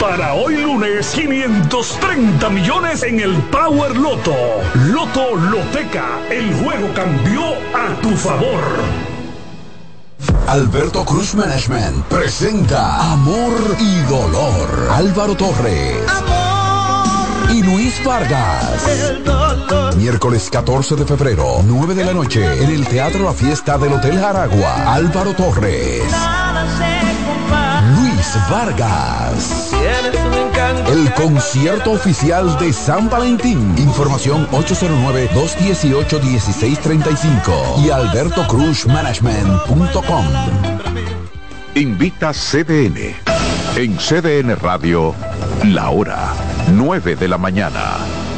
Para hoy lunes, 530 millones en el Power Loto. Loto Loteca, el juego cambió a tu favor. Alberto Cruz Management presenta Amor y Dolor. Álvaro Torres. Amor. Y Luis Vargas. Miércoles 14 de febrero, 9 de la noche, en el Teatro La Fiesta del Hotel Jaragua. Álvaro Torres. Luis Vargas. El concierto oficial de San Valentín. Información 809-218-1635 y albertocruzmanagement.com. Invita CDN. En CDN Radio, la hora 9 de la mañana.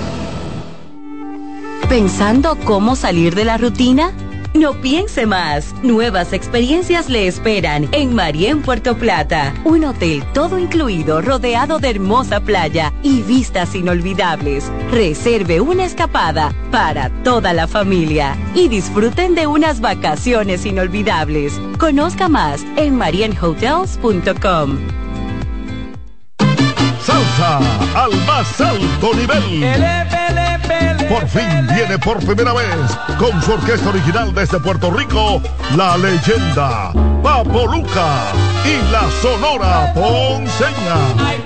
¿Pensando cómo salir de la rutina? No piense más. Nuevas experiencias le esperan en Marién Puerto Plata. Un hotel todo incluido, rodeado de hermosa playa y vistas inolvidables. Reserve una escapada para toda la familia y disfruten de unas vacaciones inolvidables. Conozca más en marienhotels.com. Salsa al más alto nivel. Por fin viene por primera vez con su orquesta original desde Puerto Rico, la leyenda Papo Luca y la Sonora Ponceña.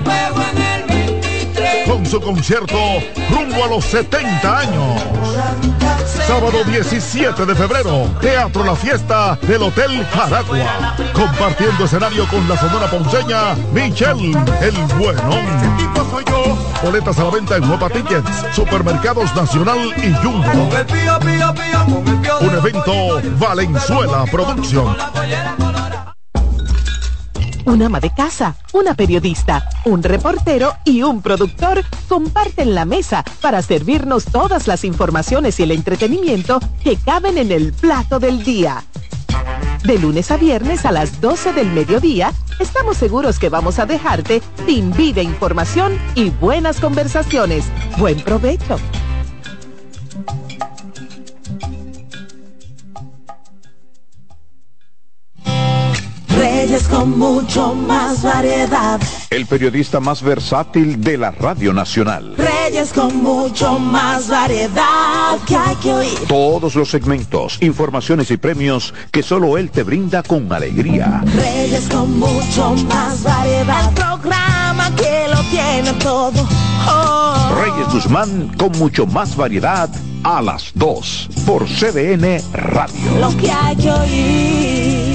Con su concierto rumbo a los 70 años. Sábado 17 de febrero, Teatro La Fiesta del Hotel Jaragua. Compartiendo escenario con la Sonora Ponceña, Michelle El Buenón. Boletas a la venta en Nueva Tickets, Supermercados Nacional y Jumbo. Un evento Valenzuela Producción. Una ama de casa, una periodista, un reportero y un productor comparten la mesa para servirnos todas las informaciones y el entretenimiento que caben en el plato del día. De lunes a viernes a las 12 del mediodía, estamos seguros que vamos a dejarte sin vida, información y buenas conversaciones. ¡Buen provecho! Reyes con mucho más variedad. El periodista más versátil de la Radio Nacional. Reyes con mucho más variedad que hay que oír. Todos los segmentos, informaciones y premios que solo él te brinda con alegría. Reyes con mucho más variedad. El programa que lo tiene todo. Oh. Reyes Guzmán con mucho más variedad a las 2 por CDN Radio. Lo que hay que oír.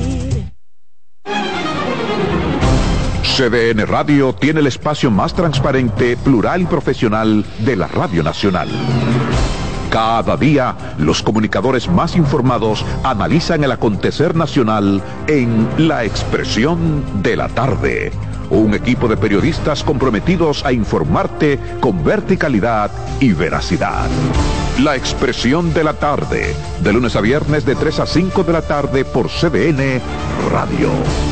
CDN Radio tiene el espacio más transparente, plural y profesional de la Radio Nacional. Cada día, los comunicadores más informados analizan el acontecer nacional en La Expresión de la Tarde. Un equipo de periodistas comprometidos a informarte con verticalidad y veracidad. La Expresión de la Tarde, de lunes a viernes de 3 a 5 de la tarde por CDN Radio.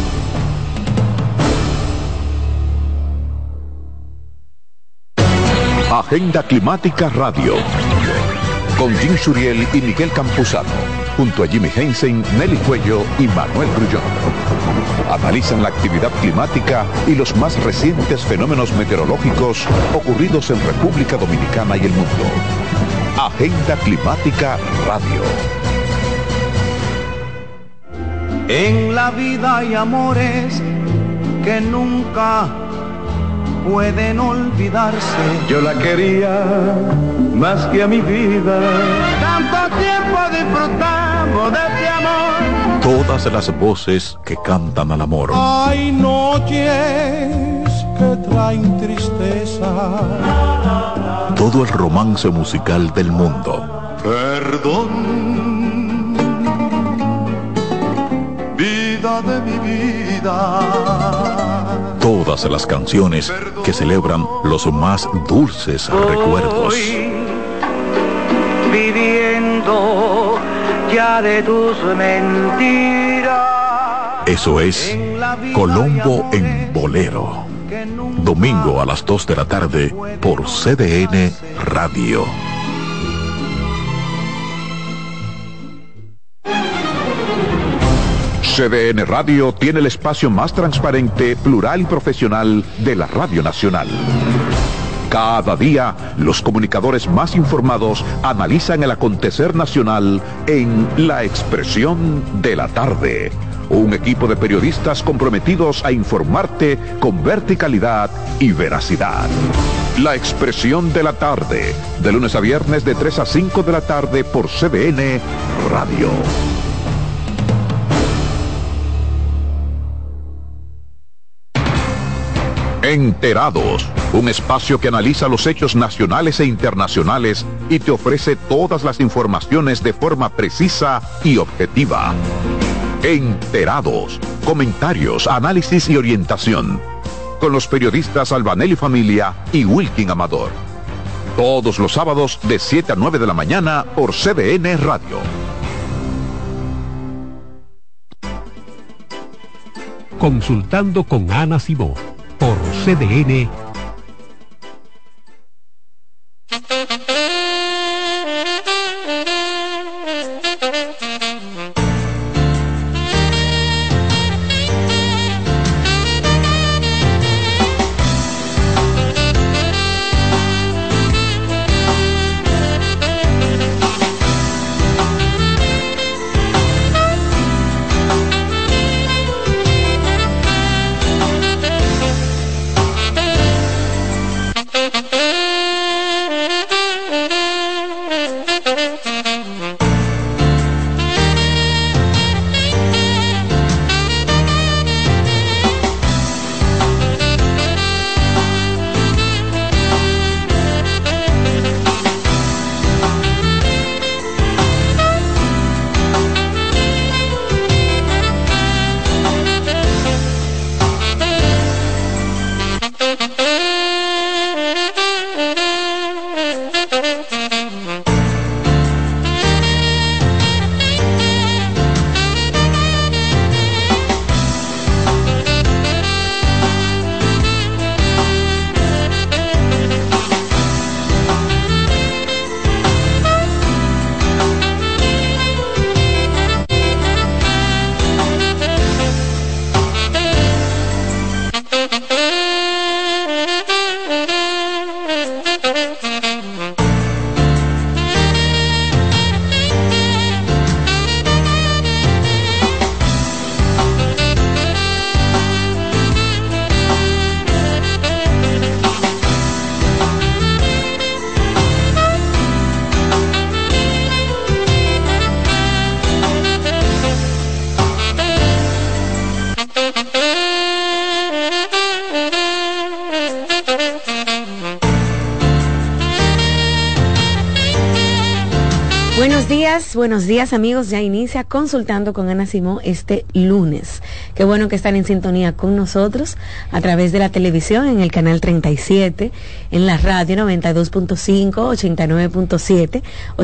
Agenda Climática Radio. Con Jim Suriel y Miguel Campuzano. Junto a Jimmy Hensen, Nelly Cuello y Manuel Grullón. Analizan la actividad climática y los más recientes fenómenos meteorológicos ocurridos en República Dominicana y el mundo. Agenda Climática Radio. En la vida hay amores que nunca pueden olvidarse. Yo la quería más que a mi vida. Tanto tiempo disfrutamos de este amor. Todas las voces que cantan al amor. Hay noches que traen tristeza. Todo el romance musical del mundo. Perdón, vida de mi vida. Todas las canciones que celebran los más dulces recuerdos. Viviendo ya de tus mentiras. Eso es Colombo en Bolero. Domingo a las 2 de la tarde por CDN Radio. CDN Radio tiene el espacio más transparente, plural y profesional de la Radio Nacional. Cada día, los comunicadores más informados analizan el acontecer nacional en La Expresión de la Tarde. Un equipo de periodistas comprometidos a informarte con verticalidad y veracidad. La Expresión de la Tarde, de lunes a viernes de 3 a 5 de la tarde por CDN Radio. Enterados, un espacio que analiza los hechos nacionales e internacionales y te ofrece todas las informaciones de forma precisa y objetiva. Enterados, comentarios, análisis y orientación, con los periodistas Albanelli Familia y Wilkin Amador. Todos los sábados de 7 a 9 de la mañana por CDN Radio. Consultando con Ana Simó por CDN. Buenos días amigos, ya inicia Consultando con Ana Simó este lunes. Qué bueno que están en sintonía con nosotros a través de la televisión en el canal 37, en la radio 92.5, 89.7,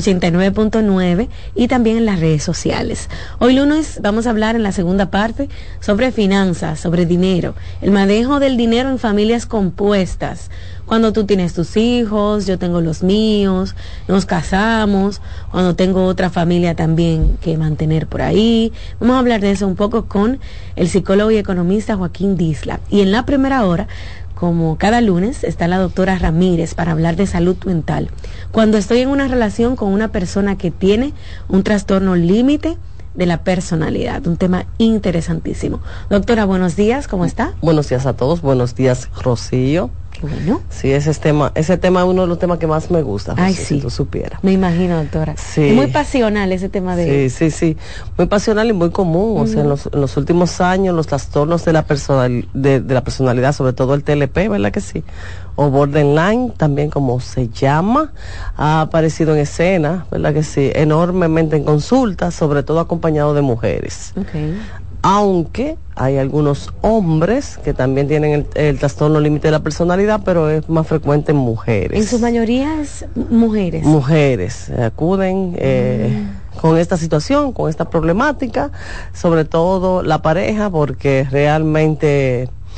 89.9 y también en las redes sociales. Hoy lunes vamos a hablar en la segunda parte sobre finanzas, sobre dinero, el manejo del dinero en familias compuestas. Cuando tú tienes tus hijos, yo tengo los míos, nos casamos, cuando tengo otra familia también que mantener por ahí. Vamos a hablar de eso un poco con el psicólogo y economista Joaquín Disla. Y en la primera hora, como cada lunes, está la doctora Ramírez para hablar de salud mental. Cuando estoy en una relación con una persona que tiene un trastorno límite de la personalidad, un tema interesantísimo. Doctora, buenos días, ¿cómo está? Buenos días a todos, buenos días, Rocío. Qué bueno. Sí, ese tema es uno de los temas que más me gusta. Ay, Rocío, sí. Si tú supieras. Me imagino, doctora. Sí. Es muy pasional ese tema de... Sí. Muy pasional y muy común. O sea, en los últimos años, los trastornos de la personalidad, sobre todo el TLP, ¿verdad que sí? O borderline, también como se llama, ha aparecido en escena, ¿verdad que sí? Enormemente en consultas, sobre todo acompañado de mujeres. Okay. Aunque hay algunos hombres que también tienen el trastorno límite de la personalidad, pero es más frecuente en mujeres. En su mayoría es mujeres. Mujeres acuden con esta situación, con esta problemática, sobre todo la pareja, porque realmente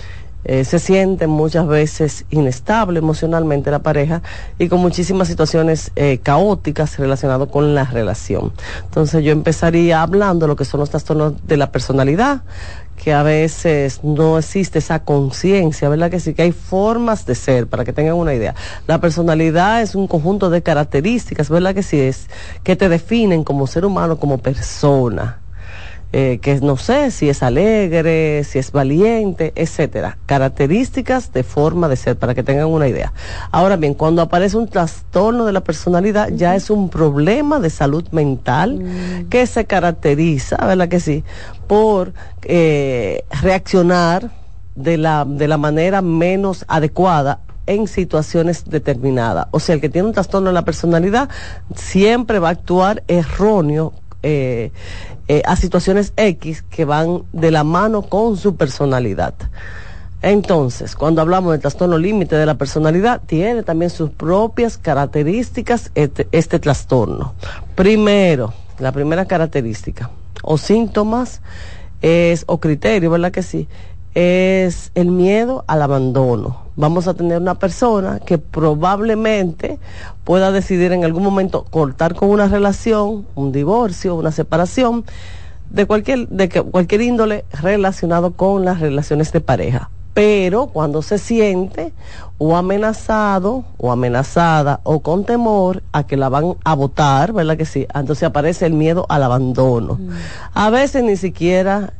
Se siente muchas veces inestable emocionalmente la pareja y con muchísimas situaciones caóticas relacionadas con la relación. Entonces yo empezaría hablando de lo que son los trastornos de la personalidad, que a veces no existe esa conciencia, ¿verdad? Que sí, que hay formas de ser, para que tengan una idea. La personalidad es un conjunto de características, ¿verdad? Que sí, es que te definen como ser humano, como persona. Que no sé si es alegre, si es valiente, etcétera. Características de forma de ser, para que tengan una idea. Ahora bien, cuando aparece un trastorno de la personalidad, ya es un problema de salud mental que se caracteriza, ¿verdad que sí?, por reaccionar de la manera menos adecuada en situaciones determinadas. O sea, el que tiene un trastorno de la personalidad siempre va a actuar erróneo a situaciones X que van de la mano con su personalidad. Entonces, cuando hablamos del trastorno límite de la personalidad, tiene también sus propias características este trastorno. Primero, la primera característica o síntomas o criterio, ¿verdad que sí?, es el miedo al abandono. Vamos a tener una persona que probablemente pueda decidir en algún momento cortar con una relación, un divorcio, una separación, de cualquier índole relacionado con las relaciones de pareja. Pero cuando se siente o amenazado o amenazada o con temor a que la van a botar, ¿verdad que sí?, entonces aparece el miedo al abandono. A veces ni siquiera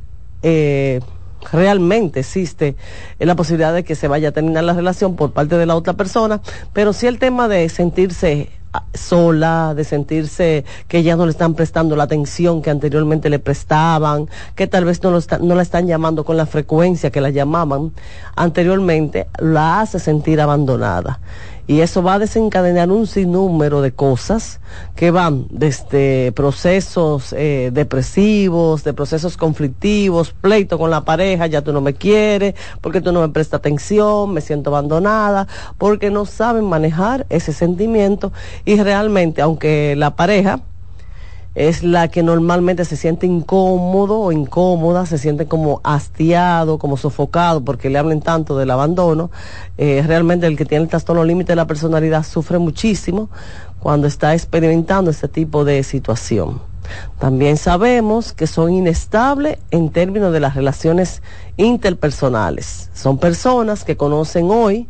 realmente existe la posibilidad de que se vaya a terminar la relación por parte de la otra persona, pero sí el tema de sentirse sola, de sentirse que ya no le están prestando la atención que anteriormente le prestaban, que tal vez no la están llamando con la frecuencia que la llamaban anteriormente, la hace sentir abandonada. Y eso va a desencadenar un sinnúmero de cosas que van desde procesos depresivos, de procesos conflictivos, pleito con la pareja, ya tú no me quieres, porque tú no me prestas atención, me siento abandonada, porque no saben manejar ese sentimiento. Y realmente, aunque la pareja es la que normalmente se siente incómodo o incómoda, se siente como hastiado, como sofocado, porque le hablen tanto del abandono, realmente el que tiene el trastorno límite de la personalidad sufre muchísimo cuando está experimentando este tipo de situación. También sabemos que son inestables en términos de las relaciones interpersonales. Son personas que conocen hoy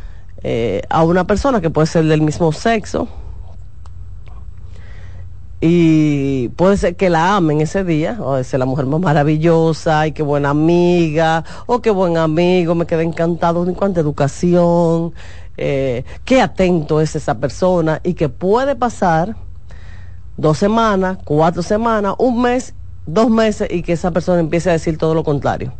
a una persona que puede ser del mismo sexo, y puede ser que la amen ese día, o es la mujer más maravillosa, ay, qué buena amiga, o qué buen amigo, me quedé encantado en cuanto a educación, qué atento es esa persona, y que puede pasar 2 semanas, 4 semanas, 1 mes, 2 meses, y que esa persona empiece a decir todo lo contrario.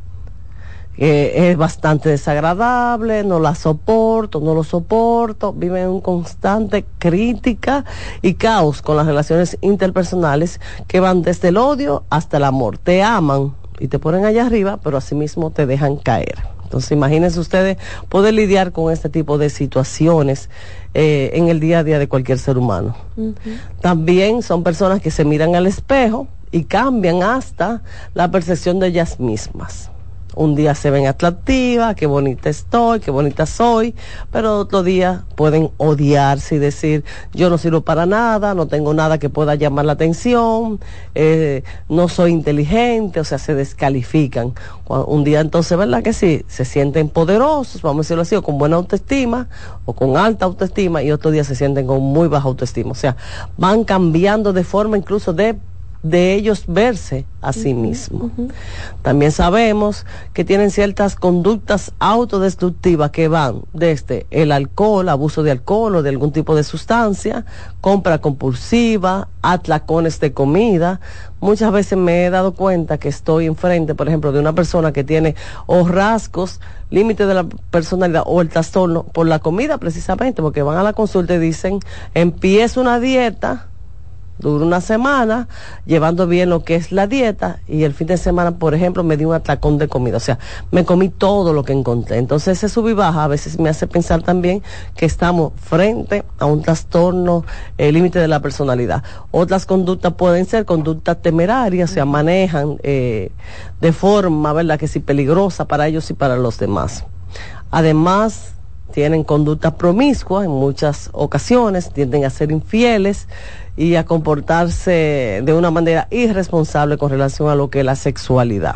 Es bastante desagradable, no la soporto, no lo soporto, vive en un constante crítica y caos con las relaciones interpersonales que van desde el odio hasta el amor. Te aman y te ponen allá arriba, pero asimismo te dejan caer. Entonces imagínense ustedes poder lidiar con este tipo de situaciones en el día a día de cualquier ser humano. También son personas que se miran al espejo y cambian hasta la percepción de ellas mismas. Un día se ven atractivas, qué bonita estoy, qué bonita soy, pero otro día pueden odiarse y decir, yo no sirvo para nada, no tengo nada que pueda llamar la atención, no soy inteligente, o sea, se descalifican. Un día entonces, ¿verdad que sí? Se sienten poderosos, vamos a decirlo así, o con buena autoestima, o con alta autoestima, y otro día se sienten con muy baja autoestima. O sea, van cambiando de forma incluso de ellos verse a sí mismos. También sabemos que tienen ciertas conductas autodestructivas que van desde el alcohol, abuso de alcohol o de algún tipo de sustancia, compra compulsiva, atracones de comida. Muchas veces me he dado cuenta que estoy enfrente, por ejemplo, de una persona que tiene o rasgos, límite de la personalidad o el trastorno por la comida precisamente, porque van a la consulta y dicen, empiezo una dieta, dura 1 semana, llevando bien lo que es la dieta, y el fin de semana, por ejemplo, me di un atracón de comida, o sea, me comí todo lo que encontré. Entonces ese sub y baja a veces me hace pensar también que estamos frente a un trastorno límite de la personalidad. Otras conductas pueden ser conductas temerarias, o sea, manejan de forma, ¿verdad?, que sí peligrosa para ellos y para los demás. Además, tienen conducta promiscua en muchas ocasiones, tienden a ser infieles y a comportarse de una manera irresponsable con relación a lo que es la sexualidad.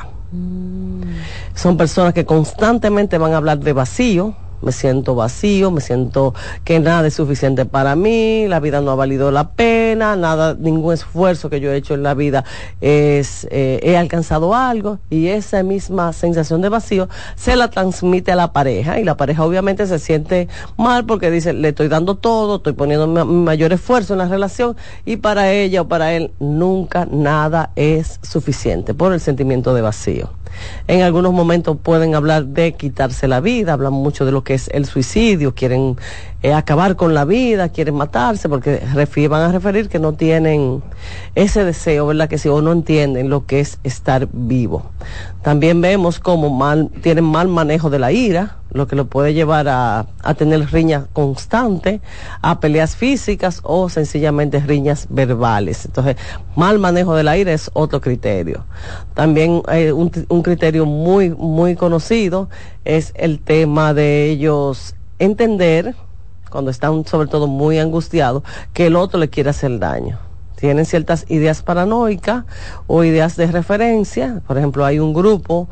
Son personas que constantemente van a hablar de vacío. Me siento vacío, me siento que nada es suficiente para mí, la vida no ha valido la pena, ningún esfuerzo que yo he hecho en la vida he alcanzado algo, y esa misma sensación de vacío se la transmite a la pareja, y la pareja obviamente se siente mal porque dice, le estoy dando todo, estoy poniendo mi mayor esfuerzo en la relación, y para ella o para él nunca nada es suficiente por el sentimiento de vacío. En algunos momentos pueden hablar de quitarse la vida, hablan mucho de lo que es el suicidio, quieren acabar con la vida, quieren matarse, porque van a referir que no tienen ese deseo, ¿verdad? Que sí, o no entienden lo que es estar vivo. También vemos cómo tienen mal manejo de la ira, lo que lo puede llevar a tener riñas constantes, a peleas físicas o sencillamente riñas verbales. Entonces, mal manejo de la ira es otro criterio. También un criterio muy, muy conocido es el tema de ellos entender, cuando están sobre todo muy angustiados, que el otro le quiere hacer daño. Tienen ciertas ideas paranoicas o ideas de referencia. Por ejemplo, hay un grupo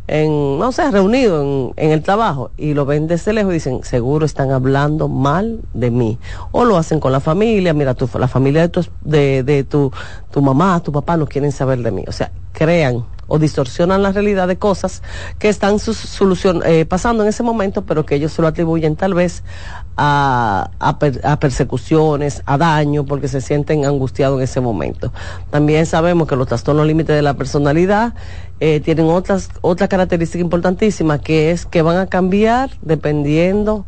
reunido en el trabajo y lo ven desde lejos y dicen, seguro están hablando mal de mí. O lo hacen con la familia, mira, la familia de tu mamá, tu papá no quieren saber de mí. O sea, crean o distorsionan la realidad de cosas que están pasando en ese momento, pero que ellos se lo atribuyen tal vez a persecuciones, a daño, porque se sienten angustiados en ese momento. También sabemos que los trastornos límites de la personalidad tienen otra característica importantísima, que es que van a cambiar dependiendo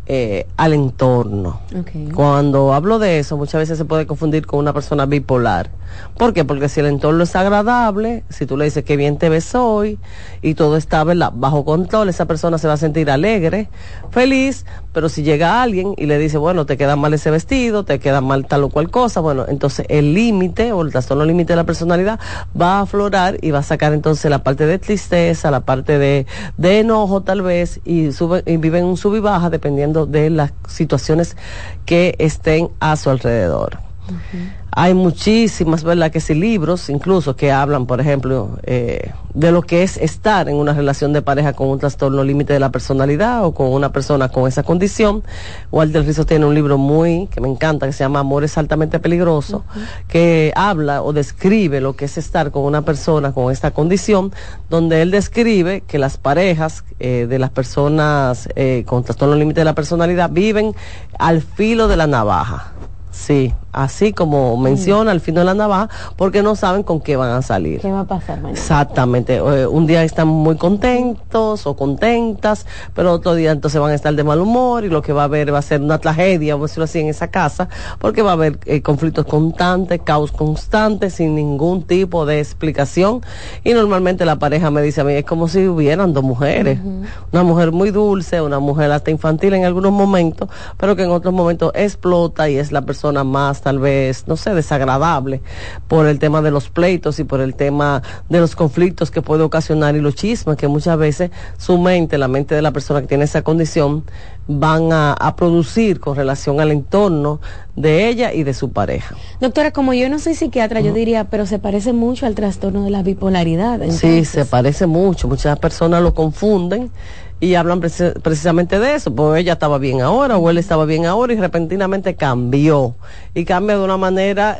al entorno. Okay. Cuando hablo de eso, muchas veces se puede confundir con una persona bipolar. ¿Por qué? Porque si el entorno es agradable, si tú le dices que bien te ves hoy y todo está, ¿verdad?, bajo control, esa persona se va a sentir alegre, feliz. Pero si llega alguien y le dice, bueno, te queda mal ese vestido, te queda mal tal o cual cosa, bueno, entonces el límite o el trastorno límite de la personalidad va a aflorar y va a sacar entonces la parte de tristeza, la parte de enojo tal vez, y viven un sub y baja dependiendo de las situaciones que estén a su alrededor. Uh-huh. Hay muchísimas, ¿verdad?, que sí, libros incluso que hablan, por ejemplo, de lo que es estar en una relación de pareja con un trastorno límite de la personalidad o con una persona con esa condición. Walter Rizzo tiene un libro que me encanta, que se llama Amores altamente peligrosos, uh-huh, que habla o describe lo que es estar con una persona con esta condición, donde él describe que las parejas de las personas con trastorno límite de la personalidad viven al filo de la navaja. Sí, así como menciona, al filo de la navaja, porque no saben con qué van a salir. ¿Qué va a pasar mañana? Exactamente. Un día están muy contentos o contentas, pero otro día entonces van a estar de mal humor, y lo que va a haber va a ser una tragedia, vamos a decirlo así, en esa casa, porque va a haber conflictos constantes, caos constante, sin ningún tipo de explicación. Y normalmente la pareja me dice a mí, es como si hubieran dos mujeres. Uh-huh. Una mujer muy dulce, una mujer hasta infantil en algunos momentos, pero que en otros momentos explota y es la persona más, tal vez, no sé, desagradable por el tema de los pleitos y por el tema de los conflictos que puede ocasionar, y los chismes que muchas veces la mente de la persona que tiene esa condición van a producir con relación al entorno de ella y de su pareja. Doctora, como yo no soy psiquiatra, yo diría, pero se parece mucho al trastorno de la bipolaridad. Entonces. Sí, se parece mucho. Muchas personas lo confunden y hablan precisamente de eso, pues ella estaba bien ahora o él estaba bien ahora y repentinamente cambió, y cambia de una manera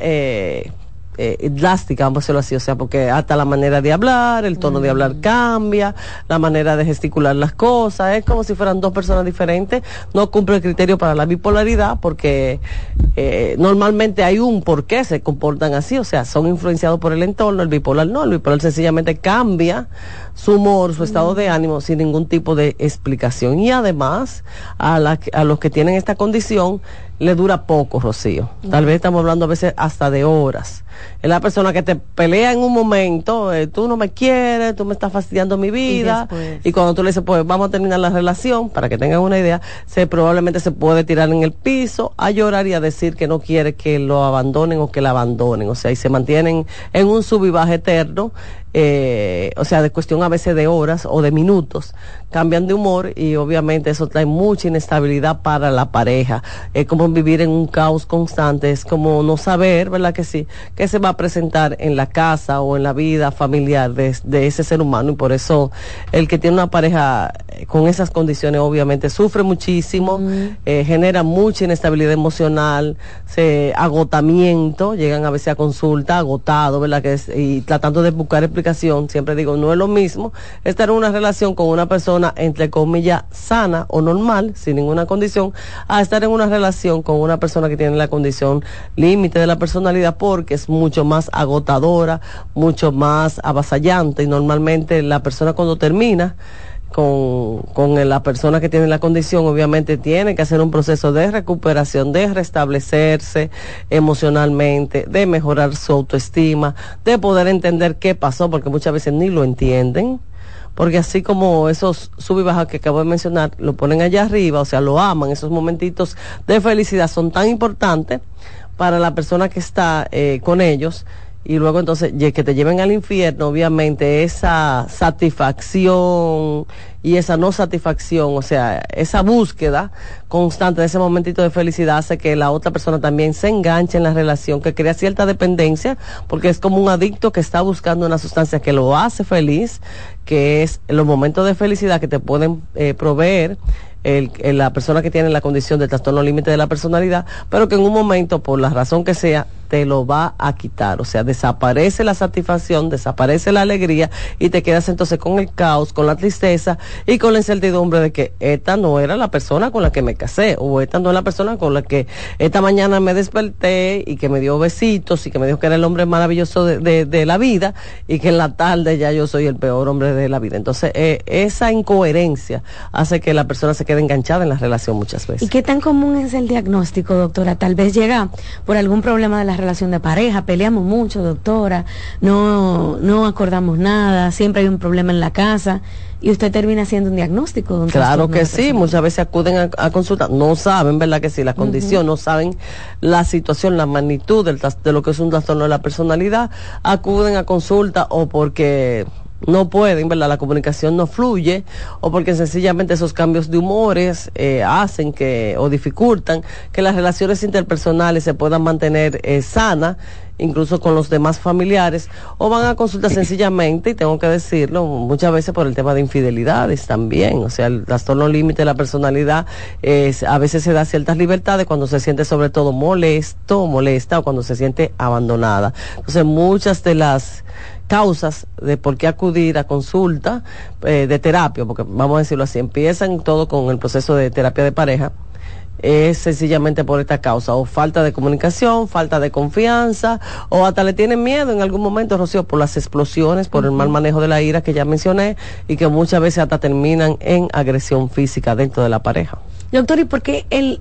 drástica, vamos a decirlo así, o sea, porque hasta la manera de hablar, el tono de hablar cambia, la manera de gesticular las cosas, es como si fueran dos personas diferentes. No cumple el criterio para la bipolaridad porque normalmente hay un por qué se comportan así, o sea, son influenciados por el entorno. El bipolar no, el bipolar sencillamente cambia su humor, su estado de ánimo sin ningún tipo de explicación, y además a los que tienen esta condición le dura poco, Rocío. Tal vez estamos hablando a veces hasta de horas. Es la persona que te pelea en un momento, tú no me quieres, tú me estás fastidiando mi vida, y cuando tú le dices, pues vamos a terminar la relación, para que tengan una idea, probablemente se puede tirar en el piso a llorar y a decir que no quiere que lo abandonen o que la abandonen, o sea, y se mantienen en un sub y baja eterno, o sea, de cuestión a veces de horas o de minutos, cambian de humor y obviamente eso trae mucha inestabilidad para la pareja. Es como vivir en un caos constante, es como no saber, ¿verdad que sí?, qué se va a presentar en la casa o en la vida familiar de ese ser humano, y por eso el que tiene una pareja con esas condiciones obviamente sufre muchísimo, genera mucha inestabilidad emocional, agotamiento, llegan a veces a consulta agotado, ¿verdad? Y tratando de buscar explicación. Siempre digo, no es lo mismo estar en una relación con una persona entre comillas sana o normal, sin ninguna condición, a estar en una relación con una persona que tiene la condición límite de la personalidad, porque es mucho más agotadora, mucho más avasallante, y normalmente la persona cuando termina con la persona que tiene la condición, obviamente tiene que hacer un proceso de recuperación, de restablecerse emocionalmente, de mejorar su autoestima, de poder entender qué pasó, porque muchas veces ni lo entienden, porque así como esos sub y baja que acabo de mencionar, lo ponen allá arriba, o sea, lo aman, esos momentitos de felicidad son tan importantes para la persona que está con ellos, y luego entonces que te lleven al infierno, obviamente esa satisfacción y esa no satisfacción, o sea, esa búsqueda constante de ese momentito de felicidad hace que la otra persona también se enganche en la relación, que crea cierta dependencia, porque es como un adicto que está buscando una sustancia que lo hace feliz, que es los momentos de felicidad que te pueden proveer la persona que tiene la condición del trastorno límite de la personalidad, pero que en un momento, por la razón que sea, te lo va a quitar. O sea, desaparece la satisfacción, desaparece la alegría, y te quedas entonces con el caos, con la tristeza y con la incertidumbre de que esta no era la persona con la que me casé, o esta no es la persona con la que esta mañana me desperté y que me dio besitos y que me dijo que era el hombre maravilloso de la vida, y que en la tarde ya yo soy el peor hombre de la vida. Entonces, esa incoherencia hace que la persona se quede enganchada en la relación muchas veces. ¿Y qué tan común es el diagnóstico, doctora? Tal vez llega por algún problema de la relación de pareja, peleamos mucho, doctora, no acordamos nada, siempre hay un problema en la casa, y usted termina haciendo un diagnóstico. Claro que sí, muchas veces acuden a consultar, no saben, ¿verdad que sí? La condición, no saben la situación, la magnitud de lo que es un trastorno de la personalidad, acuden a consulta o porque no pueden, ¿verdad? La comunicación no fluye, o porque sencillamente esos cambios de humores hacen o dificultan que las relaciones interpersonales se puedan mantener sanas, incluso con los demás familiares, o van a consulta sencillamente, y tengo que decirlo, muchas veces por el tema de infidelidades también. O sea, el trastorno límite de la personalidad a veces se da ciertas libertades cuando se siente sobre todo molesta, o cuando se siente abandonada. Entonces, muchas de las causas de por qué acudir a consulta de terapia, porque vamos a decirlo así, empiezan todo con el proceso de terapia de pareja, es sencillamente por esta causa, o falta de comunicación, falta de confianza, o hasta le tienen miedo en algún momento, Rocío, por las explosiones, por el mal manejo de la ira que ya mencioné, y que muchas veces hasta terminan en agresión física dentro de la pareja. Doctor, ¿y por qué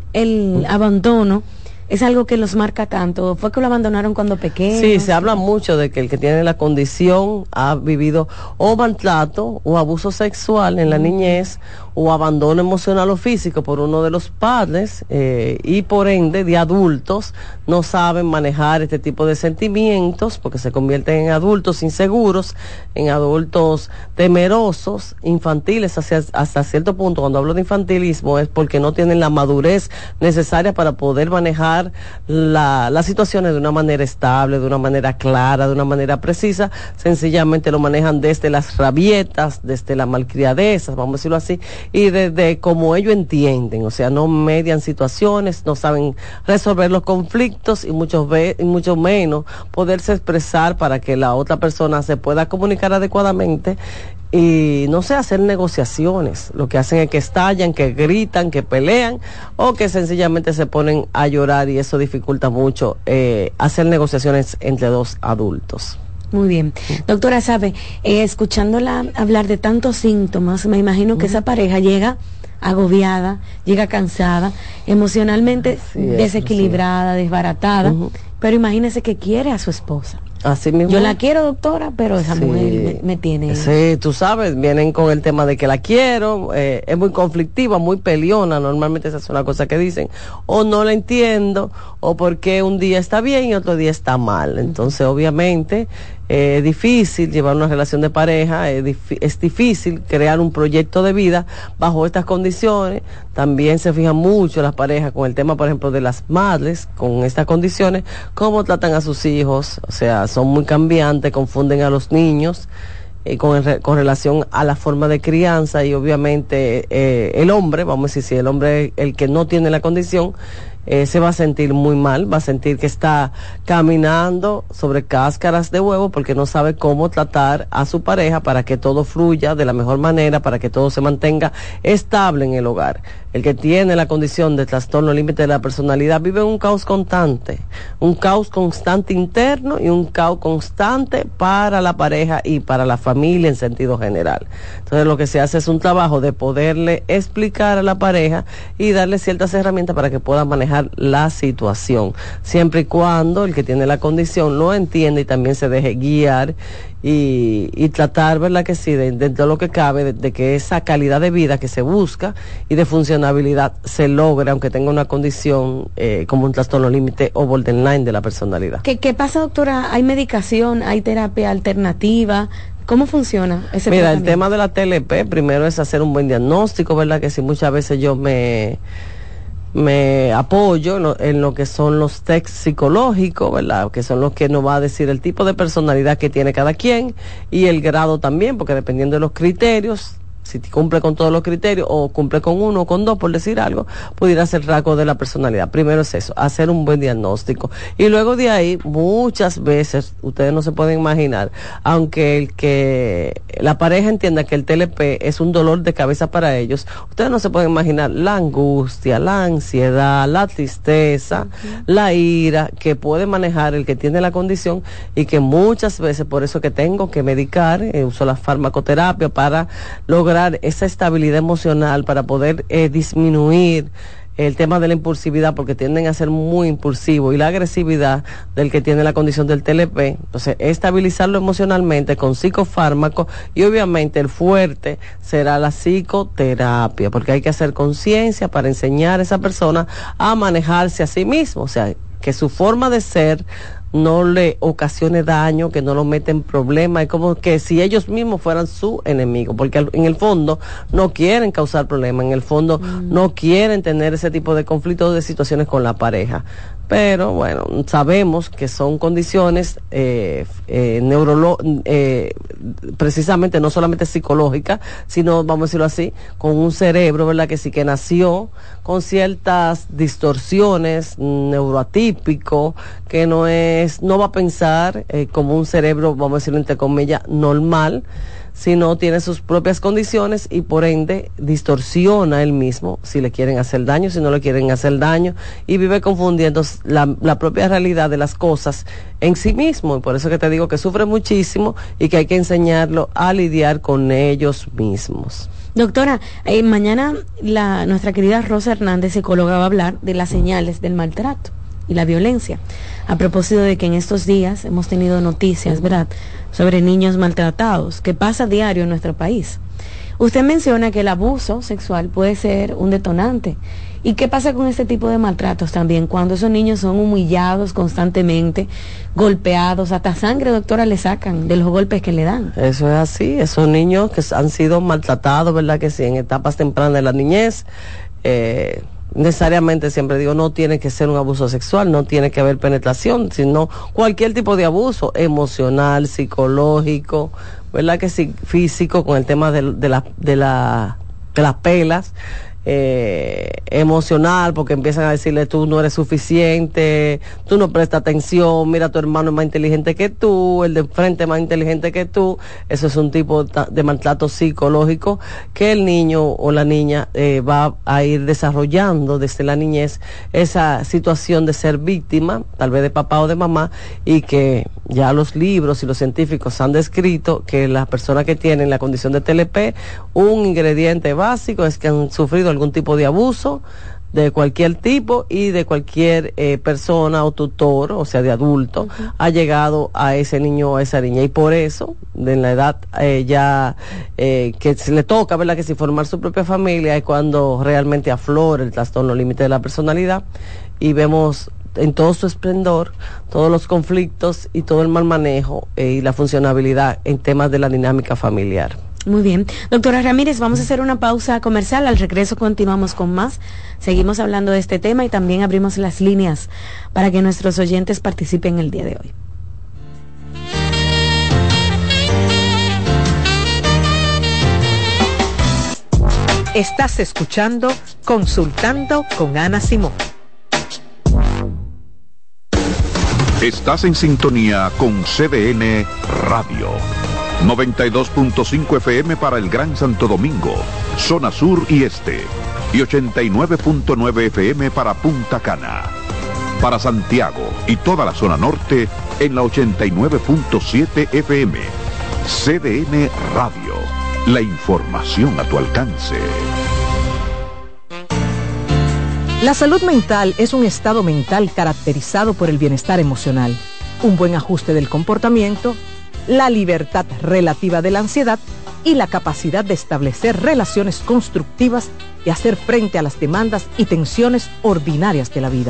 el abandono es algo que los marca tanto? ¿Fue que lo abandonaron cuando pequeños? Sí, se habla mucho de que el que tiene la condición ha vivido o maltrato o abuso sexual en la niñez, o abandono emocional o físico por uno de los padres, y por ende de adultos no saben manejar este tipo de sentimientos, porque se convierten en adultos inseguros, en adultos temerosos, infantiles hasta cierto punto. Cuando hablo de infantilismo es porque no tienen la madurez necesaria para poder manejar las situaciones de una manera estable, de una manera clara, de una manera precisa. Sencillamente lo manejan desde las rabietas, desde las malcriadezas, vamos a decirlo así, y desde como ellos entienden. O sea, no median situaciones, no saben resolver los conflictos, y mucho menos poderse expresar para que la otra persona se pueda comunicar adecuadamente, y no sé, hacer negociaciones. Lo que hacen es que estallan, que gritan, que pelean, o que sencillamente se ponen a llorar, y eso dificulta mucho hacer negociaciones entre dos adultos. Muy bien. Doctora, sabe, escuchándola hablar de tantos síntomas, me imagino que esa pareja llega agobiada, llega cansada, emocionalmente desequilibrada, desbaratada, Pero imagínese que quiere a su esposa. Así mismo. Yo la quiero, doctora, pero esa mujer me tiene... Sí, tú sabes, vienen con el tema de que la quiero, es muy conflictiva, muy peleona, normalmente esa es una cosa que dicen, o no la entiendo, o porque un día está bien y otro día está mal. Entonces, obviamente, es difícil llevar una relación de pareja, es difícil crear un proyecto de vida bajo estas condiciones. También se fijan mucho las parejas con el tema, por ejemplo, de las madres, con estas condiciones, cómo tratan a sus hijos, o sea, son muy cambiantes, confunden a los niños con relación a la forma de crianza, y obviamente el hombre, vamos a decir, si el hombre el que no tiene la condición, se va a sentir muy mal, va a sentir que está caminando sobre cáscaras de huevo porque no sabe cómo tratar a su pareja para que todo fluya de la mejor manera, para que todo se mantenga estable en el hogar. El que tiene la condición de trastorno límite de la personalidad vive en un caos constante interno y un caos constante para la pareja y para la familia en sentido general. Entonces lo que se hace es un trabajo de poderle explicar a la pareja y darle ciertas herramientas para que pueda manejar la situación, siempre y cuando el que tiene la condición lo entienda y también se deje guiar y tratar, ¿verdad? Que sí, dentro de lo que cabe, de que esa calidad de vida que se busca y de funcionabilidad se logre, aunque tenga una condición como un trastorno límite o borderline de la personalidad. ¿Qué pasa, doctora? ¿Hay medicación? ¿Hay terapia alternativa? ¿Cómo funciona ese Mira, el tema de la TLP, primero es hacer un buen diagnóstico, ¿verdad? Que sí, muchas veces yo me apoyo en lo que son los tests psicológicos, ¿verdad? Que son los que nos va a decir el tipo de personalidad que tiene cada quien y el grado también, porque dependiendo de los criterios, si cumple con todos los criterios o cumple con uno o con dos, por decir algo, pudiera ser rasgo de la personalidad. Primero es eso, hacer un buen diagnóstico. Y luego de ahí, muchas veces, ustedes no se pueden imaginar, aunque la pareja entienda que el TLP es un dolor de cabeza para ellos, ustedes no se pueden imaginar la angustia, la ansiedad, la tristeza, la ira que puede manejar el que tiene la condición, y que muchas veces, por eso que tengo que medicar, uso la farmacoterapia para lograr esa estabilidad emocional, para poder disminuir el tema de la impulsividad, porque tienden a ser muy impulsivos, y la agresividad del que tiene la condición del TLP. Entonces, estabilizarlo emocionalmente con psicofármacos, y obviamente el fuerte será la psicoterapia, porque hay que hacer conciencia para enseñar a esa persona a manejarse a sí mismo, o sea, que su forma de ser no le ocasione daño, que no lo mete en problemas. Es como que si ellos mismos fueran su enemigo, porque en el fondo no quieren causar problemas, en el fondo no quieren tener ese tipo de conflictos, de situaciones con la pareja. Pero bueno, sabemos que son condiciones precisamente no solamente psicológicas, sino, vamos a decirlo así, con un cerebro, ¿verdad? Que sí que nació con ciertas distorsiones, neuroatípico, que no va a pensar como un cerebro, vamos a decirlo entre comillas, normal, sino tiene sus propias condiciones y por ende distorsiona él mismo si le quieren hacer daño, si no le quieren hacer daño, y vive confundiendo la propia realidad de las cosas en sí mismo. Y por eso que te digo que sufre muchísimo y que hay que enseñarlo a lidiar con ellos mismos. Doctora, mañana nuestra querida Rosa Hernández, psicóloga, va a hablar de las señales del maltrato y la violencia, a propósito de que en estos días hemos tenido noticias, ¿verdad?, sobre niños maltratados, que pasa a diario en nuestro país. Usted menciona que el abuso sexual puede ser un detonante. ¿Y qué pasa con este tipo de maltratos también? Cuando esos niños son humillados constantemente, golpeados, hasta sangre, doctora, le sacan de los golpes que le dan. Eso es así, esos niños que han sido maltratados, ¿verdad?, que sí, en etapas tempranas de la niñez, necesariamente, siempre digo, no tiene que ser un abuso sexual, no tiene que haber penetración, sino cualquier tipo de abuso emocional, psicológico, ¿verdad? Que sí, físico, con el tema de las pelas, emocional, porque empiezan a decirle: tú no eres suficiente, tú no prestas atención, mira, tu hermano es más inteligente que tú, el de enfrente es más inteligente que tú. Eso es un tipo de maltrato psicológico que el niño o la niña va a ir desarrollando desde la niñez, esa situación de ser víctima, tal vez de papá o de mamá, y que ya los libros y los científicos han descrito que las personas que tienen la condición de TLP, un ingrediente básico es que han sufrido algún tipo de abuso de cualquier tipo y de cualquier persona o tutor, o sea, de adulto, ha llegado a ese niño o a esa niña. Y por eso, en la edad que se le toca, ¿verdad?, que si formar su propia familia es cuando realmente aflora el trastorno límite de la personalidad y vemos en todo su esplendor todos los conflictos y todo el mal manejo y la funcionabilidad en temas de la dinámica familiar. Muy bien. Doctora Ramírez, vamos a hacer una pausa comercial. Al regreso continuamos con más. Seguimos hablando de este tema y también abrimos las líneas para que nuestros oyentes participen el día de hoy. Estás escuchando Consultando con Ana Simón. Estás en sintonía con CDN Radio. 92.5 FM para el Gran Santo Domingo, zona sur y este, y 89.9 FM para Punta Cana. Para Santiago y toda la zona norte en la 89.7 FM. CDN Radio, la información a tu alcance. La salud mental es un estado mental caracterizado por el bienestar emocional, un buen ajuste del comportamiento, la libertad relativa de la ansiedad y la capacidad de establecer relaciones constructivas y hacer frente a las demandas y tensiones ordinarias de la vida.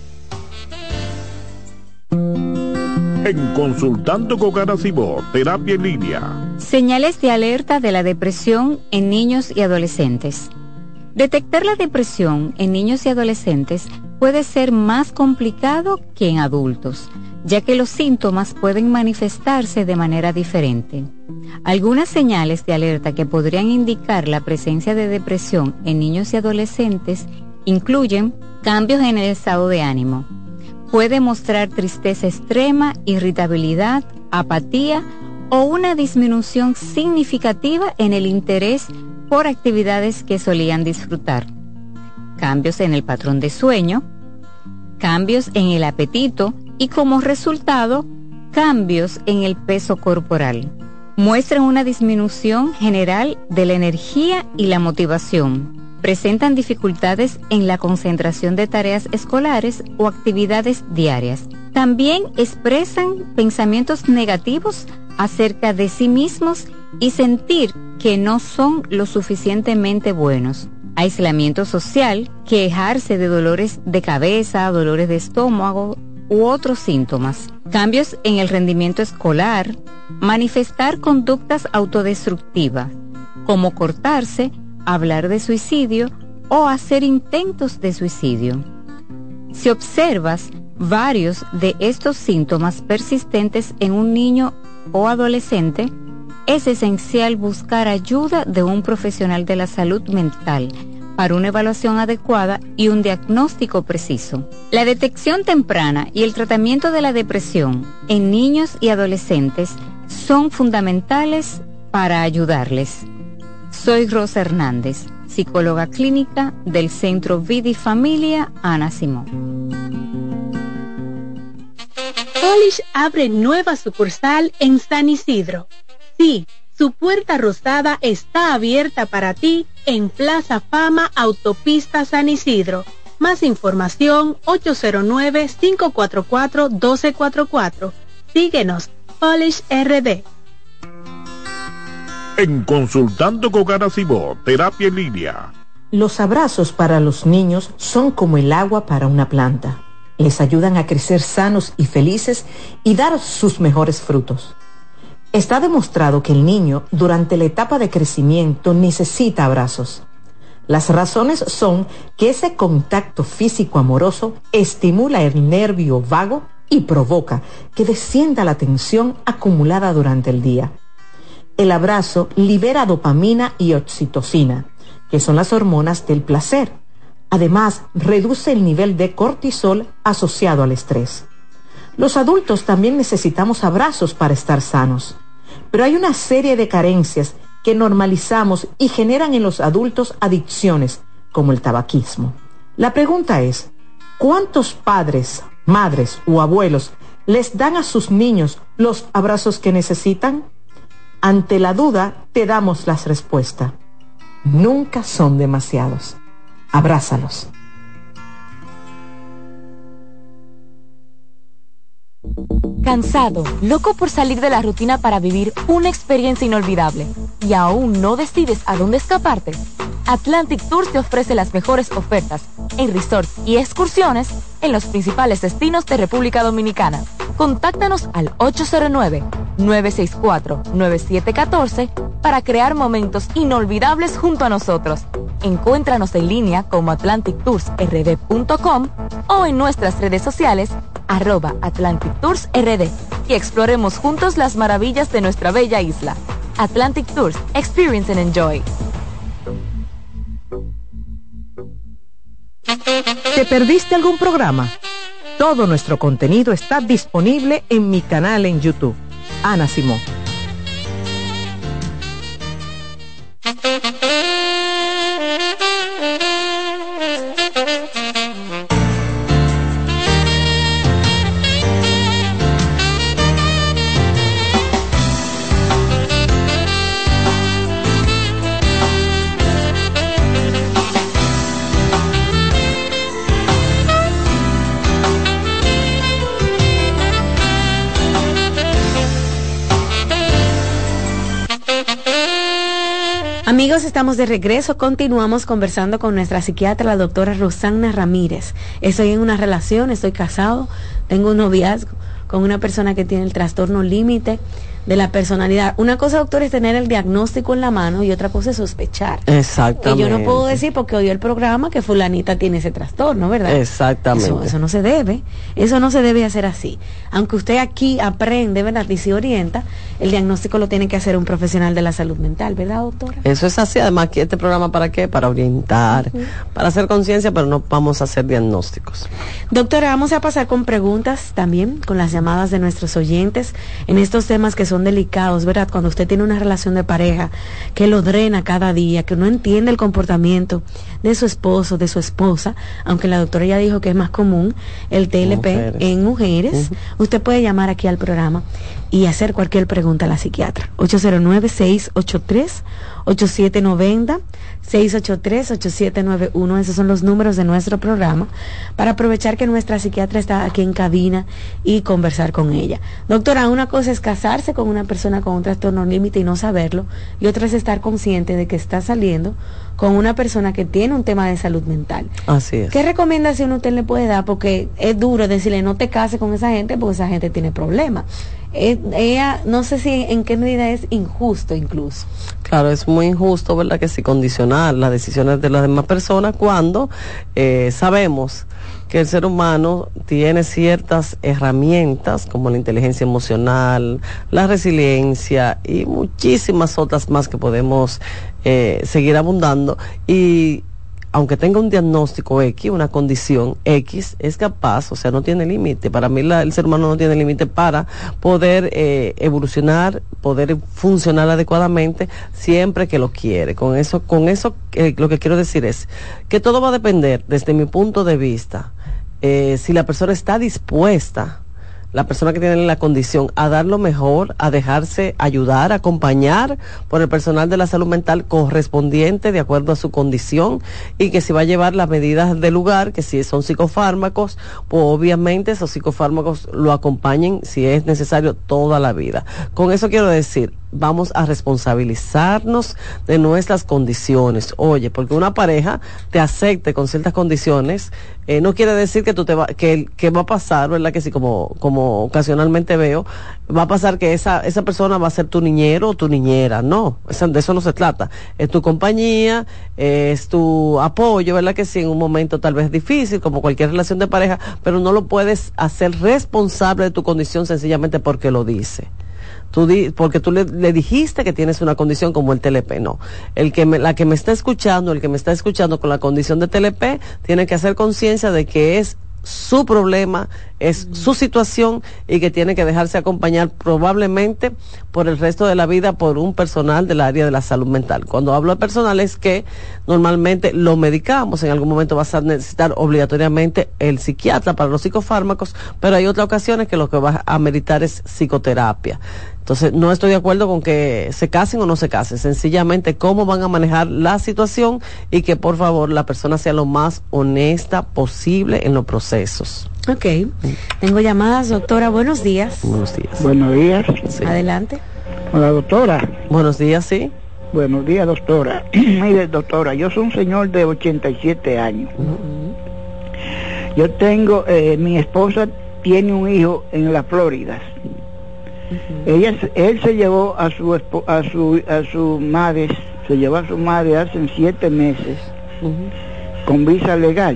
En Consultando con Ana Simón, terapia en línea. Señales de alerta de la depresión en niños y adolescentes. Detectar la depresión en niños y adolescentes puede ser más complicado que en adultos, ya que los síntomas pueden manifestarse de manera diferente. Algunas señales de alerta que podrían indicar la presencia de depresión en niños y adolescentes incluyen cambios en el estado de ánimo. Puede mostrar tristeza extrema, irritabilidad, apatía o una disminución significativa en el interés por actividades que solían disfrutar. Cambios en el patrón de sueño, cambios en el apetito y como resultado, cambios en el peso corporal. Muestran una disminución general de la energía y la motivación. Presentan dificultades en la concentración de tareas escolares o actividades diarias. También expresan pensamientos negativos acerca de sí mismos y sentir que no son lo suficientemente buenos. Aislamiento social, quejarse de dolores de cabeza, dolores de estómago u otros síntomas. Cambios en el rendimiento escolar, manifestar conductas autodestructivas, como cortarse, hablar de suicidio o hacer intentos de suicidio. Si observas varios de estos síntomas persistentes en un niño o adolescente, es esencial buscar ayuda de un profesional de la salud mental para una evaluación adecuada y un diagnóstico preciso. La detección temprana y el tratamiento de la depresión en niños y adolescentes son fundamentales para ayudarles. Soy Rosa Hernández, psicóloga clínica del Centro Vida y Familia Ana Simón. Polish abre nueva sucursal en San Isidro. Sí, su puerta rosada está abierta para ti en Plaza Fama, Autopista San Isidro. Más información 809-544-1244. Síguenos, Polish RD. En Consultando con Ana Simón, terapia en línea. Los abrazos para los niños son como el agua para una planta. Les ayudan a crecer sanos y felices y dar sus mejores frutos. Está demostrado que el niño, durante la etapa de crecimiento, necesita abrazos. Las razones son que ese contacto físico amoroso estimula el nervio vago y provoca que descienda la tensión acumulada durante el día. El abrazo libera dopamina y oxitocina, que son las hormonas del placer. Además, reduce el nivel de cortisol asociado al estrés. Los adultos también necesitamos abrazos para estar sanos, pero hay una serie de carencias que normalizamos y generan en los adultos adicciones, como el tabaquismo. La pregunta es, ¿cuántos padres, madres o abuelos les dan a sus niños los abrazos que necesitan? Ante la duda, te damos la respuesta. Nunca son demasiados. Abrázalos. Cansado, loco por salir de la rutina para vivir una experiencia inolvidable y aún no decides a dónde escaparte. Atlantic Tours te ofrece las mejores ofertas en resorts y excursiones en los principales destinos de República Dominicana. Contáctanos al 809-964-9714 para crear momentos inolvidables junto a nosotros. Encuéntranos en línea como atlantictoursrd.com o en nuestras redes sociales @Atlantic Tours RD y exploremos juntos las maravillas de nuestra bella isla. Atlantic Tours, experience and enjoy. ¿Te perdiste algún programa? Todo nuestro contenido está disponible en mi canal en YouTube, Ana Simón. Amigos, estamos de regreso, continuamos conversando con nuestra psiquiatra, la doctora Rosana Ramírez. Estoy en una relación, estoy casado, tengo un noviazgo con una persona que tiene el trastorno límite de la personalidad. Una cosa, doctor, es tener el diagnóstico en la mano y otra cosa es sospechar. Exactamente. Y yo no puedo decir porque oí el programa que fulanita tiene ese trastorno, ¿verdad? Exactamente. Eso no se debe, eso no se debe hacer así. Aunque usted aquí aprende, ¿verdad? Y se orienta, el diagnóstico lo tiene que hacer un profesional de la salud mental, ¿verdad, doctora? Eso es así. Además, aquí este programa, ¿para qué? Para orientar, para hacer conciencia, pero no vamos a hacer diagnósticos. Doctora, vamos a pasar con preguntas también, con las llamadas de nuestros oyentes en estos temas que son delicados, ¿verdad? Cuando usted tiene una relación de pareja que lo drena cada día, que no entiende el comportamiento de su esposo, de su esposa, aunque la doctora ya dijo que es más común el TLP en mujeres, usted puede llamar aquí al programa y hacer cualquier pregunta a la psiquiatra. 809-683-8790, 683-8791, esos son los números de nuestro programa, para aprovechar que nuestra psiquiatra está aquí en cabina y conversar con ella. Doctora, una cosa es casarse con una persona con un trastorno límite y no saberlo, y otra es estar consciente de que está saliendo con una persona que tiene un tema de salud mental. Así es. ¿Qué recomendación usted le puede dar? Porque es duro decirle no te cases con esa gente porque esa gente tiene problemas. Ella, no sé si en qué medida es injusto incluso. Claro, es muy injusto, ¿verdad? Que si condicionar las decisiones de las demás personas cuando sabemos que el ser humano tiene ciertas herramientas como la inteligencia emocional, la resiliencia y muchísimas otras más que podemos seguir abundando, y aunque tenga un diagnóstico X, una condición X, es capaz, o sea, no tiene límite. Para mí el ser humano no tiene límite para poder evolucionar, poder funcionar adecuadamente siempre que lo quiere. Con eso lo que quiero decir es que todo va a depender, desde mi punto de vista, si la persona está dispuesta, la persona que tiene la condición, a dar lo mejor, a dejarse ayudar, acompañar por el personal de la salud mental correspondiente de acuerdo a su condición, y que si va a llevar las medidas del lugar, que si son psicofármacos, pues obviamente esos psicofármacos lo acompañen si es necesario toda la vida. Con eso quiero decir, vamos a responsabilizarnos de nuestras condiciones. Oye, porque una pareja te acepte con ciertas condiciones, no quiere decir que que va a pasar, ¿verdad? Que si como ocasionalmente veo, va a pasar que esa persona va a ser tu niñero o tu niñera. No, de eso no se trata. Es tu compañía, es tu apoyo, ¿verdad? Que sí, en un momento tal vez difícil, como cualquier relación de pareja, pero no lo puedes hacer responsable de tu condición sencillamente porque lo dice. Porque tú le dijiste que tienes una condición como el TLP. No, el que me está escuchando con la condición de TLP tiene que hacer conciencia de que es su problema, es su situación, y que tiene que dejarse acompañar probablemente por el resto de la vida por un personal del área de la salud mental. Cuando hablo de personal es que normalmente lo medicamos, en algún momento vas a necesitar obligatoriamente el psiquiatra para los psicofármacos, pero hay otras ocasiones que lo que vas a meritar es psicoterapia. Entonces, no estoy de acuerdo con que se casen o no se casen, sencillamente cómo van a manejar la situación y que por favor la persona sea lo más honesta posible en los procesos. Ok, tengo llamadas, doctora, buenos días. Buenos días. Buenos días. Sí. Adelante. Hola, doctora. Buenos días, sí. Buenos días, doctora. Mire, doctora, yo soy un señor de 87 años. Yo tengo, mi esposa tiene un hijo en la Florida. Él se llevó a su madre, se llevó a su madre hace 7 meses con visa legal.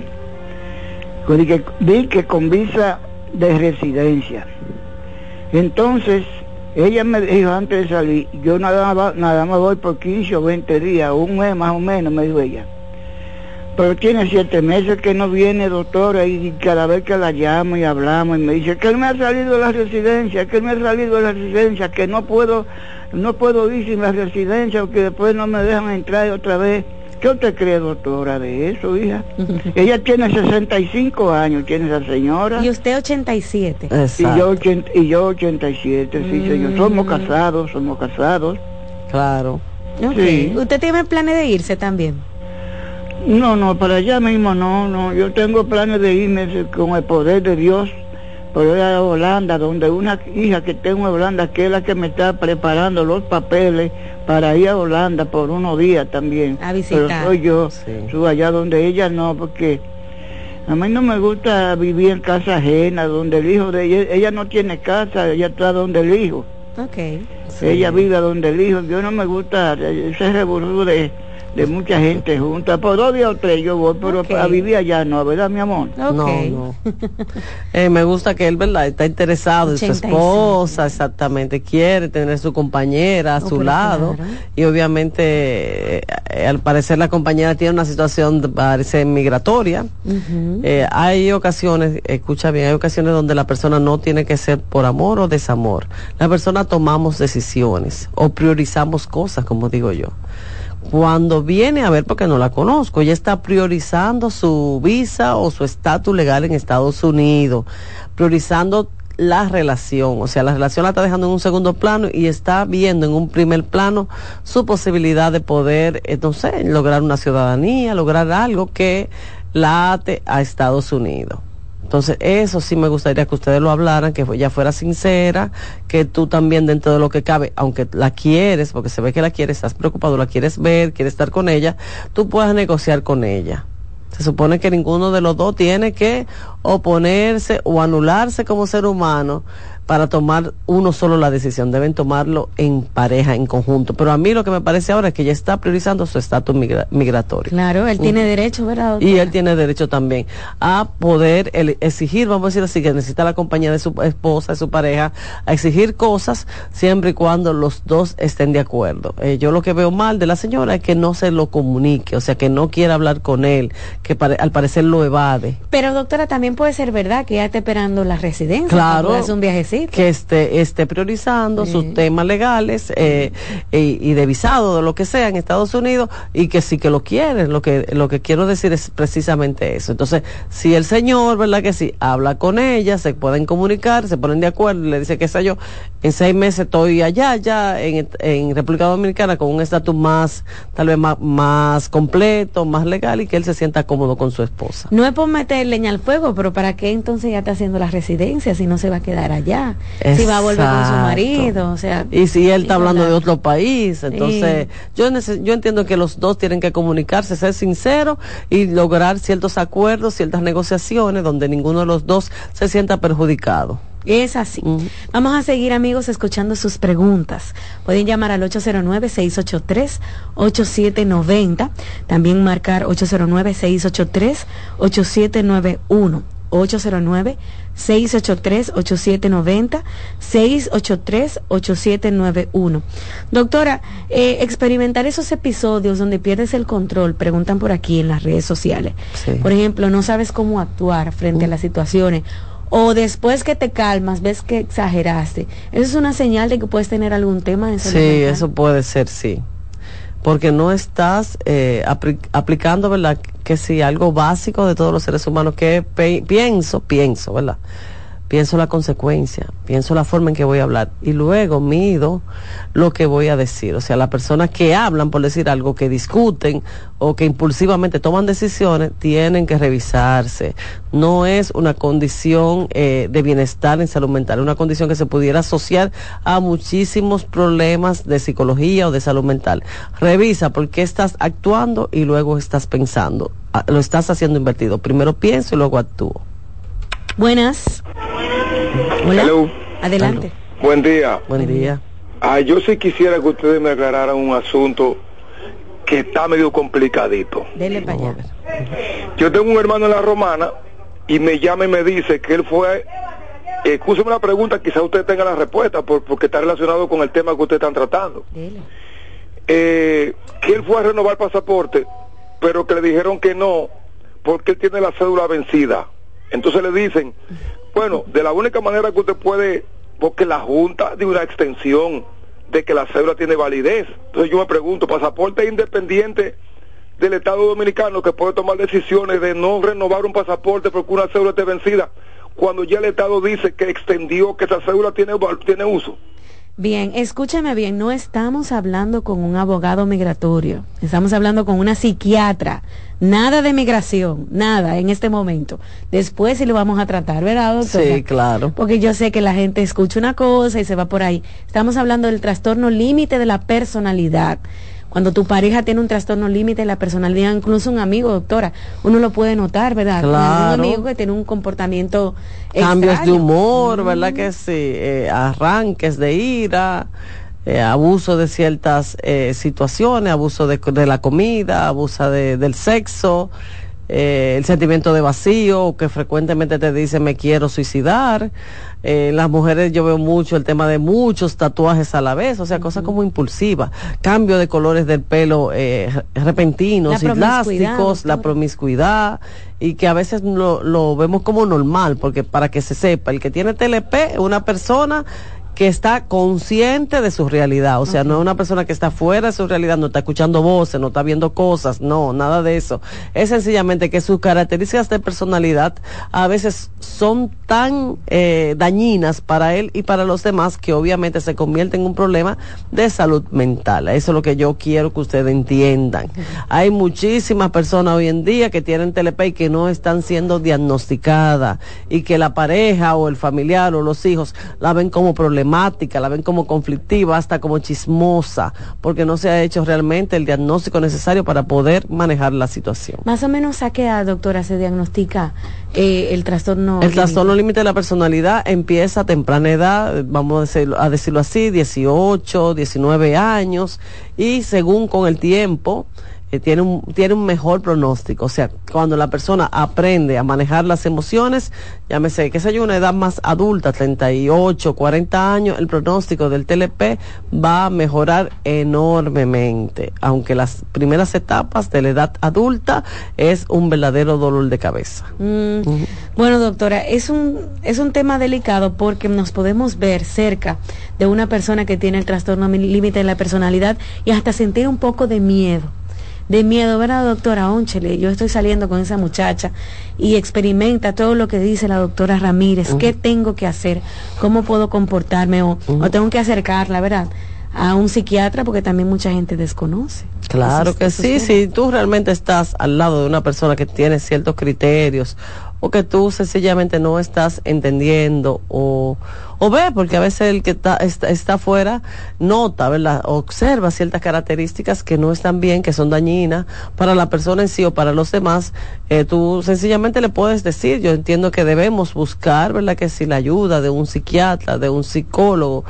Vi que con visa de residencia. Entonces, ella me dijo antes de salir, yo nada más voy por 15 o 20 días, un mes más o menos, me dijo ella. Pero tiene 7 meses que no viene, doctora, y cada vez que la llamo y hablamos y me dice que él me ha salido de la residencia, que no puedo ir sin la residencia porque después no me dejan entrar otra vez. ¿Qué usted cree, doctora, de eso, hija? Ella tiene 65 años, tiene esa señora. ¿Y usted 87? Exacto. Y yo 87, sí, señor. Somos casados. Claro. Okay. Sí. ¿Usted tiene planes de irse también? No, para allá mismo no. Yo tengo planes de irme con el poder de Dios, por ir a Holanda, donde una hija que tengo en Holanda, que es la que me está preparando los papeles para ir a Holanda por unos días también. A visitar. Pero soy yo, soy allá donde ella no, porque a mí no me gusta vivir en casa ajena, donde el hijo de ella no tiene casa, ella está donde el hijo. Okay. Ella vive donde el hijo. Yo no me gusta ese revolú de mucha gente junta, por 2 días o 3 yo voy, pero a vivir allá no, ¿verdad, mi amor? Okay. No. Me gusta que él, ¿verdad?, está interesado en su esposa, exactamente, quiere tener su compañera a su lado, claro. Y obviamente, al parecer la compañera tiene una situación, parece, migratoria. Hay ocasiones, escucha bien, hay ocasiones donde la persona no tiene que ser por amor o desamor. La persona tomamos decisiones o priorizamos cosas, como digo yo. Cuando viene a ver, porque no la conozco, ella está priorizando su visa o su estatus legal en Estados Unidos, priorizando la relación, o sea, la relación la está dejando en un segundo plano y está viendo en un primer plano su posibilidad de poder, no sé, lograr una ciudadanía, lograr algo que la ate a Estados Unidos. Entonces, eso sí me gustaría que ustedes lo hablaran, que ella fuera sincera, que tú también dentro de lo que cabe, aunque la quieres, porque se ve que la quieres, estás preocupado, la quieres ver, quieres estar con ella, tú puedas negociar con ella. Se supone que ninguno de los dos tiene que oponerse o anularse como ser humano para tomar uno solo la decisión, deben tomarlo en pareja, en conjunto. Pero a mí lo que me parece ahora es que ella está priorizando su estatus migratorio. Claro, él tiene derecho, ¿verdad, doctora? Y él tiene derecho también a poder exigir, vamos a decir así, que necesita la compañía de su esposa, de su pareja, a exigir cosas siempre y cuando los dos estén de acuerdo. Yo lo que veo mal de la señora es que no se lo comunique, o sea, que no quiera hablar con él, que al parecer lo evade. Pero, doctora, también puede ser verdad que ella esté esperando la residencia. Claro. Es un viajecito. Que esté priorizando sus temas legales y de visado, de lo que sea en Estados Unidos, y que sí que lo quieren. Lo que quiero decir es precisamente eso. Entonces, si el señor, ¿verdad que sí?, habla con ella, se pueden comunicar, se ponen de acuerdo y le dice, qué sé yo, en 6 meses estoy allá en República Dominicana con un estatus más, tal vez más completo, más legal, y que él se sienta cómodo con su esposa. No es por meter leña al fuego, pero ¿para qué entonces ya está haciendo la residencia si no se va a quedar allá? Exacto. Si va a volver con su marido, o sea, y si él está hablando de otro país, entonces yo entiendo que los dos tienen que comunicarse, ser sinceros y lograr ciertos acuerdos, ciertas negociaciones donde ninguno de los dos se sienta perjudicado. Es así. Vamos a seguir, amigos, escuchando sus preguntas. Pueden llamar al 809-683-8790, también marcar 809-683-8791. 809-683-8790, 683-8791. Doctora, experimentar esos episodios donde pierdes el control, preguntan por aquí en las redes sociales. Sí. Por ejemplo, no sabes cómo actuar frente a las situaciones, o después que te calmas, ves que exageraste. ¿Eso es una señal de que puedes tener algún tema en salud mental? Eso puede ser, sí. Porque no estás aplicando, ¿verdad?, que sí, algo básico de todos los seres humanos, que pienso, ¿verdad?, pienso la consecuencia, pienso la forma en que voy a hablar y luego mido lo que voy a decir. O sea, las personas que hablan por decir algo, que discuten o que impulsivamente toman decisiones, tienen que revisarse. No es una condición de bienestar en salud mental, es una condición que se pudiera asociar a muchísimos problemas de psicología o de salud mental. Revisa por qué estás actuando y luego estás pensando. Lo estás haciendo invertido. Primero pienso y luego actúo. Buenas. Hola. Hello. Adelante. Buen día. Buen día. Yo sí quisiera que ustedes me aclararan un asunto que está medio complicadito. Dele para allá. Yo tengo un hermano en La Romana y me llama y me dice que él fue, escúcheme la pregunta, quizá usted tenga la respuesta porque está relacionado con el tema que ustedes están tratando. Dele. Que él fue a renovar pasaporte, pero que le dijeron que no, porque él tiene la cédula vencida. Entonces le dicen, bueno, de la única manera que usted puede, porque la Junta dio una extensión de que la cédula tiene validez. Entonces yo me pregunto, ¿pasaporte independiente del Estado Dominicano que puede tomar decisiones de no renovar un pasaporte porque una cédula esté vencida, cuando ya el Estado dice que extendió que esa cédula tiene uso? Bien, escúchame bien, no estamos hablando con un abogado migratorio, estamos hablando con una psiquiatra, nada de migración, nada en este momento. Después sí lo vamos a tratar, ¿verdad, doctora? Sí, claro. Porque yo sé que la gente escucha una cosa y se va por ahí. Estamos hablando del trastorno límite de la personalidad. Cuando tu pareja tiene un trastorno límite de la personalidad, incluso un amigo, doctora, uno lo puede notar, ¿verdad? Claro. Un amigo que tiene un comportamiento cambios extraño. de humor, ¿verdad que sí? Arranques de ira, abuso de ciertas situaciones, abuso de la comida, abuso del sexo, el sentimiento de vacío, que frecuentemente te dice me quiero suicidar. Las mujeres yo veo mucho el tema de muchos tatuajes a la vez, o sea, cosas como impulsivas, cambio de colores del pelo repentinos y drásticos, la promiscuidad, y que a veces lo vemos como normal, porque para que se sepa, el que tiene TLP es una persona que está consciente de su realidad, o sea, no es una persona que está fuera de su realidad, no está escuchando voces, no está viendo cosas, no, nada de eso. Es sencillamente que sus características de personalidad a veces son tan dañinas para él y para los demás que obviamente se convierte en un problema de salud mental. Eso es lo que yo quiero que ustedes entiendan. Hay muchísimas personas hoy en día que tienen TLP y que no están siendo diagnosticadas y que la pareja o el familiar o los hijos la ven como problemática, la ven como conflictiva, hasta como chismosa, porque no se ha hecho realmente el diagnóstico necesario para poder manejar la situación. Más o menos a qué edad, doctora, se diagnostica el trastorno? El trastorno límite de la personalidad empieza a temprana edad, vamos a decirlo así, 18, 19 años, y según con el tiempo tiene un mejor pronóstico. O sea, cuando la persona aprende a manejar las emociones, llámese, qué sé yo, una edad más adulta, 38, 40 años, el pronóstico del TLP va a mejorar enormemente, aunque las primeras etapas de la edad adulta es un verdadero dolor de cabeza. Bueno, doctora, es un tema delicado porque nos podemos ver cerca de una persona que tiene el trastorno límite de la personalidad y hasta sentir un poco de miedo, ¿verdad, doctora? Ónchele, yo estoy saliendo con esa muchacha y experimenta todo lo que dice la doctora Ramírez. ¿Qué tengo que hacer? ¿Cómo puedo comportarme? O tengo que acercarla, ¿verdad?, a un psiquiatra, porque también mucha gente desconoce. Claro que sí, si tú realmente estás al lado de una persona que tiene ciertos criterios o que tú sencillamente no estás entendiendo o ve, porque a veces el que está afuera nota, ¿verdad?, observa ciertas características que no están bien, que son dañinas para la persona en sí o para los demás, tú sencillamente le puedes decir, yo entiendo que debemos buscar, ¿verdad?, que si la ayuda de un psiquiatra, de un psicólogo,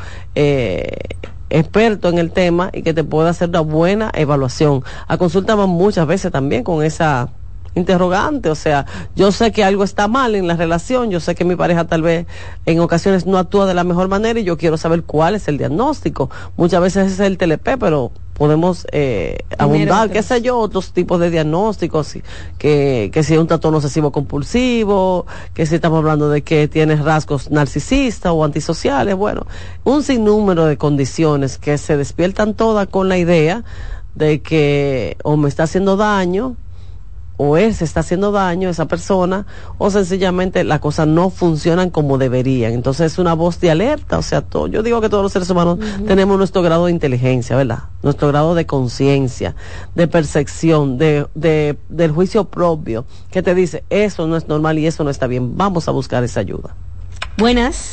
experto en el tema y que te pueda hacer una buena evaluación. A consulta van muchas veces también con esa interrogante, o sea, yo sé que algo está mal en la relación, yo sé que mi pareja tal vez en ocasiones no actúa de la mejor manera y yo quiero saber cuál es el diagnóstico. Muchas veces es el TLP, pero podemos abundar, qué sé yo, otros tipos de diagnósticos, que si es un trastorno obsesivo compulsivo, que si estamos hablando de que tienes rasgos narcisistas o antisociales, bueno, un sinnúmero de condiciones que se despiertan todas con la idea de que o me está haciendo daño o él se está haciendo daño, esa persona, o sencillamente las cosas no funcionan como deberían. Entonces es una voz de alerta, o sea, yo digo que todos los seres humanos tenemos nuestro grado de inteligencia, ¿verdad? Nuestro grado de conciencia, de percepción, del juicio propio, que te dice, eso no es normal y eso no está bien, vamos a buscar esa ayuda. Buenas.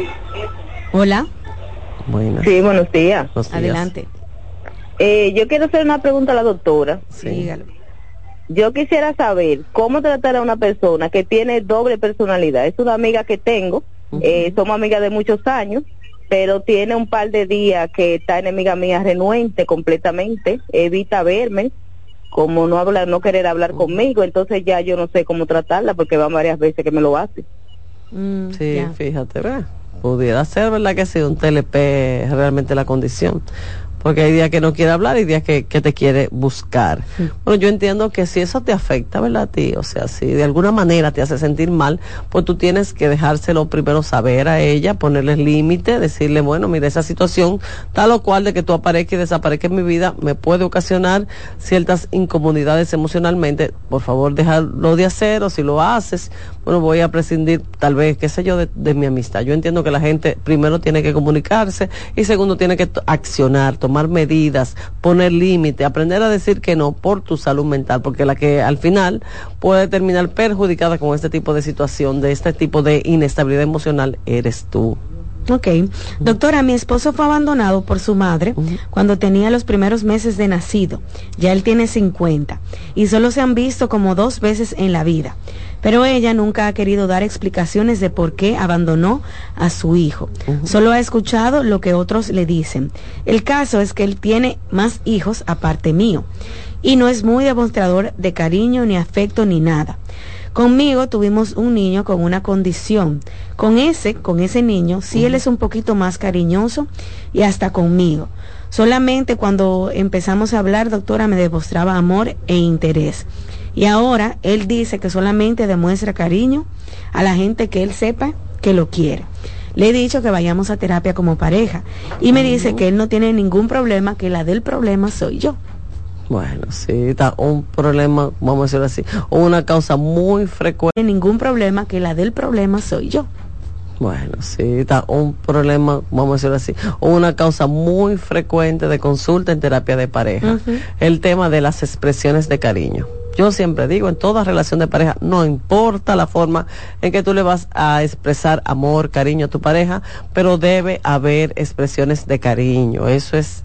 Hola. Buenas. Sí, buenos días. Adelante. Yo quiero hacer una pregunta a la doctora. Sí. Dígalo. Yo quisiera saber cómo tratar a una persona que tiene doble personalidad. Es una amiga que tengo, somos amigas de muchos años, pero tiene un par de días que está enemiga mía, renuente completamente, evita verme, como no querer hablar conmigo, entonces ya yo no sé cómo tratarla porque van varias veces que me lo hace. Sí, ya. Fíjate, ¿verdad? Pudiera ser, ¿verdad? Que sea un TLP realmente la condición. Porque hay días que no quiere hablar y días que te quiere buscar. Bueno, yo entiendo que si eso te afecta, ¿verdad, a ti? O sea, si de alguna manera te hace sentir mal, pues tú tienes que dejárselo primero saber a ella, ponerle límite, decirle, bueno, mira, esa situación tal o cual de que tú aparezcas y desaparezcas en mi vida me puede ocasionar ciertas incomodidades emocionalmente. Por favor, déjalo de hacer, o si lo haces, bueno, voy a prescindir tal vez, qué sé yo, de mi amistad. Yo entiendo que la gente primero tiene que comunicarse y segundo tiene que accionar, tomar medidas, poner límite, aprender a decir que no por tu salud mental, porque la que al final puede terminar perjudicada con este tipo de situación, de este tipo de inestabilidad emocional, eres tú. Ok. Doctora, mi esposo fue abandonado por su madre cuando tenía los primeros meses de nacido. Ya él tiene 50 y solo se han visto como 2 veces en la vida. Pero ella nunca ha querido dar explicaciones de por qué abandonó a su hijo. Solo ha escuchado lo que otros le dicen. El caso es que él tiene más hijos aparte mío y no es muy demostrador de cariño ni afecto ni nada. Conmigo tuvimos un niño con una condición. Con ese niño, sí él es un poquito más cariñoso y hasta conmigo. Solamente cuando empezamos a hablar, doctora, me demostraba amor e interés. Y ahora él dice que solamente demuestra cariño a la gente que él sepa que lo quiere. Le he dicho que vayamos a terapia como pareja y me dice que él no tiene ningún problema, que la del problema soy yo. Bueno, sí, está un problema, vamos a decirlo así, una causa muy frecuente. Ningún problema, que la del problema soy yo. Bueno, sí, está un problema, vamos a decirlo así, una causa muy frecuente de consulta en terapia de pareja. El tema de las expresiones de cariño. Yo siempre digo, en toda relación de pareja, no importa la forma en que tú le vas a expresar amor, cariño a tu pareja, pero debe haber expresiones de cariño. Eso es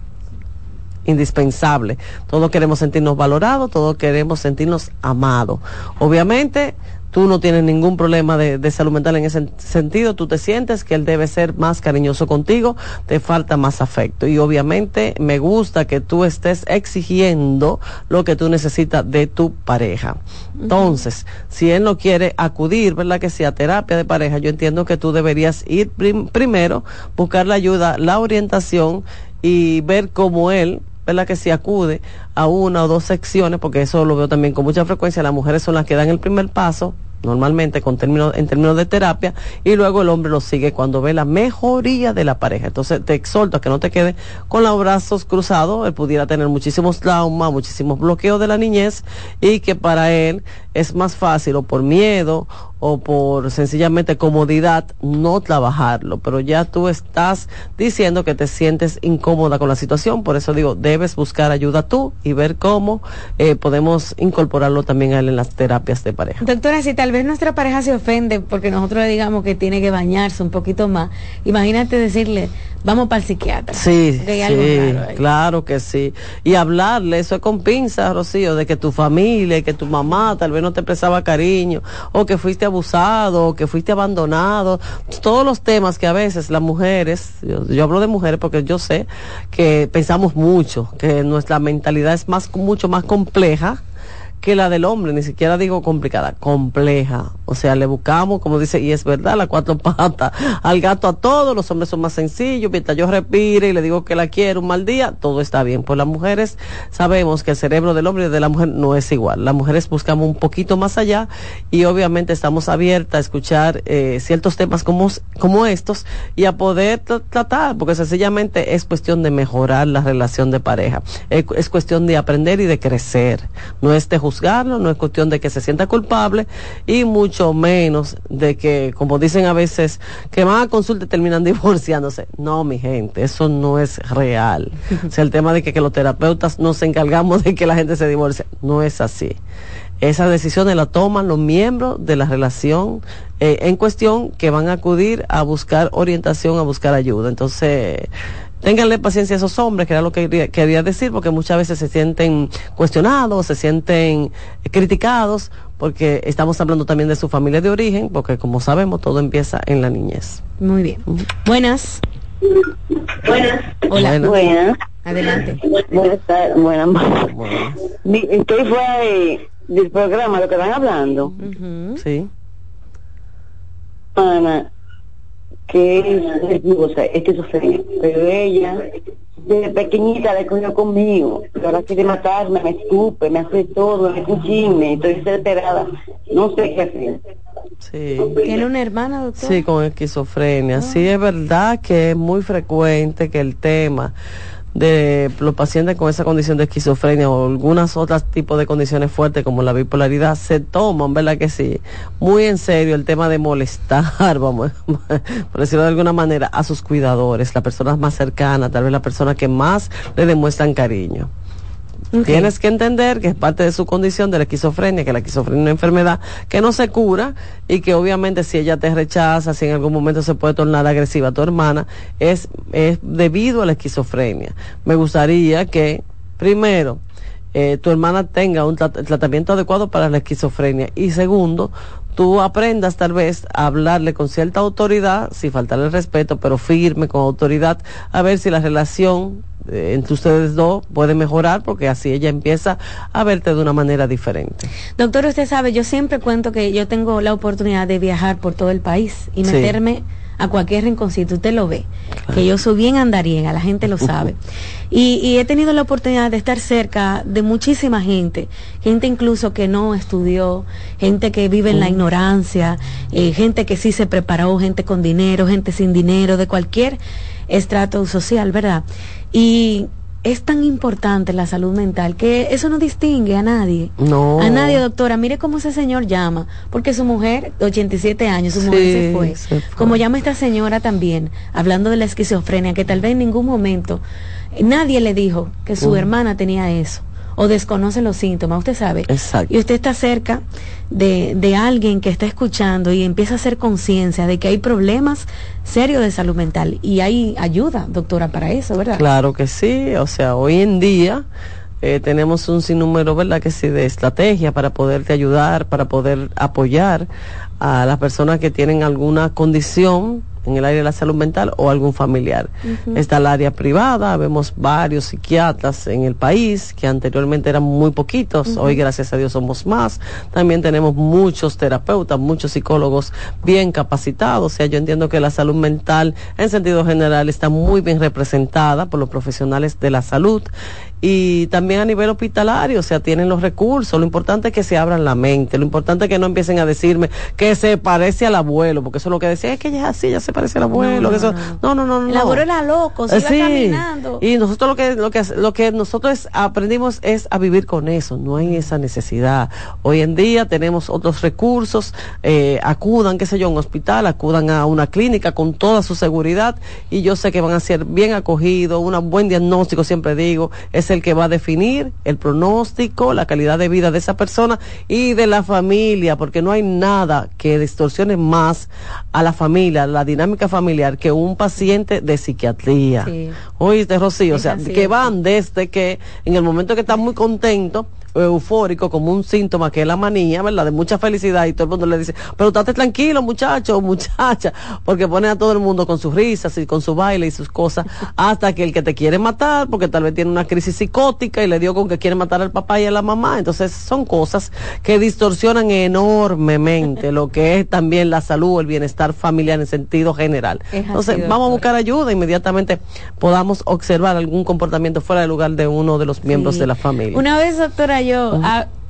indispensable. Todos queremos sentirnos valorados, todos queremos sentirnos amados. Obviamente, tú no tienes ningún problema de salud mental en ese sentido, tú te sientes que él debe ser más cariñoso contigo, te falta más afecto. Y obviamente me gusta que tú estés exigiendo lo que tú necesitas de tu pareja. Entonces, si él no quiere acudir, ¿verdad? Que sea terapia de pareja, yo entiendo que tú deberías ir primero, buscar la ayuda, la orientación y ver cómo él, ¿verdad? Que si acude a 1 o 2 secciones, porque eso lo veo también con mucha frecuencia, las mujeres son las que dan el primer paso, normalmente en términos de terapia, y luego el hombre lo sigue cuando ve la mejoría de la pareja. Entonces te exhorto a que no te quedes con los brazos cruzados. Él pudiera tener muchísimos traumas, muchísimos bloqueos de la niñez, y que para él es más fácil, o por miedo o por sencillamente comodidad, no trabajarlo. Pero ya tú estás diciendo que te sientes incómoda con la situación, por eso digo, debes buscar ayuda tú y ver cómo podemos incorporarlo también a él en las terapias de pareja. Doctora, si tal vez nuestra pareja se ofende porque nosotros le digamos que tiene que bañarse un poquito más, imagínate decirle, vamos para el psiquiatra. Sí, claro que sí. Y hablarle, eso es con pinzas, Rocío, de que tu familia, que tu mamá tal vez no te expresaba cariño, o que fuiste abusado, o que fuiste abandonado, todos los temas que a veces las mujeres, yo hablo de mujeres porque yo sé que pensamos mucho, que nuestra mentalidad es mucho más compleja que la del hombre, ni siquiera digo complicada, compleja. O sea, le buscamos, como dice, y es verdad, las 4 patas al gato a todos. Los hombres son más sencillos, mientras yo respire y le digo que la quiero un mal día, todo está bien. Pues las mujeres sabemos que el cerebro del hombre y de la mujer no es igual. Las mujeres buscamos un poquito más allá y obviamente estamos abiertas a escuchar ciertos temas como estos y a poder tratar, porque sencillamente es cuestión de mejorar la relación de pareja. Es cuestión de aprender y de crecer. No es de juzgar juzgarlo, no es cuestión de que se sienta culpable y mucho menos de que, como dicen a veces, que van a consulta y terminan divorciándose. No, mi gente, eso no es real. O sea, el tema de que los terapeutas nos encargamos de que la gente se divorcie, no es así. Esas decisiones las toman los miembros de la relación en cuestión, que van a acudir a buscar orientación, a buscar ayuda. Entonces, ténganle paciencia a esos hombres, que era lo que quería decir, porque muchas veces se sienten cuestionados, se sienten criticados, porque estamos hablando también de su familia de origen, porque como sabemos, todo empieza en la niñez. Muy bien. Buenas. Hola. Buenas. Adelante. Buenas tardes. Buenas. Estoy fuera del programa, lo que están hablando. Sí. Ana, que es esquizofrenia, pero ella desde pequeñita la cogió conmigo, pero ahora quiere matarme, me escupe, me hace todo, me hace un chisme, estoy desesperada, no sé qué hacer. Sí. ¿Tiene una hermana, doctor? Sí, con esquizofrenia. Sí, es verdad que es muy frecuente que el tema de los pacientes con esa condición de esquizofrenia o algunas otras tipos de condiciones fuertes como la bipolaridad se toman, ¿verdad que sí? Muy en serio el tema de molestar, vamos, por decirlo de alguna manera, a sus cuidadores, las personas más cercanas, tal vez las personas que más le demuestran cariño. Okay. Tienes que entender que es parte de su condición de la esquizofrenia, que la esquizofrenia es una enfermedad que no se cura y que obviamente si ella te rechaza, si en algún momento se puede tornar agresiva a tu hermana, es debido a la esquizofrenia. Me gustaría que, primero, tu hermana tenga un tratamiento adecuado para la esquizofrenia y segundo, tú aprendas tal vez a hablarle con cierta autoridad, sin faltarle el respeto, pero firme, con autoridad, a ver si la relación entre ustedes dos puede mejorar, porque así ella empieza a verte de una manera diferente. Doctor, usted sabe, yo siempre cuento que yo tengo la oportunidad de viajar por todo el país y meterme a cualquier rinconcito, usted lo ve, claro, que yo soy bien andariega, la gente lo sabe. Y he tenido la oportunidad de estar cerca de muchísima gente incluso que no estudió, gente que vive en la ignorancia, gente que sí se preparó, gente con dinero, gente sin dinero, de cualquier estrato social, ¿verdad? Y es tan importante la salud mental que eso no distingue a nadie. No. A nadie, doctora. Mire cómo ese señor llama, porque su mujer, de 87 años, su mujer se fue. Como llama esta señora también, hablando de la esquizofrenia, que tal vez en ningún momento nadie le dijo que su hermana tenía eso, o desconoce los síntomas, usted sabe. Exacto. Y usted está cerca de alguien que está escuchando y empieza a hacer conciencia de que hay problemas serios de salud mental y hay ayuda, doctora, para eso, ¿verdad? Claro que sí, o sea, hoy en día tenemos un sinnúmero, ¿verdad?, que sí, de estrategia para poderte ayudar, para poder apoyar a las personas que tienen alguna condición en el área de la salud mental o algún familiar. Está el área privada, vemos varios psiquiatras en el país, que anteriormente eran muy poquitos, hoy gracias a Dios somos más. También tenemos muchos terapeutas, muchos psicólogos bien capacitados. O sea, yo entiendo que la salud mental en sentido general está muy bien representada por los profesionales de la salud. Y también a nivel hospitalario, o sea, tienen los recursos. Lo importante es que se abran la mente, lo importante es que no empiecen a decirme que se parece al abuelo, porque eso es lo que decía, es que ella así, ya se parece al abuelo. No. El abuelo era loco, se iba caminando. Y nosotros lo que nosotros aprendimos es a vivir con eso, no hay esa necesidad. Hoy en día tenemos otros recursos, acudan, qué sé yo, a un hospital, acudan a una clínica con toda su seguridad, y yo sé que van a ser bien acogidos, un buen diagnóstico, siempre digo, es el que va a definir el pronóstico, la calidad de vida de esa persona y de la familia, porque no hay nada que distorsione más a la familia, la dinámica familiar, que un paciente de psiquiatría. Sí. Oíste, Rocío, o sea, que van desde que en el momento que están muy contentos, eufórico, como un síntoma que es la manía, ¿verdad?, de mucha felicidad, y todo el mundo le dice, pero estate tranquilo, muchacho o muchacha, porque pone a todo el mundo con sus risas y con su baile y sus cosas, hasta que el que te quiere matar, porque tal vez tiene una crisis psicótica y le dio con que quiere matar al papá y a la mamá. Entonces son cosas que distorsionan enormemente lo que es también la salud, el bienestar familiar en sentido general. Entonces vamos a buscar ayuda, inmediatamente podamos observar algún comportamiento fuera del lugar de uno de los miembros de la familia. Una vez, doctora, yo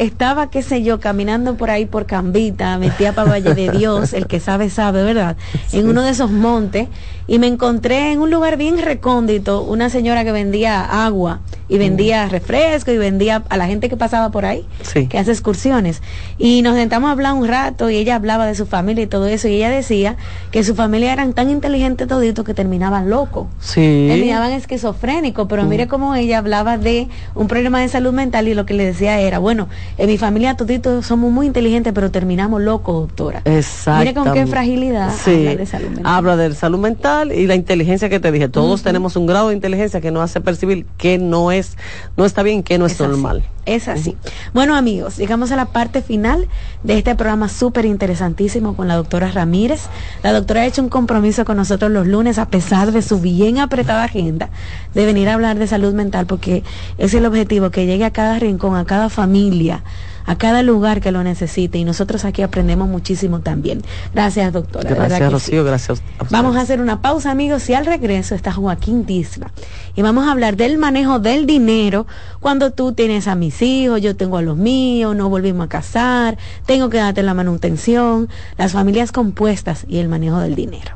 estaba, qué sé yo, caminando por ahí por Cambita, metía para Valle de Dios, el que sabe, ¿verdad? Sí. En uno de esos montes, y me encontré en un lugar bien recóndito una señora que vendía agua y vendía refresco y vendía a la gente que pasaba por ahí, que hace excursiones. Y nos sentamos a hablar un rato y ella hablaba de su familia y todo eso, y ella decía que su familia eran tan inteligentes toditos que terminaban locos. Terminaban esquizofrénicos, pero mire cómo ella hablaba de un problema de salud mental y lo que le decía era, bueno, en mi familia toditos somos muy inteligentes, pero terminamos locos, doctora. Exacto. Mire con qué fragilidad habla de salud mental. Habla de salud mental y la inteligencia que te dije. Todos tenemos un grado de inteligencia que nos hace percibir que no está bien, que no es normal. Es así. Bueno, amigos, llegamos a la parte final de este programa súper interesantísimo con la doctora Ramírez. La doctora ha hecho un compromiso con nosotros los lunes, a pesar de su bien apretada agenda, de venir a hablar de salud mental, porque es el objetivo, que llegue a cada rincón, a cada familia, a cada lugar que lo necesite, y nosotros aquí aprendemos muchísimo también. Gracias, doctora. Gracias, Rocío, gracias a ustedes. Vamos a hacer una pausa, amigos, y al regreso está Joaquín Disla, y vamos a hablar del manejo del dinero cuando tú tienes a mis hijos, yo tengo a los míos, no volvimos a casar, tengo que darte la manutención, las familias compuestas y el manejo del dinero.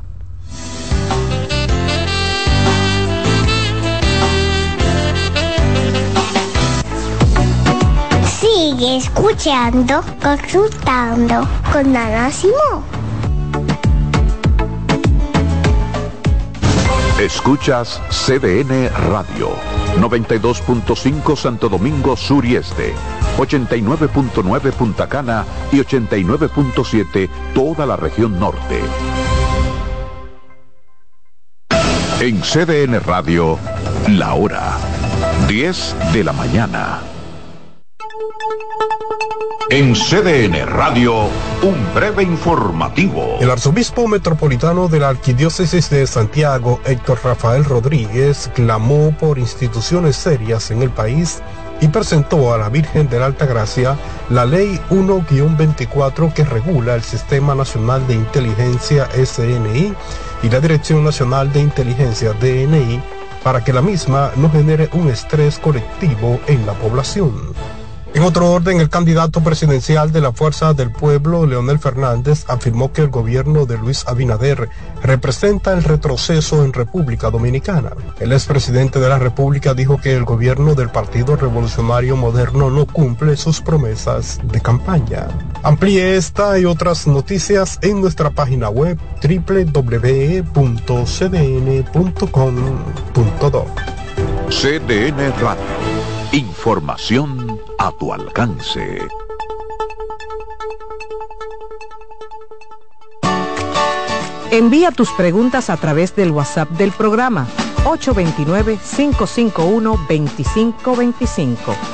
Sigue escuchando, consultando con Ana Simón. Escuchas CDN Radio, 92.5 Santo Domingo Sur y Este, 89.9 Punta Cana y 89.7 toda la región norte. En CDN Radio, la hora 10 de la mañana. En CDN Radio, un breve informativo. El arzobispo metropolitano de la Arquidiócesis de Santiago, Héctor Rafael Rodríguez, clamó por instituciones serias en el país y presentó a la Virgen de la Altagracia la Ley 1-24 que regula el Sistema Nacional de Inteligencia SNI y la Dirección Nacional de Inteligencia DNI para que la misma no genere un estrés colectivo en la población. En otro orden, el candidato presidencial de la Fuerza del Pueblo, Leonel Fernández, afirmó que el gobierno de Luis Abinader representa el retroceso en República Dominicana. El expresidente de la República dijo que el gobierno del Partido Revolucionario Moderno no cumple sus promesas de campaña. Amplíe esta y otras noticias en nuestra página web www.cdn.com.do. CDN Radio. Información a tu alcance. Envía tus preguntas a través del WhatsApp del programa 829-551-2525.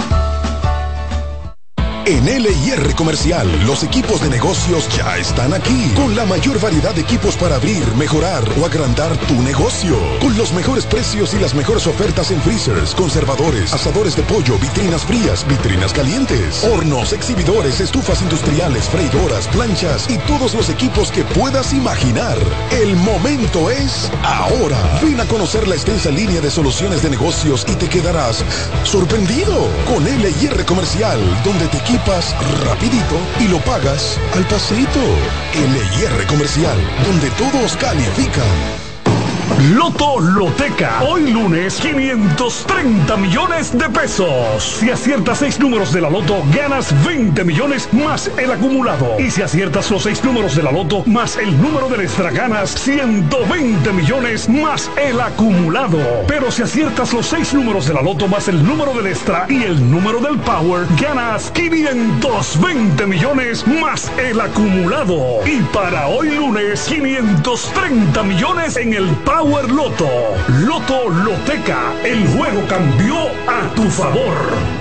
En LIR Comercial, los equipos de negocios ya están aquí, con la mayor variedad de equipos para abrir, mejorar o agrandar tu negocio, con los mejores precios y las mejores ofertas en freezers, conservadores, asadores de pollo, vitrinas frías, vitrinas calientes, hornos, exhibidores, estufas industriales, freidoras, planchas y todos los equipos que puedas imaginar. El momento es ahora. Ven a conocer la extensa línea de soluciones de negocios y te quedarás sorprendido con LIR Comercial, donde te equipas rapidito y lo pagas al paseíto. LIR Comercial, donde todos califican. Loto Loteca. Hoy lunes, 530 millones de pesos. Si aciertas 6 números de la Loto, ganas 20 millones más el acumulado. Y si aciertas los 6 números de la Loto más el número del extra, ganas 120 millones más el acumulado. Pero si aciertas los 6 números de la Loto más el número del extra y el número del Power, ganas 520 millones más el acumulado. Y para hoy lunes, 530 millones en el Power Loto. Loto Loteca, el juego cambió a tu favor.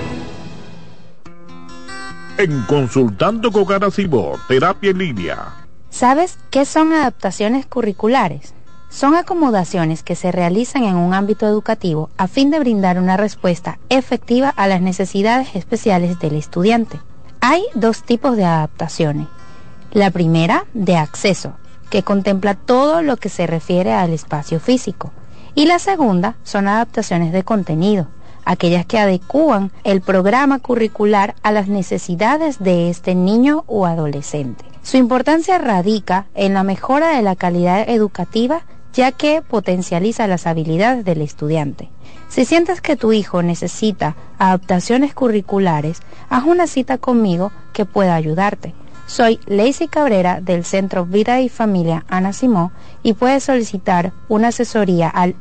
En Consultando con Ana Simón, terapia en línea. ¿Sabes qué son adaptaciones curriculares? Son acomodaciones que se realizan en un ámbito educativo a fin de brindar una respuesta efectiva a las necesidades especiales del estudiante. Hay 2 tipos de adaptaciones. La primera, de acceso, que contempla todo lo que se refiere al espacio físico. Y la segunda son adaptaciones de contenido, aquellas que adecúan el programa curricular a las necesidades de este niño o adolescente. Su importancia radica en la mejora de la calidad educativa, ya que potencializa las habilidades del estudiante. Si sientes que tu hijo necesita adaptaciones curriculares, haz una cita conmigo que pueda ayudarte. Soy Lacey Cabrera del Centro Vida y Familia Ana Simó y puedes solicitar una asesoría al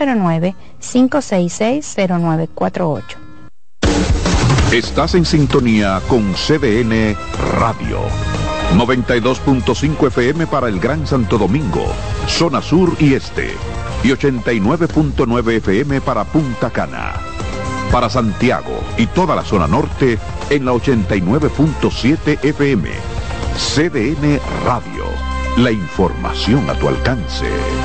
809-566-0948. Estás en sintonía con CDN Radio. 92.5 FM para el Gran Santo Domingo, zona sur y este, y 89.9 FM para Punta Cana. Para Santiago y toda la zona norte en la 89.7 FM. CDN Radio, la información a tu alcance.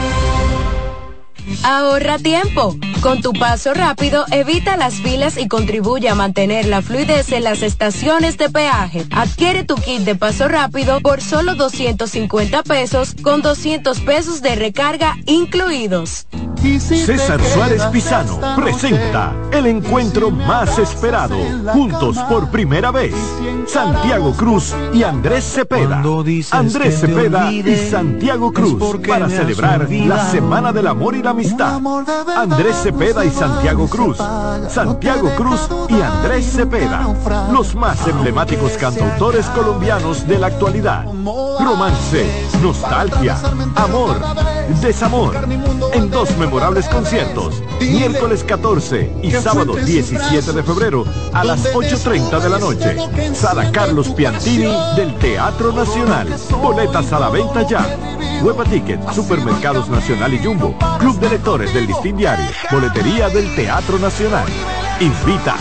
Ahorra tiempo. Con tu paso rápido, evita las filas y contribuye a mantener la fluidez en las estaciones de peaje. Adquiere tu kit de paso rápido por solo $250 con $200 de recarga incluidos. César Suárez Pisano presenta el encuentro más esperado, juntos por primera vez, Santiago Cruz y Andrés Cepeda. Andrés Cepeda y Santiago Cruz para celebrar la Semana del Amor y la Amistad. Andrés Cepeda y Santiago Cruz. Santiago Cruz y Andrés Cepeda, los más emblemáticos cantautores colombianos de la actualidad. Romance, nostalgia, amor, desamor, en dos memorables conciertos, miércoles 14 y sábado 17 de febrero a las 8:30 de la noche. Sala Carlos Piantini del Teatro Nacional. Boletas a la venta ya. Hueva Ticket, Supermercados Nacional y Jumbo, Club de Lectores del Listín Diario, Boletería del Teatro Nacional. Invita.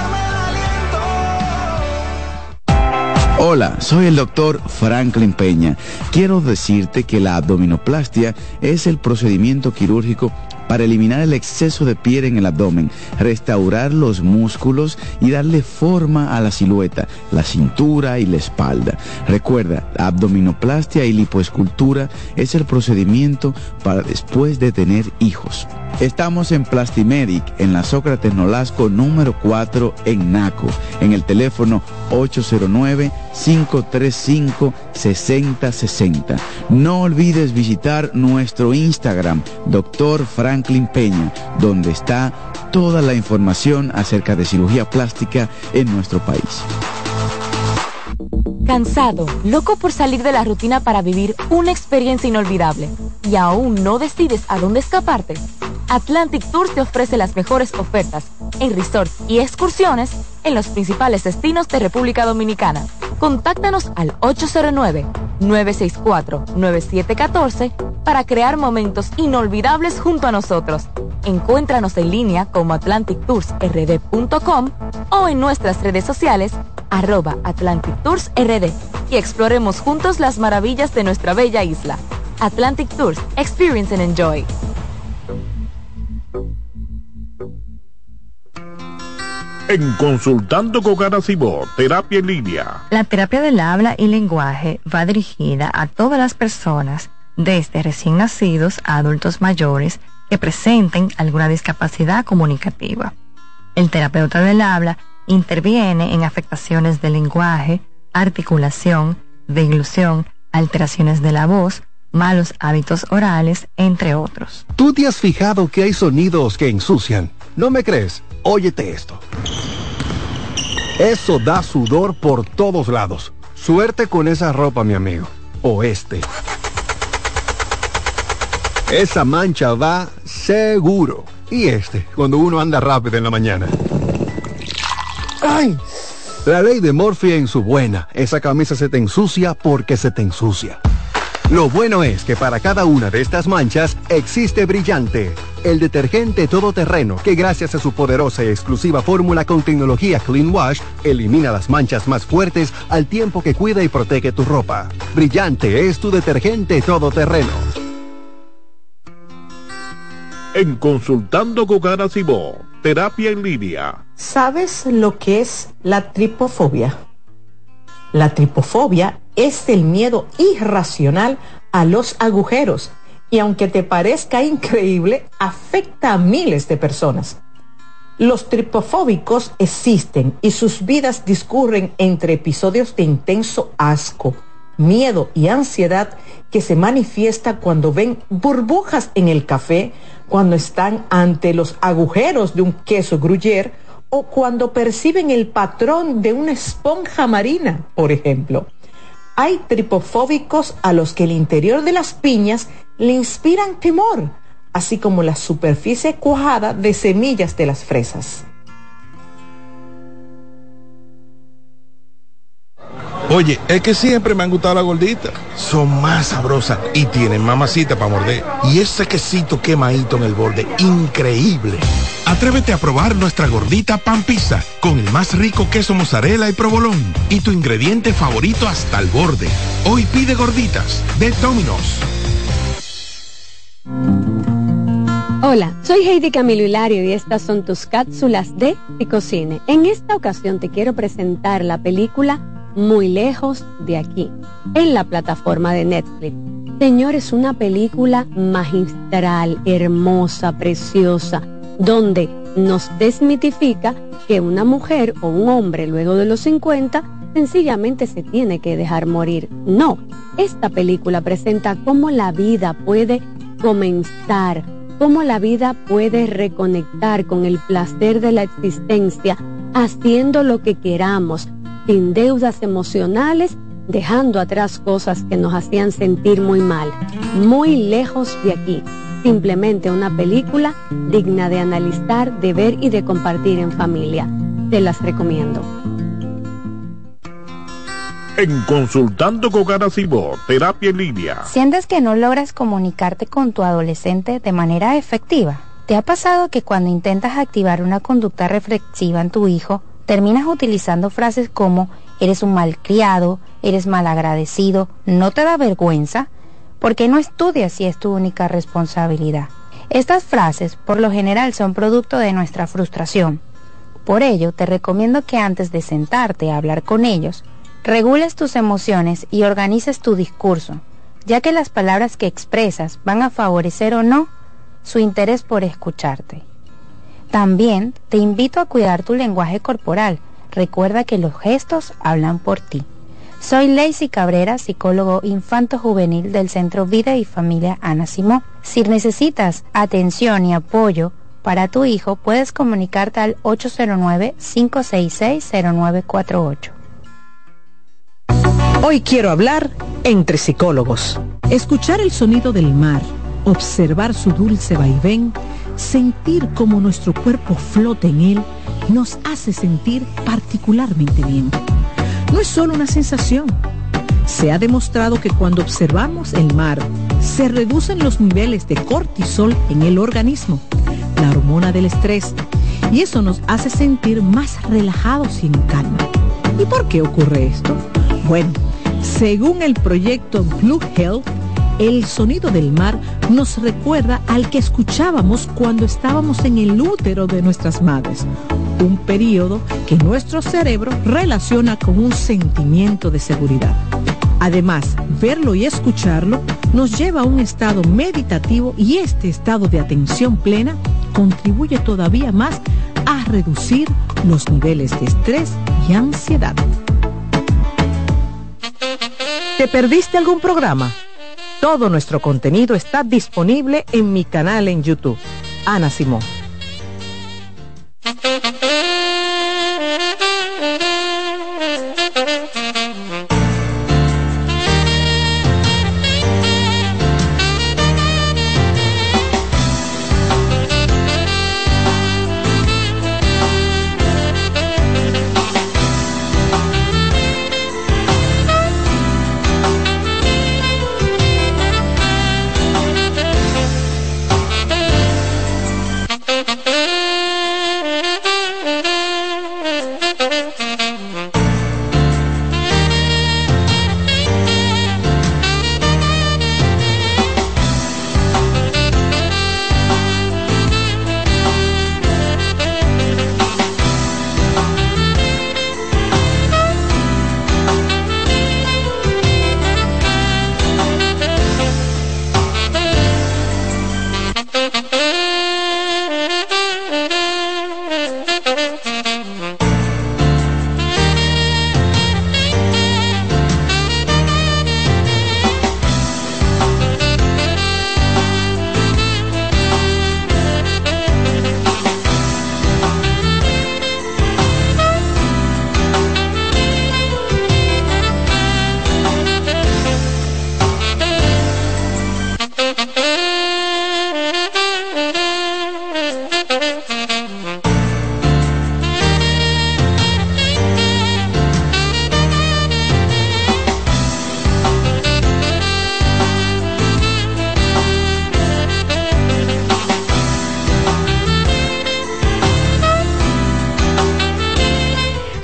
Hola, soy el doctor Franklin Peña. Quiero decirte que la abdominoplastia es el procedimiento quirúrgico para eliminar el exceso de piel en el abdomen, restaurar los músculos y darle forma a la silueta, la cintura y la espalda. Recuerda, abdominoplastia y lipoescultura es el procedimiento para después de tener hijos. Estamos en Plastimedic, en la Sócrates Nolasco número 4 en Naco, en el teléfono 809-535-6060. No olvides visitar nuestro Instagram, Dr. Franklin Peña, donde está toda la información acerca de cirugía plástica en nuestro país. ¿Cansado, loco por salir de la rutina para vivir una experiencia inolvidable y aún no decides a dónde escaparte? Atlantic Tours te ofrece las mejores ofertas en resorts y excursiones en los principales destinos de República Dominicana. Contáctanos al 809-964-9714 para crear momentos inolvidables junto a nosotros. Encuéntranos en línea como atlantictoursrd.com o en nuestras redes sociales @AtlanticToursRD y exploremos juntos las maravillas de nuestra bella isla. Atlantic Tours, experience and enjoy. En Consultando con Ana Simó, terapia en línea. La terapia del habla y lenguaje va dirigida a todas las personas, desde recién nacidos a adultos mayores, que presenten alguna discapacidad comunicativa. El terapeuta del habla interviene en afectaciones del lenguaje, articulación, deglución, alteraciones de la voz, malos hábitos orales, entre otros. ¿Tú te has fijado que hay sonidos que ensucian? ¿No me crees? Óyete esto. Eso da sudor por todos lados. Suerte con esa ropa, mi amigo. O este. Esa mancha va seguro. Y este, cuando uno anda rápido en la mañana. ¡Ay! La ley de Murphy en su buena. Esa camisa se te ensucia porque se te ensucia. Lo bueno es que para cada una de estas manchas existe Brillante, el detergente todoterreno que gracias a su poderosa y exclusiva fórmula con tecnología Clean Wash elimina las manchas más fuertes al tiempo que cuida y protege tu ropa. Brillante es tu detergente todoterreno. En Consultando con Ana Simó, terapia en línea. ¿Sabes lo que es la tripofobia? La tripofobia es el miedo irracional a los agujeros y aunque te parezca increíble, afecta a miles de personas. Los tripofóbicos existen y sus vidas discurren entre episodios de intenso asco, miedo y ansiedad que se manifiesta cuando ven burbujas en el café, cuando están ante los agujeros de un queso gruyère o cuando perciben el patrón de una esponja marina, por ejemplo. Hay tripofóbicos a los que el interior de las piñas le inspiran temor, así como la superficie cuajada de semillas de las fresas. Oye, es que siempre me han gustado las gorditas. Son más sabrosas y tienen mamacita para morder. Y ese quesito quemadito en el borde, increíble. Atrévete a probar nuestra gordita pan pizza con el más rico queso mozzarella y provolón y tu ingrediente favorito hasta el borde. Hoy pide gorditas de Domino's. Hola, soy Heidi Camilo Hilario y estas son tus cápsulas de Picocine. En esta ocasión te quiero presentar la película Muy lejos de aquí, en la plataforma de Netflix. Señores, una película magistral, hermosa, preciosa, donde nos desmitifica que una mujer o un hombre luego de los 50 sencillamente se tiene que dejar morir. No, esta película presenta cómo la vida puede comenzar, cómo la vida puede reconectar con el placer de la existencia, haciendo lo que queramos, sin deudas emocionales, dejando atrás cosas que nos hacían sentir muy mal. Muy lejos de aquí. Simplemente una película digna de analizar, de ver y de compartir en familia. Te las recomiendo. En Consultando con Ana Simó, terapia en línea. ¿Sientes que no logras comunicarte con tu adolescente de manera efectiva? ¿Te ha pasado que cuando intentas activar una conducta reflexiva en tu hijo, terminas utilizando frases como eres un malcriado, eres malagradecido, no te da vergüenza? ¿Por qué no estudias si es tu única responsabilidad? Estas frases por lo general son producto de nuestra frustración. Por ello, te recomiendo que antes de sentarte a hablar con ellos, regules tus emociones y organices tu discurso, ya que las palabras que expresas van a favorecer o no su interés por escucharte. También te invito a cuidar tu lenguaje corporal. Recuerda que los gestos hablan por ti. Soy Lacey Cabrera, psicólogo infanto-juvenil del Centro Vida y Familia Ana Simó. Si necesitas atención y apoyo para tu hijo, puedes comunicarte al 809-566-0948. Hoy quiero hablar entre psicólogos. Escuchar el sonido del mar, observar su dulce vaivén, sentir cómo nuestro cuerpo flota en él, nos hace sentir particularmente bien. No es solo una sensación. Se ha demostrado que cuando observamos el mar, se reducen los niveles de cortisol en el organismo, la hormona del estrés, y eso nos hace sentir más relajados y en calma. ¿Y por qué ocurre esto? Bueno, según el proyecto Blue Health, el sonido del mar nos recuerda al que escuchábamos cuando estábamos en el útero de nuestras madres, un periodo que nuestro cerebro relaciona con un sentimiento de seguridad. Además, verlo y escucharlo nos lleva a un estado meditativo y este estado de atención plena contribuye todavía más a reducir los niveles de estrés y ansiedad. ¿Te perdiste algún programa? Todo nuestro contenido está disponible en mi canal en YouTube, Ana Simó.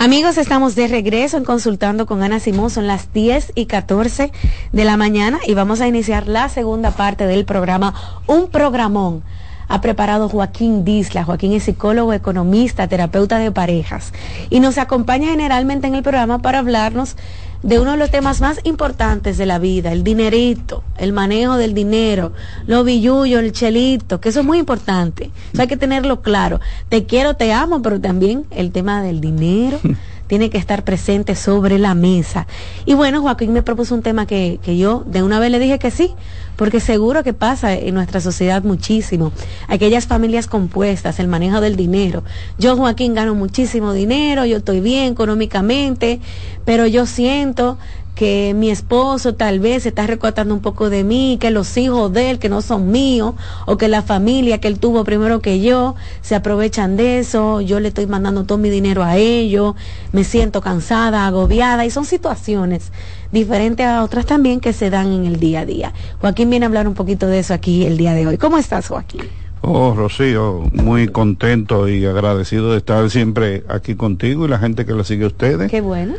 Amigos, estamos de regreso en Consultando con Ana Simón. Son las 10:14 de la mañana y vamos a iniciar la segunda parte del programa. Un programón ha preparado Joaquín Disla. Joaquín es psicólogo, economista, terapeuta de parejas y nos acompaña generalmente en el programa para hablarnos de uno de los temas más importantes de la vida, el dinerito, el manejo del dinero, los billullos, el chelito, que eso es muy importante. Eso hay que tenerlo claro. Te quiero, te amo, pero también el tema del dinero tiene que estar presente sobre la mesa. Y bueno, Joaquín me propuso un tema que yo de una vez le dije que sí, porque seguro que pasa en nuestra sociedad muchísimo. Aquellas familias compuestas, el manejo del dinero. Yo, Joaquín, gano muchísimo dinero, yo estoy bien económicamente, pero yo siento que mi esposo tal vez se está recortando un poco de mí, que los hijos de él que no son míos, o que la familia que él tuvo primero que yo se aprovechan de eso, yo le estoy mandando todo mi dinero a ellos, me siento cansada, agobiada, y son situaciones diferentes a otras también que se dan en el día a día. Joaquín viene a hablar un poquito de eso aquí el día de hoy. ¿Cómo estás, Joaquín? Oh, Rocío, muy contento y agradecido de estar siempre aquí contigo y la gente que lo sigue a ustedes. Qué bueno.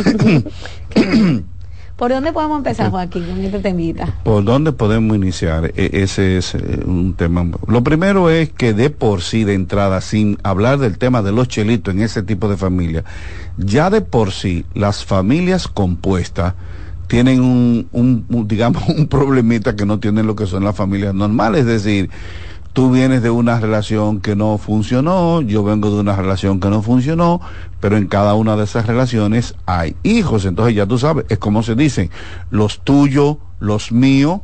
Qué bueno. ¿Por dónde podemos empezar, Joaquín, con este temita? ¿Por dónde podemos iniciar? Ese es un tema. Lo primero es que de por sí, de entrada, sin hablar del tema de los chelitos en ese tipo de familia, ya de por sí, las familias compuestas tienen digamos, un problemita que no tienen lo que son las familias normales, es decir, tú vienes de una relación que no funcionó, yo vengo de una relación que no funcionó, pero en cada una de esas relaciones hay hijos, entonces ya tú sabes, es como se dicen, los tuyos, los míos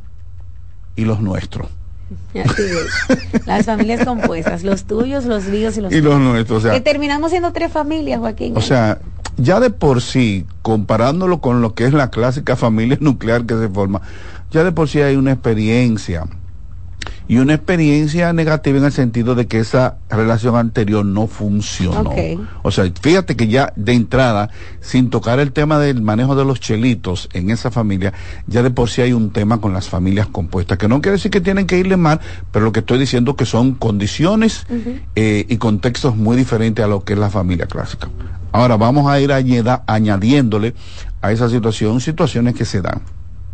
y los nuestros. Así es. Las familias compuestas, los tuyos, los míos y los nuestros. O sea, que terminamos siendo 3 familias, Joaquín. O sea, ya de por sí, comparándolo con lo que es la clásica familia nuclear que se forma, ya de por sí hay una experiencia. Y una experiencia negativa en el sentido de que esa relación anterior no funcionó. Okay. O sea, fíjate que ya de entrada, sin tocar el tema del manejo de los chelitos en esa familia, ya de por sí hay un tema con las familias compuestas, que no quiere decir que tienen que irle mal, pero lo que estoy diciendo es que son condiciones y contextos muy diferentes a lo que es la familia clásica. Ahora vamos a ir añadiéndole a esa situación situaciones que se dan.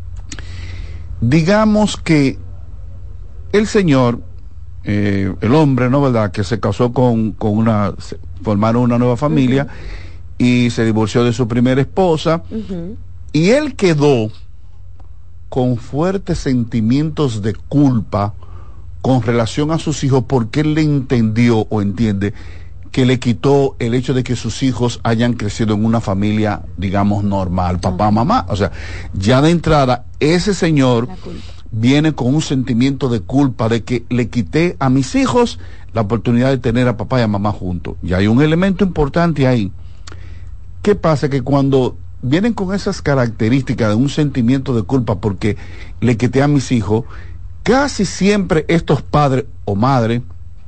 Digamos que el señor, el hombre, ¿no? ¿Verdad? Que se casó formaron una nueva familia y se divorció de su primera esposa y él quedó con fuertes sentimientos de culpa con relación a sus hijos porque él le entendió o entiende que le quitó el hecho de que sus hijos hayan crecido en una familia, digamos, normal, papá, mamá. O sea, ya de entrada, ese señor viene con un sentimiento de culpa de que le quité a mis hijos la oportunidad de tener a papá y a mamá juntos. Y hay un elemento importante ahí. ¿Qué pasa? Que cuando vienen con esas características de un sentimiento de culpa porque le quité a mis hijos, casi siempre estos padres o madres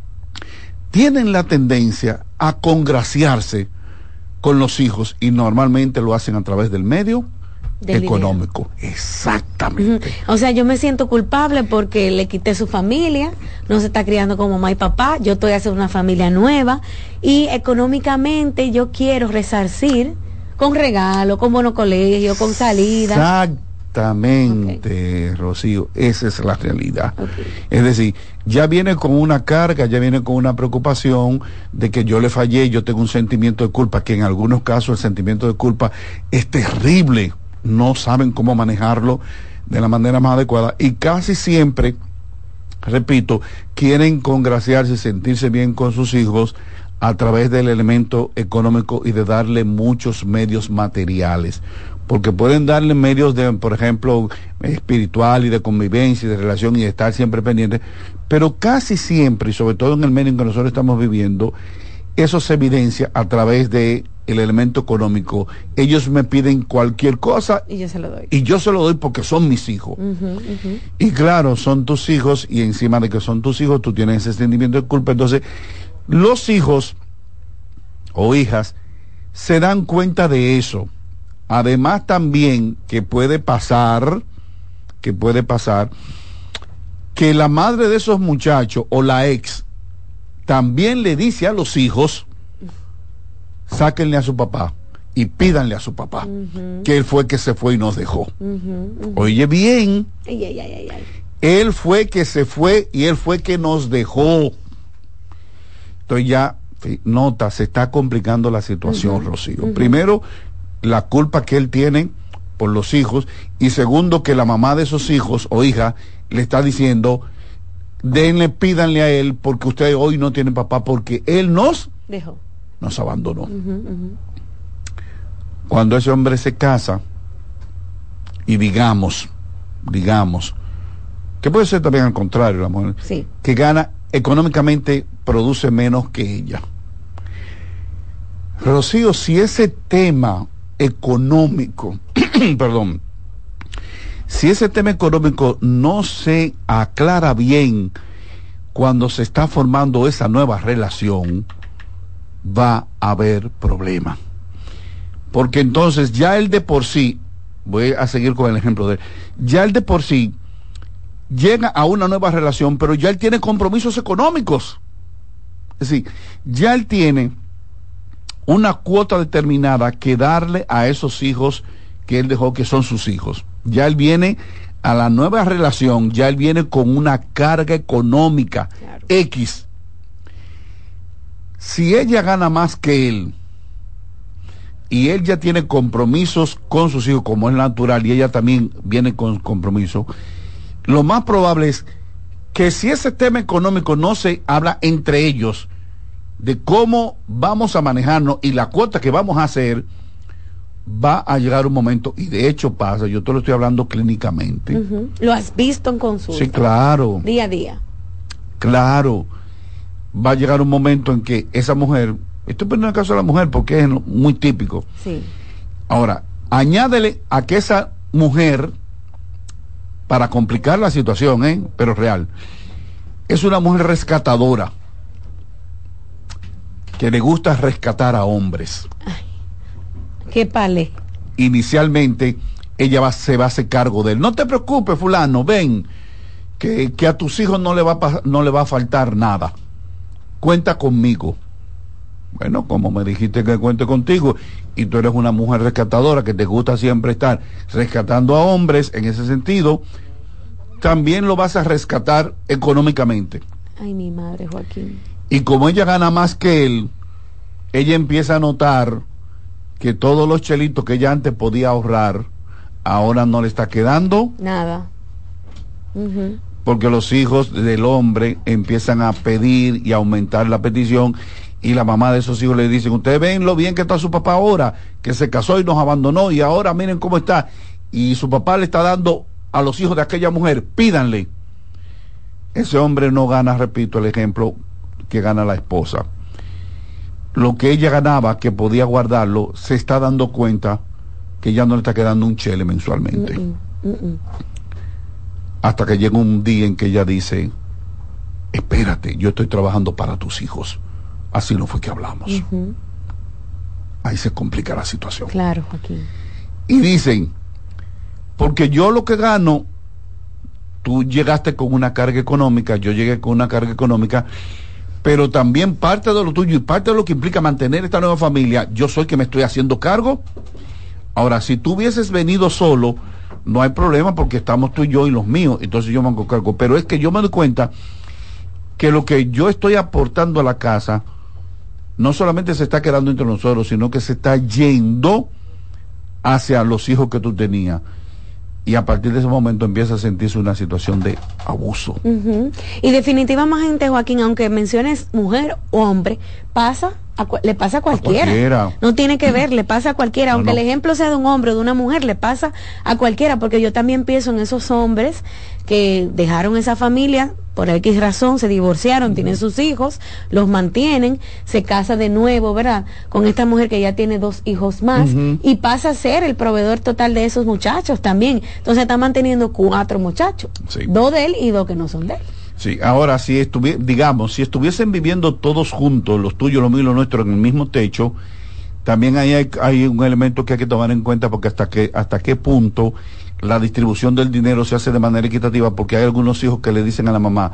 tienen la tendencia a congraciarse con los hijos y normalmente lo hacen a través del medio económico. Dinero. Exactamente. O sea, yo me siento culpable porque le quité su familia, no se está criando como mamá y papá, yo estoy haciendo una familia nueva y económicamente yo quiero resarcir con regalo, con bono colegio, con salida. Exactamente, Rocío, esa es la realidad. Es decir, ya viene con una carga, ya viene con una preocupación de que yo le fallé, yo tengo un sentimiento de culpa, que en algunos casos el sentimiento de culpa es terrible, no saben cómo manejarlo de la manera más adecuada y casi siempre, repito, quieren congraciarse, sentirse bien con sus hijos a través del elemento económico y de darle muchos medios materiales, porque pueden darle medios de, por ejemplo, espiritual y de convivencia y de relación y de estar siempre pendiente, pero casi siempre, y sobre todo en el medio en que nosotros estamos viviendo, eso se evidencia a través de el elemento económico. Ellos me piden cualquier cosa y yo se lo doy. Y yo se lo doy porque son mis hijos. Y claro, son tus hijos y encima de que son tus hijos, tú tienes ese sentimiento de culpa. Entonces, los hijos o hijas se dan cuenta de eso. Además también que puede pasar que la madre de esos muchachos o la ex también le dice a los hijos, sáquenle a su papá y pídanle a su papá que él fue que se fue y nos dejó. Oye bien, él fue que se fue y él fue que nos dejó. Entonces ya, nota, se está complicando la situación, Rocío. Primero, la culpa que él tiene por los hijos, y segundo, que la mamá de esos hijos o hija le está diciendo, pídanle a él porque ustedes hoy no tienen papá porque él nos dejó, nos abandonó. Cuando ese hombre se casa y digamos que puede ser también al contrario, la mujer que gana económicamente produce menos que ella. Rocío, si ese tema económico perdón, si ese tema económico no se aclara bien cuando se está formando esa nueva relación, va a haber problema. Porque entonces ya él de por sí, voy a seguir con el ejemplo de él, ya él de por sí llega a una nueva relación, pero ya él tiene compromisos económicos. Es decir, ya él tiene una cuota determinada que darle a esos hijos que él dejó, que son sus hijos. Ya él viene a la nueva relación, ya él viene con una carga económica X. Si ella gana más que él y él ya tiene compromisos con sus hijos, como es natural, y ella también viene con compromiso, lo más probable es que si ese tema económico no se habla entre ellos de cómo vamos a manejarnos y la cuota que vamos a hacer, va a llegar un momento, y de hecho pasa, yo te lo estoy hablando clínicamente. ¿Lo has visto en consulta? Sí, claro. Día a día. Claro. Va a llegar un momento en que esa mujer, estoy poniendo el caso de la mujer porque es muy típico. Sí. Ahora, añádele a que esa mujer, para complicar la situación, pero real, es una mujer rescatadora, que le gusta rescatar a hombres. Ay, qué palé. Inicialmente ella se va a hacer cargo de él. No te preocupes, fulano, ven, que a tus hijos no le va a faltar nada. Cuenta conmigo. Bueno, como me dijiste que cuente contigo, y tú eres una mujer rescatadora que te gusta siempre estar rescatando a hombres, en ese sentido, también lo vas a rescatar económicamente. Ay, mi madre, Joaquín. Y como ella gana más que él, ella empieza a notar que todos los chelitos que ella antes podía ahorrar, ahora no le está quedando nada. Porque los hijos del hombre empiezan a pedir y a aumentar la petición, y la mamá de esos hijos le dicen, ustedes ven lo bien que está su papá ahora, que se casó y nos abandonó, y ahora miren cómo está, y su papá le está dando a los hijos de aquella mujer, pídanle. Ese hombre no gana, repito el ejemplo que gana la esposa. Lo que ella ganaba, que podía guardarlo, se está dando cuenta que ya no le está quedando un chele mensualmente. Hasta que llega un día en que ella dice, espérate, yo estoy trabajando para tus hijos. Así no fue que hablamos. Ahí se complica la situación. Claro, Joaquín. Y dicen, porque yo lo que gano, tú llegaste con una carga económica, yo llegué con una carga económica, pero también parte de lo tuyo y parte de lo que implica mantener esta nueva familia, yo soy que me estoy haciendo cargo. Ahora, si tú hubieses venido solo, no hay problema porque estamos tú y yo y los míos, entonces yo me hago cargo. Pero es que yo me doy cuenta que lo que yo estoy aportando a la casa no solamente se está quedando entre nosotros, sino que se está yendo hacia los hijos que tú tenías. Y a partir de ese momento empieza a sentirse una situación de abuso. Y definitivamente, Joaquín, aunque menciones mujer o hombre, le pasa a cualquiera. No tiene que ver, le pasa a cualquiera. Aunque el ejemplo sea de un hombre o de una mujer, le pasa a cualquiera, porque yo también pienso en esos hombres que dejaron esa familia por X razón, se divorciaron, tienen sus hijos, los mantienen, se casa de nuevo, ¿verdad? Con esta mujer que ya tiene 2 hijos más, y pasa a ser el proveedor total de esos muchachos también. Entonces está manteniendo 4 muchachos, 2 de él y 2 que no son de él. Sí, ahora si estuviesen viviendo todos juntos, los tuyos, los míos y los nuestros, en el mismo techo, también ahí hay un elemento que hay que tomar en cuenta, porque hasta qué punto la distribución del dinero se hace de manera equitativa, porque hay algunos hijos que le dicen a la mamá,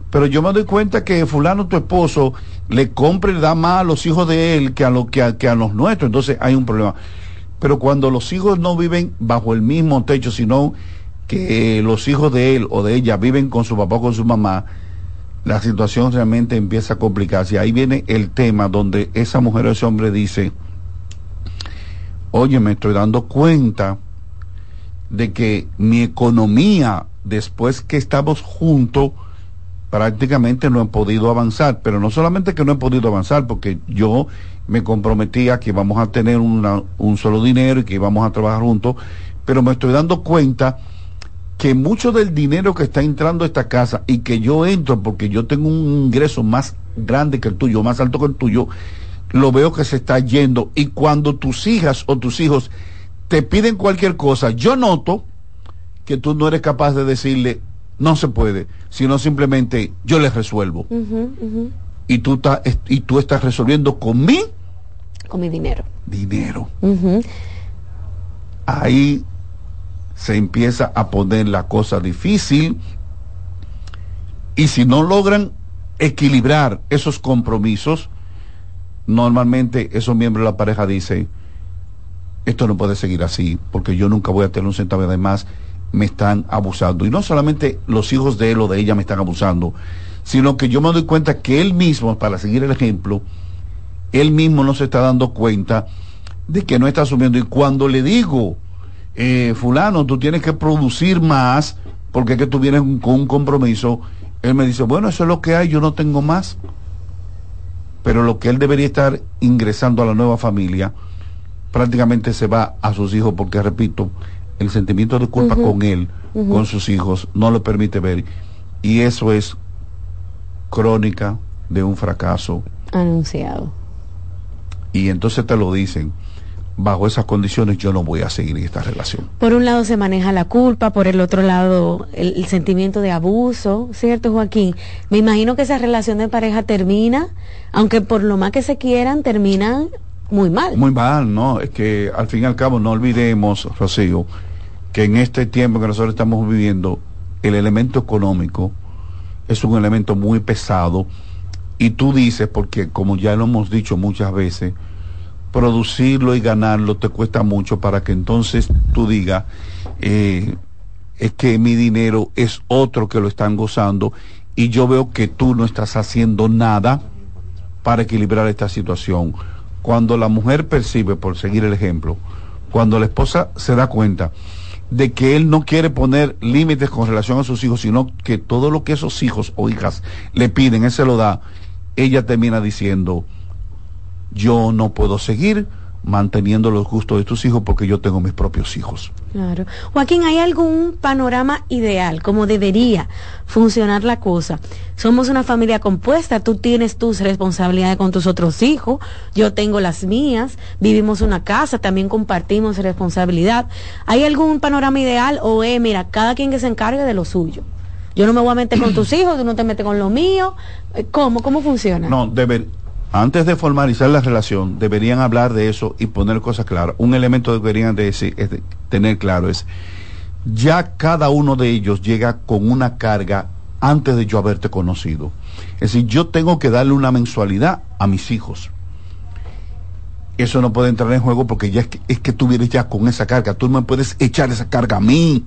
pero yo me doy cuenta que fulano, tu esposo, le compra y le da más a los hijos de él que a los nuestros, entonces hay un problema. Pero cuando los hijos no viven bajo el mismo techo, sino que los hijos de él o de ella viven con su papá o con su mamá, la situación realmente empieza a complicarse. Ahí viene el tema donde esa mujer o ese hombre dice, oye, me estoy dando cuenta de que mi economía, después que estamos juntos, prácticamente no he podido avanzar, pero no solamente que no he podido avanzar, porque yo me comprometía que íbamos a tener un solo dinero y que íbamos a trabajar juntos, pero me estoy dando cuenta que mucho del dinero que está entrando a esta casa y que yo entro porque yo tengo un ingreso más grande que el tuyo, más alto que el tuyo, lo veo que se está yendo, y cuando tus hijas o tus hijos te piden cualquier cosa, yo noto que tú no eres capaz de decirle no se puede, sino simplemente yo les resuelvo. Y tú estás resolviendo con mi dinero. Ahí se empieza a poner la cosa difícil, y si no logran equilibrar esos compromisos, normalmente esos miembros de la pareja dicen, esto no puede seguir así, porque yo nunca voy a tener un centavo de más, me están abusando. Y no solamente los hijos de él o de ella me están abusando, sino que yo me doy cuenta que él mismo, para seguir el ejemplo, él mismo no se está dando cuenta de que no está asumiendo. Y cuando le digo, fulano, tú tienes que producir más, porque es que tú vienes con un compromiso, él me dice, bueno, eso es lo que hay, yo no tengo más. Pero lo que él debería estar ingresando a la nueva familia, prácticamente se va a sus hijos, porque repito, el sentimiento de culpa con él, con sus hijos, no le permite ver, y eso es crónica de un fracaso anunciado. Y entonces te lo dicen, bajo esas condiciones yo no voy a seguir esta relación. Por un lado se maneja la culpa, por el otro lado el sentimiento de abuso, ¿cierto, Joaquín? Me imagino que esa relación de pareja termina, aunque por lo más que se quieran, terminan muy mal. Muy mal, ¿no? Es que al fin y al cabo no olvidemos, Rocío, que en este tiempo que nosotros estamos viviendo, el elemento económico es un elemento muy pesado, y tú dices, porque como ya lo hemos dicho muchas veces, producirlo y ganarlo te cuesta mucho, para que entonces tú digas, es que mi dinero es otro que lo están gozando, y yo veo que tú no estás haciendo nada para equilibrar esta situación. Cuando la mujer percibe, por seguir el ejemplo, cuando la esposa se da cuenta de que él no quiere poner límites con relación a sus hijos, sino que todo lo que esos hijos o hijas le piden, él se lo da, ella termina diciendo, yo no puedo seguir manteniendo los gustos de tus hijos porque yo tengo mis propios hijos. Claro. Joaquín, ¿hay algún panorama ideal, como debería funcionar la cosa? Somos una familia compuesta, tú tienes tus responsabilidades con tus otros hijos, yo tengo las mías, vivimos una casa, también compartimos responsabilidad. ¿Hay algún panorama ideal o mira, cada quien que se encargue de lo suyo? Yo no me voy a meter con tus hijos, tú no te metes con lo mío. ¿Cómo funciona? No, antes de formalizar la relación, deberían hablar de eso y poner cosas claras. Un elemento que deberían tener claro es, ya cada uno de ellos llega con una carga antes de yo haberte conocido. Es decir, yo tengo que darle una mensualidad a mis hijos. Eso no puede entrar en juego, porque ya es que tú vienes ya con esa carga. Tú no me puedes echar esa carga a mí.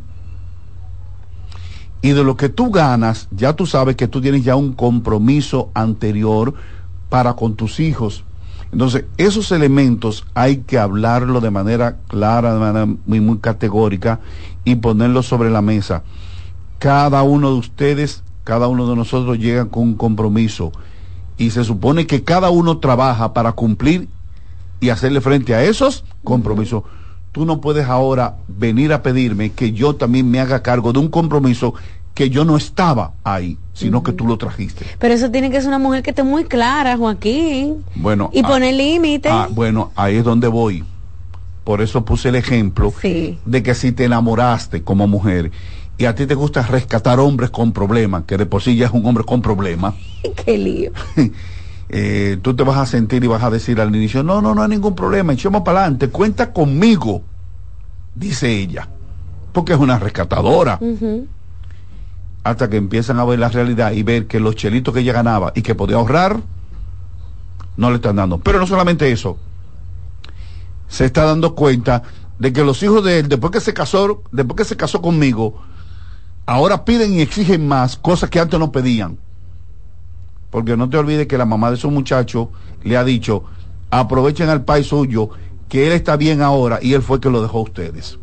Y de lo que tú ganas, ya tú sabes que tú tienes ya un compromiso anterior para con tus hijos. Entonces, esos elementos hay que hablarlo de manera clara, de manera muy categórica, y ponerlos sobre la mesa. Cada uno de ustedes, cada uno de nosotros llega con un compromiso, y se supone que cada uno trabaja para cumplir y hacerle frente a esos compromisos. Tú no puedes ahora venir a pedirme que yo también me haga cargo de un compromiso que yo no estaba ahí, sino que tú lo trajiste. Pero eso tiene que ser una mujer que esté muy clara, Joaquín. Bueno, y poner límites. Bueno, ahí es donde voy. Por eso puse el ejemplo de que si te enamoraste como mujer y a ti te gusta rescatar hombres con problemas, que de por sí ya es un hombre con problemas. Qué lío. Tú te vas a sentir y vas a decir al inicio, no hay ningún problema, echemos para adelante, cuenta conmigo, dice ella, porque es una rescatadora. hasta que empiezan a ver la realidad y ver que los chelitos que ella ganaba y que podía ahorrar, no le están dando. Pero no solamente eso, se está dando cuenta de que los hijos de él, después que se casó conmigo, ahora piden y exigen más cosas que antes no pedían. Porque no te olvides que la mamá de esos muchachos le ha dicho, aprovechen al país suyo, que él está bien ahora y él fue que lo dejó a ustedes.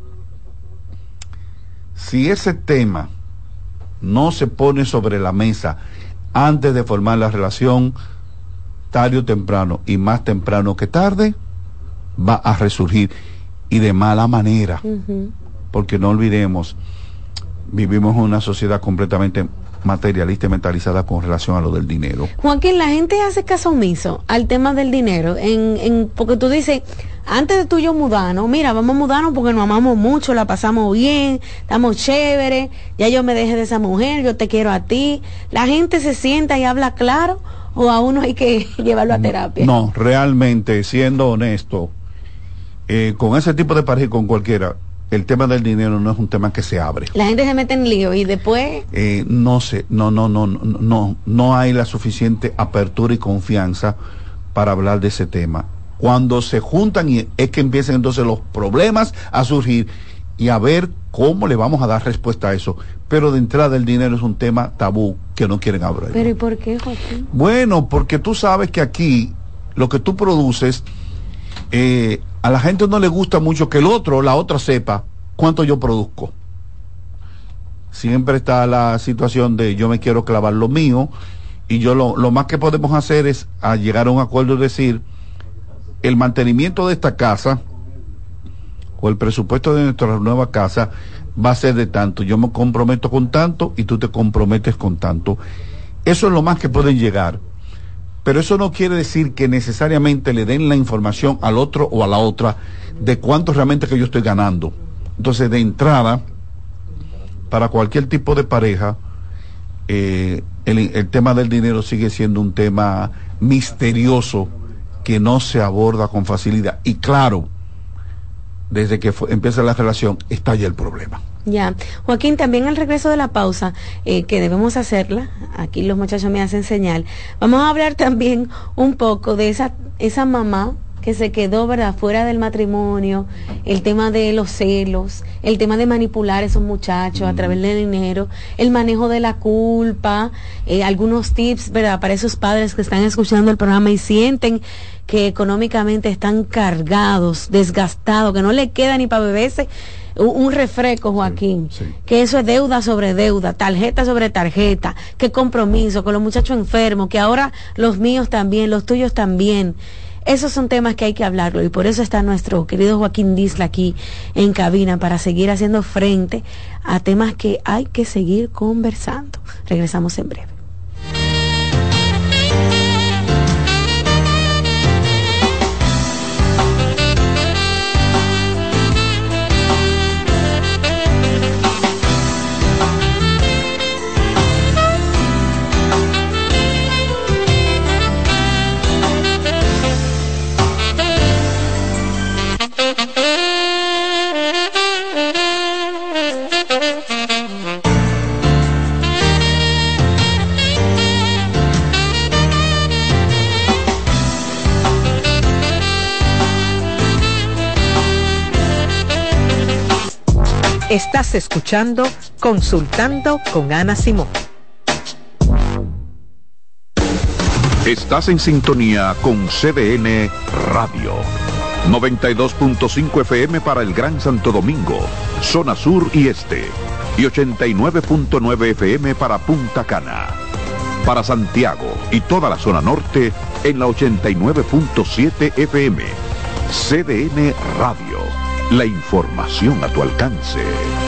Si ese tema no se pone sobre la mesa antes de formar la relación, tarde o temprano, y más temprano que tarde, va a resurgir, y de mala manera. Porque no olvidemos, vivimos en una sociedad completamente materialista y mentalizada con relación a lo del dinero. Joaquín, la gente hace caso omiso al tema del dinero, porque tú dices, antes de tú y yo mudarnos, mira, vamos a mudarnos porque nos amamos mucho, la pasamos bien, estamos chéveres, ya yo me dejé de esa mujer, yo te quiero a ti. La gente se sienta y habla claro, o a uno hay que llevarlo a terapia. No, realmente, siendo honesto, con ese tipo de pareja y con cualquiera, el tema del dinero no es un tema que se abre. La gente se mete en lío y después no hay la suficiente apertura y confianza para hablar de ese tema. Cuando se juntan, y es que empiezan entonces los problemas a surgir y a ver cómo le vamos a dar respuesta a eso. Pero de entrada el dinero es un tema tabú que no quieren hablar. ¿Pero y por qué, Joaquín? Bueno, porque tú sabes que aquí lo que tú produces, a la gente no le gusta mucho que el otro o la otra sepa cuánto yo produzco. Siempre está la situación de yo me quiero clavar lo mío, y yo lo más que podemos hacer es a llegar a un acuerdo, es decir, el mantenimiento de esta casa o el presupuesto de nuestra nueva casa va a ser de tanto, yo me comprometo con tanto y tú te comprometes con tanto. Eso es lo más que pueden llegar. Pero eso no quiere decir que necesariamente le den la información al otro o a la otra de cuánto realmente que yo estoy ganando. Entonces, de entrada, para cualquier tipo de pareja, el tema del dinero sigue siendo un tema misterioso que no se aborda con facilidad. Y claro, desde que empieza la relación, está ya el problema. Ya, Joaquín, también al regreso de la pausa, que debemos hacerla, aquí los muchachos me hacen señal, vamos a hablar también un poco de esa mamá que se quedó, ¿verdad?, fuera del matrimonio, el tema de los celos, el tema de manipular a esos muchachos a través del dinero, el manejo de la culpa, algunos tips, ¿verdad?, para esos padres que están escuchando el programa y sienten que económicamente están cargados, desgastados, que no le queda ni para beberse un refresco, Joaquín, sí. Que eso es deuda sobre deuda, tarjeta sobre tarjeta, que compromiso con los muchachos enfermos, que ahora los míos también, los tuyos también. Esos son temas que hay que hablarlo, y por eso está nuestro querido Joaquín Disla aquí en cabina, para seguir haciendo frente a temas que hay que seguir conversando. Regresamos en breve. Estás escuchando Consultando con Ana Simón. Estás en sintonía con CDN Radio. 92.5 FM para el Gran Santo Domingo, zona sur y este. Y 89.9 FM para Punta Cana. Para Santiago y toda la zona norte en la 89.7 FM. CDN Radio. La información a tu alcance.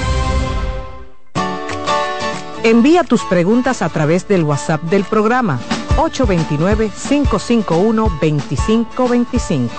Envía tus preguntas a través del WhatsApp del programa 829-551-2525.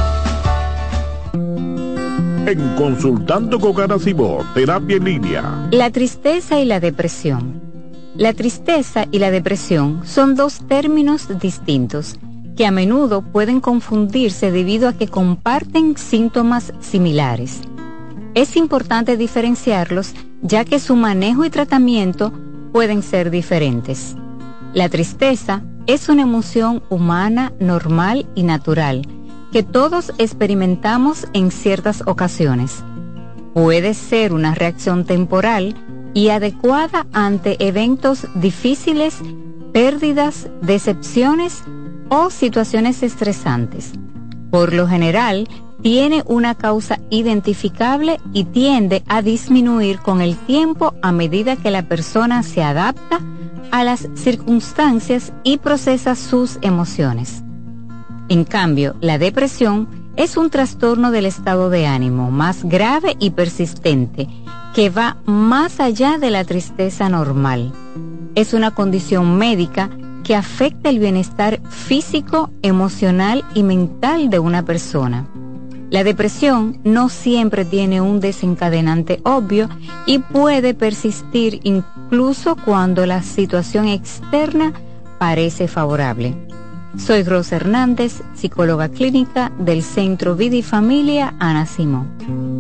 En Consultando con Ana Simón, terapia en línea. La tristeza y la depresión. La tristeza y la depresión son dos términos distintos que a menudo pueden confundirse debido a que comparten síntomas similares. Es importante diferenciarlos, ya que su manejo y tratamiento pueden ser diferentes. La tristeza es una emoción humana, normal y natural, que todos experimentamos en ciertas ocasiones. Puede ser una reacción temporal y adecuada ante eventos difíciles, pérdidas, decepciones o situaciones estresantes. Por lo general, tiene una causa identificable y tiende a disminuir con el tiempo a medida que la persona se adapta a las circunstancias y procesa sus emociones. En cambio, la depresión es un trastorno del estado de ánimo más grave y persistente que va más allá de la tristeza normal. Es una condición médica que afecta el bienestar físico, emocional y mental de una persona. La depresión no siempre tiene un desencadenante obvio y puede persistir incluso cuando la situación externa parece favorable. Soy Rosa Hernández, psicóloga clínica del Centro Vida y Familia Ana Simón.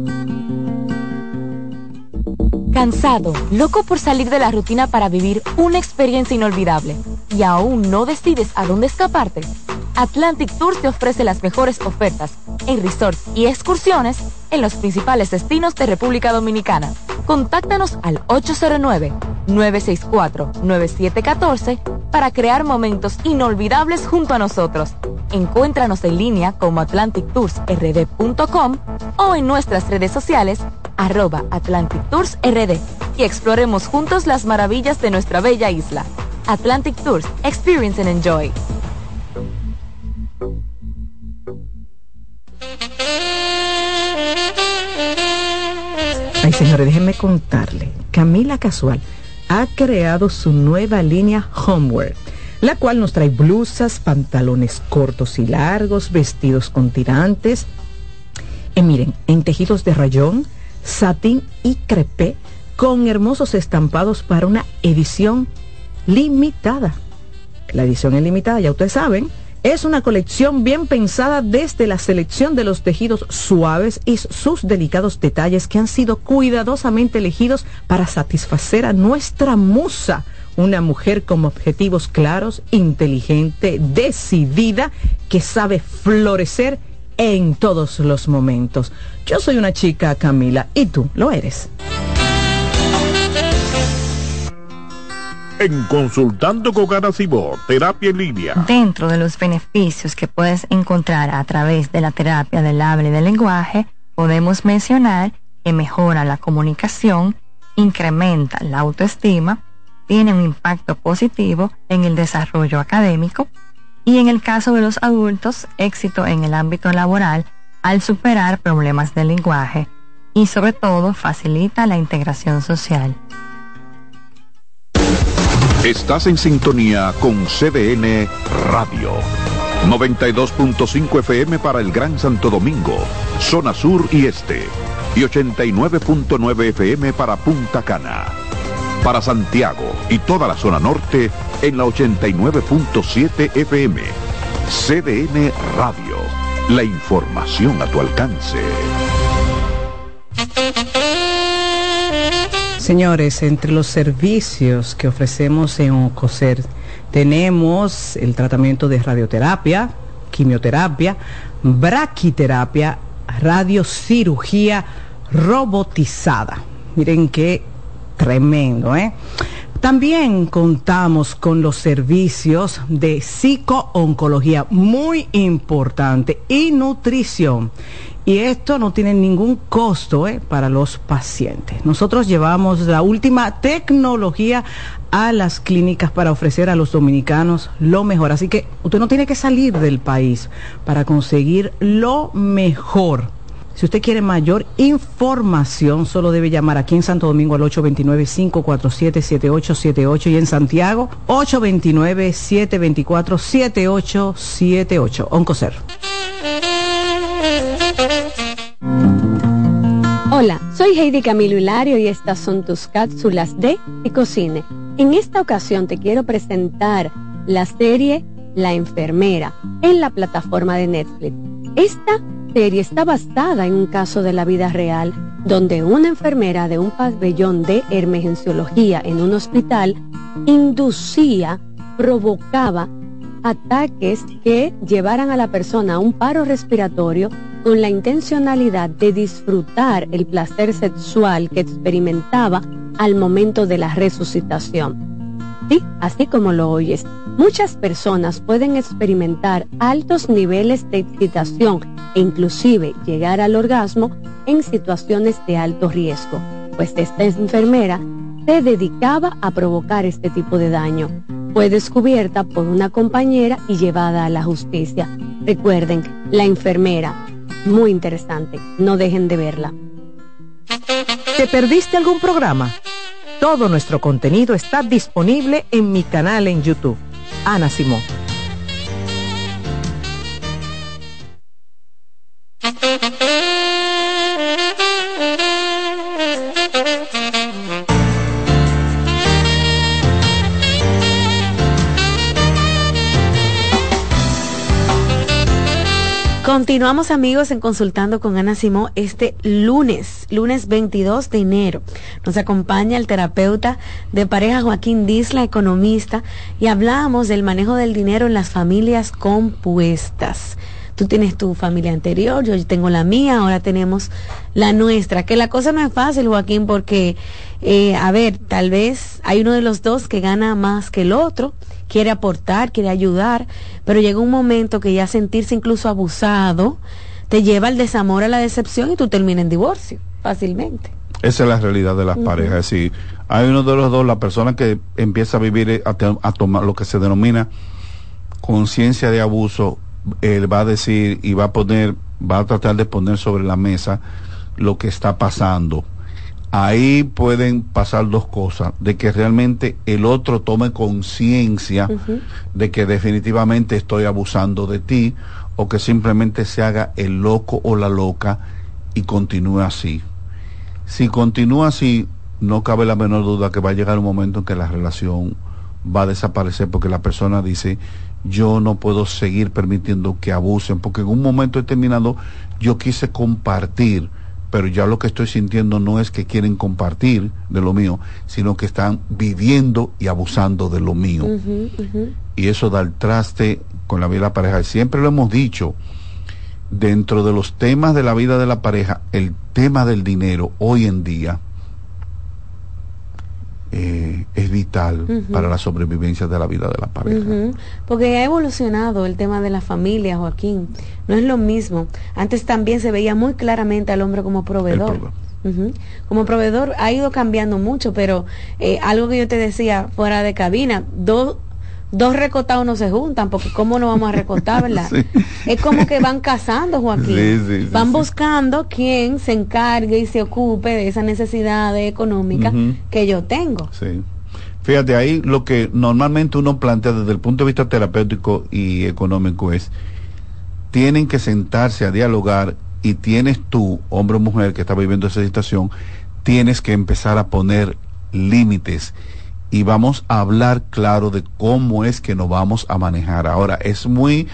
¿Cansado, loco por salir de la rutina para vivir una experiencia inolvidable y aún no decides a dónde escaparte? Atlantic Tours te ofrece las mejores ofertas en resorts y excursiones en los principales destinos de República Dominicana. Contáctanos al 809-964-9714 para crear momentos inolvidables junto a nosotros. Encuéntranos en línea como atlantictoursrd.com o en nuestras redes sociales @AtlanticToursRD y exploremos juntos las maravillas de nuestra bella isla. Atlantic Tours, experience and enjoy. Ay, señores, déjenme contarle. Camila Casual ha creado su nueva línea Homeware, la cual nos trae blusas, pantalones cortos y largos, vestidos con tirantes. Miren, en tejidos de rayón, satín y crepé, con hermosos estampados para una edición limitada. La edición es limitada, ya ustedes saben. Es una colección bien pensada desde la selección de los tejidos suaves y sus delicados detalles que han sido cuidadosamente elegidos para satisfacer a nuestra musa, una mujer con objetivos claros, inteligente, decidida, que sabe florecer en todos los momentos. Yo soy una chica, Camila, y tú lo eres. En Consultando con Ana Simón, terapia en línea. Dentro de los beneficios que puedes encontrar a través de la terapia del habla y del lenguaje, podemos mencionar que mejora la comunicación, incrementa la autoestima, tiene un impacto positivo en el desarrollo académico y, en el caso de los adultos, éxito en el ámbito laboral al superar problemas del lenguaje y, sobre todo, facilita la integración social. Estás en sintonía con CDN Radio. 92.5 FM para el Gran Santo Domingo, zona sur y este. Y 89.9 FM para Punta Cana. Para Santiago y toda la zona norte en la 89.7 FM. CDN Radio. La información a tu alcance. Señores, entre los servicios que ofrecemos en Oncocer tenemos el tratamiento de radioterapia, quimioterapia, braquiterapia, radiocirugía robotizada. Miren qué tremendo, ¿eh? También contamos con los servicios de psicooncología, muy importante, y nutrición. Y esto no tiene ningún costo para los pacientes. Nosotros llevamos la última tecnología a las clínicas para ofrecer a los dominicanos lo mejor. Así que usted no tiene que salir del país para conseguir lo mejor. Si usted quiere mayor información, solo debe llamar aquí en Santo Domingo al 829-547-7878 y en Santiago 829-724-7878. Oncocer. Hola, soy Heidi Camilo Hilario y estas son tus cápsulas de Psicocine. En esta ocasión te quiero presentar la serie La Enfermera en la plataforma de Netflix. Esta serie está basada en un caso de la vida real, donde una enfermera de un pabellón de emergenciología en un hospital provocaba ataques que llevaran a la persona a un paro respiratorio con la intencionalidad de disfrutar el placer sexual que experimentaba al momento de la resucitación. Sí, así como lo oyes, muchas personas pueden experimentar altos niveles de excitación e inclusive llegar al orgasmo en situaciones de alto riesgo, pues esta enfermera se dedicaba a provocar este tipo de daño. Fue descubierta por una compañera y llevada a la justicia. Recuerden, la enfermera, muy interesante, no dejen de verla. ¿Te perdiste algún programa? Todo nuestro contenido está disponible en mi canal en YouTube, Ana Simón. Continuamos, amigos, en Consultando con Ana Simó este lunes 22 de enero. Nos acompaña el terapeuta de pareja Joaquín Disla, economista, y hablamos del manejo del dinero en las familias compuestas. Tú tienes tu familia anterior, yo tengo la mía, ahora tenemos la nuestra. Que la cosa no es fácil, Joaquín, porque, tal vez hay uno de los dos que gana más que el otro, quiere aportar, quiere ayudar, pero llega un momento que ya sentirse incluso abusado te lleva al desamor, a la decepción, y tú terminas en divorcio fácilmente. Esa es la realidad de las parejas. Es decir, hay uno de los dos, la persona que empieza a vivir, a tomar lo que se denomina conciencia de abuso, él va a decir y va a tratar de poner sobre la mesa lo que está pasando. Ahí pueden pasar dos cosas: de que realmente el otro tome conciencia de que definitivamente estoy abusando de ti, o que simplemente se haga el loco o la loca y continúe así. Si continúa así, no cabe la menor duda que va a llegar un momento en que la relación va a desaparecer, porque la persona dice: yo no puedo seguir permitiendo que abusen, porque en un momento determinado yo quise compartir, pero ya lo que estoy sintiendo no es que quieren compartir de lo mío, sino que están viviendo y abusando de lo mío. Y eso da el traste con la vida de la pareja. Siempre lo hemos dicho, dentro de los temas de la vida de la pareja, el tema del dinero hoy en día es vital para la sobrevivencia de la vida de la pareja. Porque ha evolucionado el tema de la familia, Joaquín. No es lo mismo. Antes también se veía muy claramente al hombre como proveedor. Como proveedor ha ido cambiando mucho, pero algo que yo te decía fuera de cabina, dos recotados no se juntan, porque cómo no vamos a recotar, ¿verdad? Sí. Es como que van cazando, Joaquín. Van buscando quien se encargue y se ocupe de esa necesidad económica que yo tengo. Sí. Fíjate, ahí lo que normalmente uno plantea desde el punto de vista terapéutico y económico es: tienen que sentarse a dialogar, y tienes tú, hombre o mujer que está viviendo esa situación, tienes que empezar a poner límites. Y vamos a hablar claro de cómo es que nos vamos a manejar. Ahora, es muy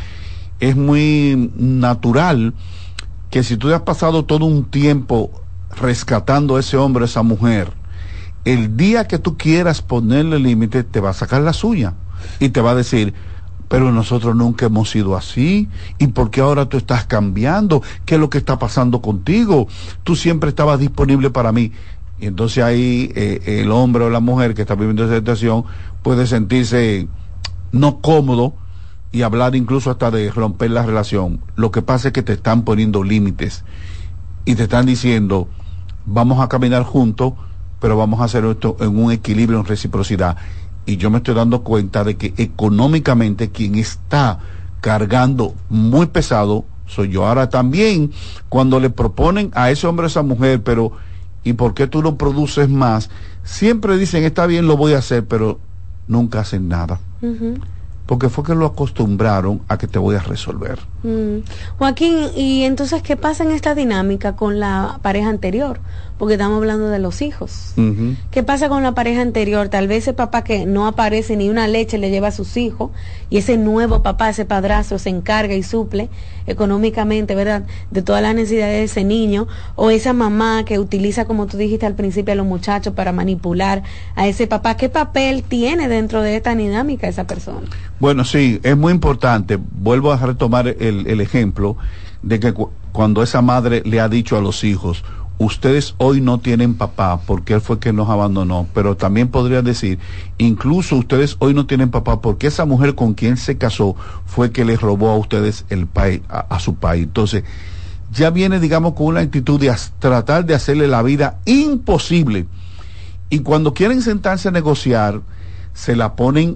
natural que si tú has pasado todo un tiempo rescatando a ese hombre, a esa mujer, el día que tú quieras ponerle límite, te va a sacar la suya y te va a decir: pero nosotros nunca hemos sido así, ¿y por qué ahora tú estás cambiando? ¿Qué es lo que está pasando contigo? Tú siempre estabas disponible para mí. Y entonces ahí el hombre o la mujer que está viviendo esa situación puede sentirse no cómodo y hablar incluso hasta de romper la relación. Lo que pasa es que te están poniendo límites y te están diciendo: vamos a caminar juntos, pero vamos a hacer esto en un equilibrio, en reciprocidad. Y yo me estoy dando cuenta de que económicamente quien está cargando muy pesado soy yo. Ahora también, cuando le proponen a ese hombre o a esa mujer, pero ¿y por qué tú no produces más? Siempre dicen: está bien, lo voy a hacer, pero nunca hacen nada. porque fue que lo acostumbraron a que te voy a resolver. Joaquín, ¿y entonces qué pasa en esta dinámica con la pareja anterior? Porque estamos hablando de los hijos. ¿Qué pasa con la pareja anterior? Tal vez ese papá que no aparece ni una leche le lleva a sus hijos, y ese nuevo papá, ese padrastro, se encarga y suple económicamente, ¿verdad?, de todas las necesidades de ese niño, o esa mamá que utiliza, como tú dijiste al principio, a los muchachos para manipular a ese papá. ¿Qué papel tiene dentro de esta dinámica esa persona? Bueno, sí, es muy importante. Vuelvo a retomar el ejemplo de que cuando esa madre le ha dicho a los hijos, ustedes hoy no tienen papá porque él fue quien nos abandonó, pero también podría decir, incluso ustedes hoy no tienen papá porque esa mujer con quien se casó fue que les robó a ustedes el país, a su país. Entonces, ya viene, digamos, con una actitud de tratar de hacerle la vida imposible. Y cuando quieren sentarse a negociar, se la ponen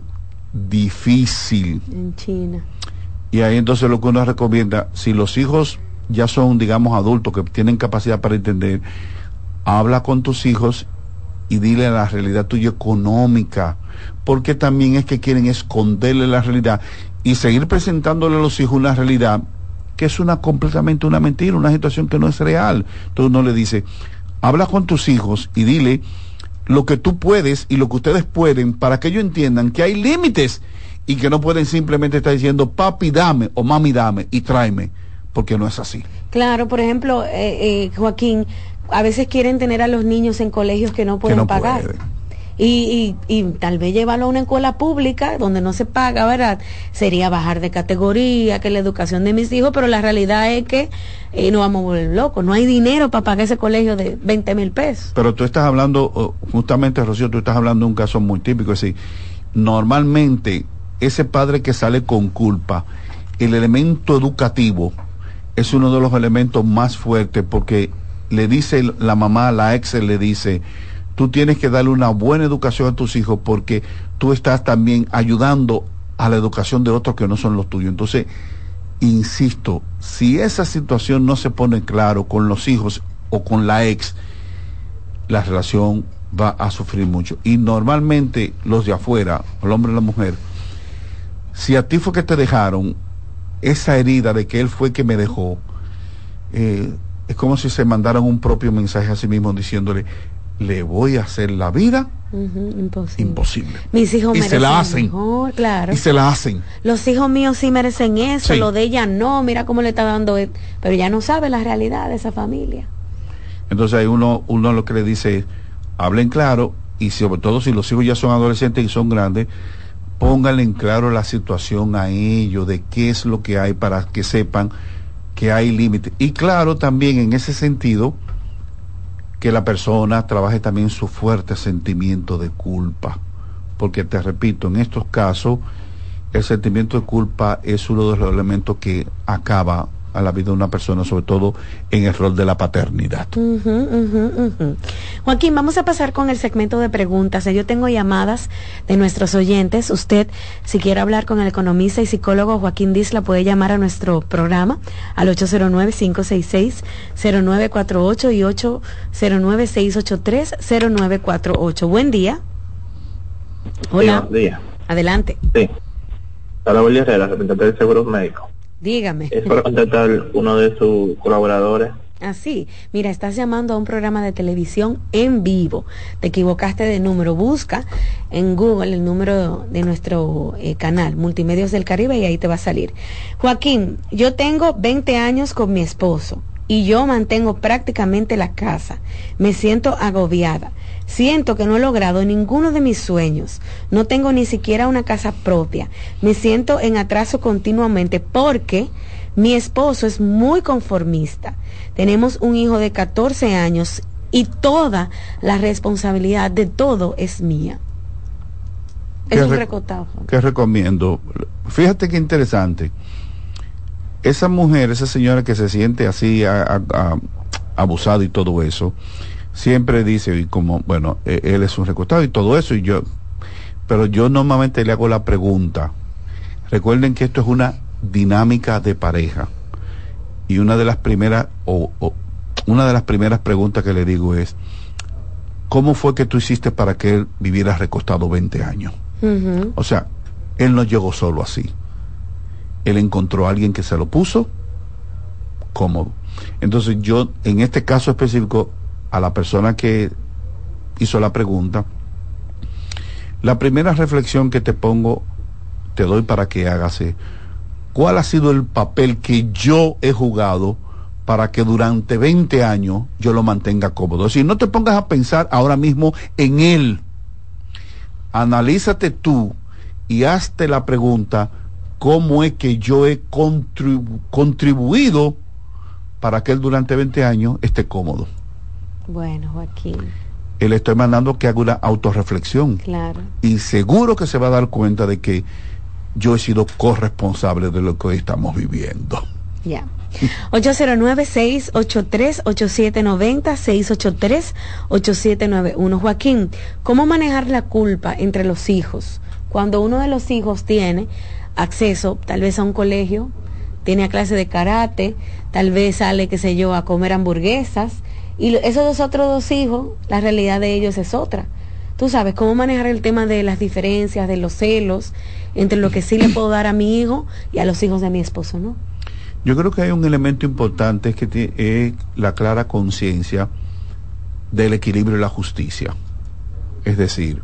difícil. En China. Y ahí entonces lo que uno recomienda, si los hijos ya son, digamos, adultos que tienen capacidad para entender, habla con tus hijos y dile la realidad tuya económica, porque también es que quieren esconderle la realidad y seguir presentándole a los hijos una realidad que es completamente una mentira, una situación que no es real. Entonces uno le dice, habla con tus hijos y dile lo que tú puedes y lo que ustedes pueden, para que ellos entiendan que hay límites y que no pueden simplemente estar diciendo papi dame o mami dame y tráeme, porque no es así. Claro, por ejemplo, Joaquín, a veces quieren tener a los niños en colegios que no pueden pagar. Y tal vez llevarlo a una escuela pública donde no se paga, ¿verdad? Sería bajar de categoría, que la educación de mis hijos, pero la realidad es que no vamos a volver locos, no hay dinero para pagar ese colegio de 20,000 pesos. Pero tú estás hablando, justamente, Rocío, tú estás hablando de un caso muy típico, es decir, normalmente ese padre que sale con culpa, el elemento educativo es uno de los elementos más fuertes, porque le dice la mamá, la ex le dice, tú tienes que darle una buena educación a tus hijos porque tú estás también ayudando a la educación de otros que no son los tuyos. Entonces, insisto, si esa situación no se pone claro con los hijos o con la ex, la relación va a sufrir mucho. Y normalmente los de afuera, el hombre y la mujer, si a ti fue que te dejaron, esa herida de que él fue que me dejó, es como si se mandaran un propio mensaje a sí mismo diciéndole, le voy a hacer la vida imposible. Mis hijos y merecen se la hacen mejor, claro. Y se la hacen. Los hijos míos sí merecen eso, Sí. Lo de ella no, mira cómo le está dando, pero ella no sabe la realidad de esa familia. Entonces ahí uno lo que le dice es, hablen claro, y sobre todo si los hijos ya son adolescentes y son grandes, pónganle en claro la situación a ellos, de qué es lo que hay, para que sepan que hay límites. Y claro, también en ese sentido, que la persona trabaje también su fuerte sentimiento de culpa, porque te repito, en estos casos el sentimiento de culpa es uno de los elementos que acaba a la vida de una persona, sobre todo en el rol de la paternidad. Joaquín, vamos a pasar con el segmento de preguntas. Yo tengo llamadas de nuestros oyentes. Usted, si quiere hablar con el economista y psicólogo Joaquín Disla, puede llamar a nuestro programa al 809-566-0948 y 809-683-0948. Buen día. Hola. Buenos días. Adelante. Sí. Hola, Willy Herrera, representante del Seguro Médico. Dígame. Es para contactar uno de sus colaboradores. Así, mira, estás llamando a un programa de televisión en vivo. Te equivocaste de número. Busca en Google el número de nuestro canal, Multimedios del Caribe, y ahí te va a salir. Joaquín, yo tengo 20 años con mi esposo y yo mantengo prácticamente la casa. Me siento agobiada. Siento que no he logrado ninguno de mis sueños. No tengo ni siquiera una casa propia. Me siento en atraso continuamente porque mi esposo es muy conformista. Tenemos un hijo de 14 años y toda la responsabilidad de todo es mía. Es un recotado. ¿Qué recomiendo? Fíjate qué interesante. Esa mujer, esa señora que se siente así abusada y todo eso, siempre dice, y como, bueno, él es un recostado y todo eso, pero yo normalmente le hago la pregunta. Recuerden que esto es una dinámica de pareja, y una de las primeras preguntas que le digo es, ¿cómo fue que tú hiciste para que él viviera recostado 20 años? O sea, Él no llegó solo así. Él encontró a alguien que se lo puso cómodo. Entonces yo, en este caso específico, a la persona que hizo la pregunta, la primera reflexión que te doy para que hagas es, ¿cuál ha sido el papel que yo he jugado para que durante 20 años yo lo mantenga cómodo? Si no te pongas a pensar ahora mismo en él, analízate tú y hazte la pregunta, ¿cómo es que yo he contribuido para que él durante 20 años esté cómodo? Bueno, Joaquín. Le estoy mandando que haga una autorreflexión. Claro. Y seguro que se va a dar cuenta de que yo he sido corresponsable de lo que hoy estamos viviendo. Ya. 809-683-8790, 683-8791. Joaquín, ¿cómo manejar la culpa entre los hijos? Cuando uno de los hijos tiene acceso tal vez a un colegio, tiene a clase de karate, tal vez sale, qué sé yo, a comer hamburguesas, y esos otros dos hijos, la realidad de ellos es otra. Tú sabes, ¿cómo manejar el tema de las diferencias, de los celos, entre lo que sí le puedo dar a mi hijo y a los hijos de mi esposo, ¿no? Yo creo que hay un elemento importante que es la clara conciencia del equilibrio y la justicia. Es decir,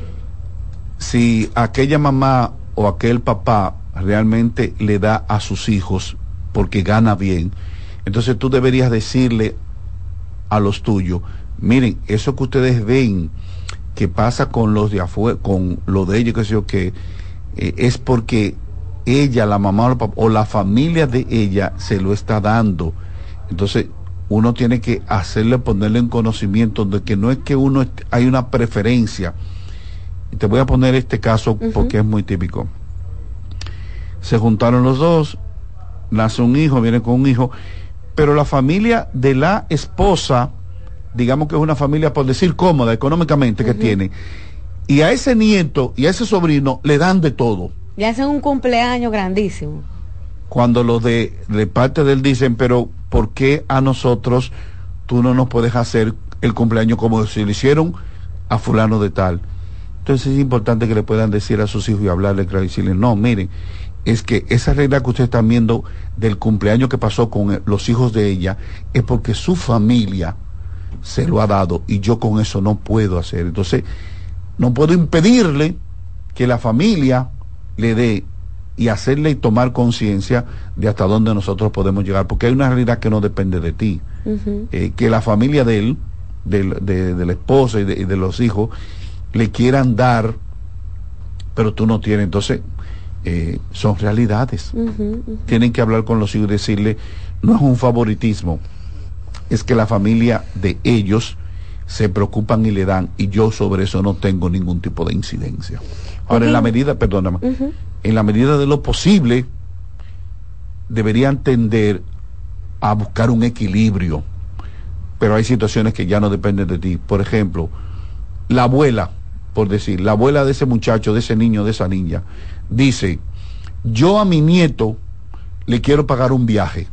si aquella mamá o aquel papá realmente le da a sus hijos porque gana bien, entonces tú deberías decirle a los tuyos, miren, eso que ustedes ven que pasa con los de afuera, con lo de ellos, que sé yo, que es porque ella, la mamá o la familia de ella se lo está dando. Entonces uno tiene que ponerle en conocimiento de que no es que hay una preferencia. Y te voy a poner este caso porque es muy típico. Se juntaron los dos, nace un hijo, viene con un hijo, pero la familia de la esposa, digamos que es una familia, por decir, cómoda económicamente que tiene, y a ese nieto y a ese sobrino le dan de todo. Le hacen un cumpleaños grandísimo. Cuando los de parte de él dicen, pero ¿por qué a nosotros tú no nos puedes hacer el cumpleaños como si lo hicieron a fulano de tal? Entonces es importante que le puedan decir a sus hijos y hablarle claro y decirle, no, miren, es que esa regla que ustedes están viendo del cumpleaños que pasó con los hijos de ella es porque su familia se lo ha dado y yo con eso no puedo hacer. Entonces no puedo impedirle que la familia le dé y hacerle y tomar conciencia de hasta dónde nosotros podemos llegar, porque hay una realidad que no depende de ti. Que la familia de él, de la esposa y de los hijos le quieran dar, pero tú no tienes. Entonces son realidades. Tienen que hablar con los hijos y decirle, no es un favoritismo, es que la familia de ellos se preocupan y le dan, y yo sobre eso no tengo ningún tipo de incidencia. Ahora, en la medida, perdóname, en la medida de lo posible, deberían tender a buscar un equilibrio, pero hay situaciones que ya no dependen de ti. Por ejemplo, la abuela, por decir, la abuela de ese muchacho, de ese niño, de esa niña, dice, yo a mi nieto le quiero pagar un viaje.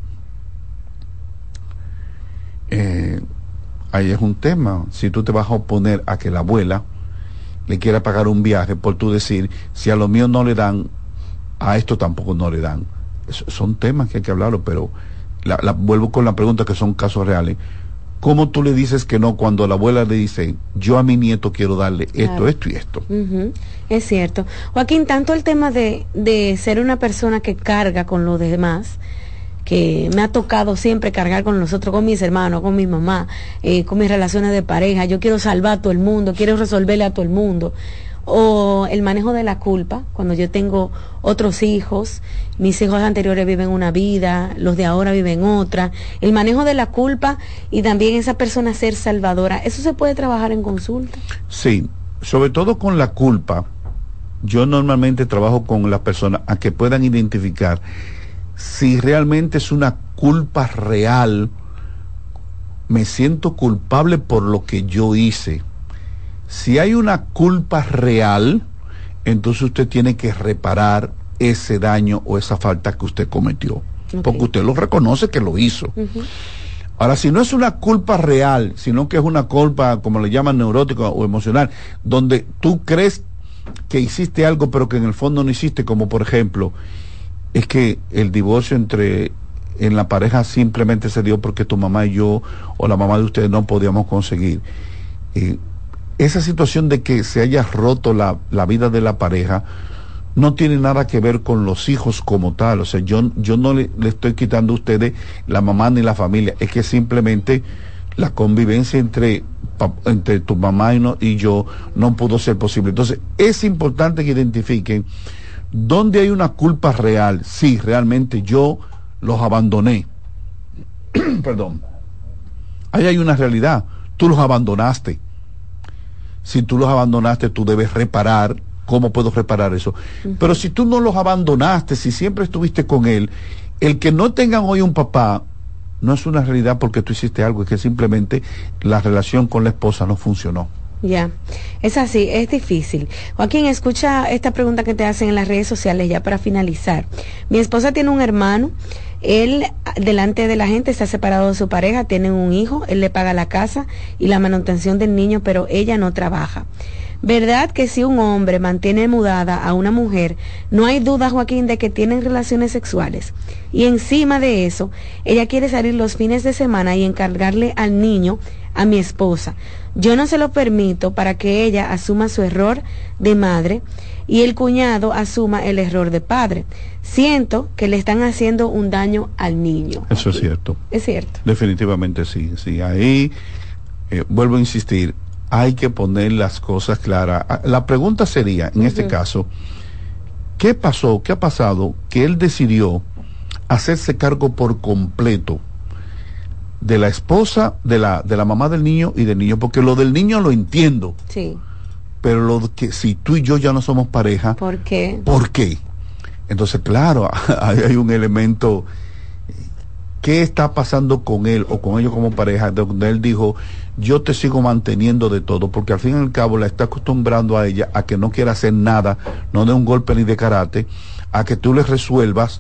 Ahí es un tema. Si tú te vas a oponer a que la abuela le quiera pagar un viaje, por tú decir, si a los míos no le dan, a esto tampoco no le dan. Son temas que hay que hablarlo, pero vuelvo con la pregunta, que son casos reales. ¿Cómo tú le dices que no cuando la abuela le dice, yo a mi nieto quiero darle esto, esto y esto? Es cierto. Joaquín, tanto el tema de ser una persona que carga con los demás, que me ha tocado siempre cargar con nosotros, con mis hermanos, con mi mamá, con mis relaciones de pareja, yo quiero salvar a todo el mundo, quiero resolverle a todo el mundo, o el manejo de la culpa, cuando yo tengo otros hijos, mis hijos anteriores viven una vida, los de ahora viven otra, el manejo de la culpa y también esa persona ser salvadora, ¿eso se puede trabajar en consulta? Sí, sobre todo con la culpa. Yo normalmente trabajo con las personas a que puedan identificar si realmente es una culpa real, me siento culpable por lo que yo hice. Si hay una culpa real, entonces usted tiene que reparar ese daño o esa falta que usted cometió, porque usted lo reconoce que lo hizo. Ahora, si no es una culpa real, sino que es una culpa, como le llaman, neurótica o emocional, donde tú crees que hiciste algo pero que en el fondo no hiciste, como por ejemplo, es que el divorcio en la pareja simplemente se dio porque tu mamá y yo o la mamá de ustedes no podíamos conseguir. Esa situación de que se haya roto la vida de la pareja no tiene nada que ver con los hijos como tal. O sea, yo no le estoy quitando a ustedes la mamá ni la familia, es que simplemente la convivencia entre tu mamá y yo no pudo ser posible. Entonces es importante que identifiquen dónde hay una culpa real. Sí, realmente yo los abandoné. Perdón. Ahí hay una realidad. Tú los abandonaste. Si tú los abandonaste, tú debes reparar. ¿Cómo puedo reparar eso? Pero si tú no los abandonaste, si siempre estuviste con él, el que no tengan hoy un papá no es una realidad porque tú hiciste algo, es que simplemente la relación con la esposa no funcionó. Ya, es así, es difícil. Joaquín, escucha esta pregunta que te hacen en las redes sociales ya para finalizar. Mi esposa tiene un hermano, él delante de la gente está separado de su pareja, tienen un hijo, él le paga la casa y la manutención del niño, pero ella no trabaja. ¿Verdad que si un hombre mantiene mudada a una mujer, no hay duda, Joaquín, de que tienen relaciones sexuales? Y encima de eso, ella quiere salir los fines de semana y encargarle al niño a mi esposa. Yo no se lo permito para que ella asuma su error de madre y el cuñado asuma el error de padre. Siento que le están haciendo un daño al niño. Eso es cierto. Es cierto. Definitivamente sí. Sí, ahí vuelvo a insistir. Hay que poner las cosas claras. La pregunta sería, en este caso, ¿qué pasó, qué ha pasado que él decidió hacerse cargo por completo de la esposa, de la mamá del niño y del niño? Porque lo del niño lo entiendo. Sí. Pero lo que si tú y yo ya no somos pareja, ¿por qué? ¿Por qué? Entonces, claro, hay un elemento. ¿Qué está pasando con él o con ellos como pareja? Donde él dijo, yo te sigo manteniendo de todo, porque al fin y al cabo la está acostumbrando a ella a que no quiera hacer nada, no de un golpe ni de karate, a que tú le resuelvas,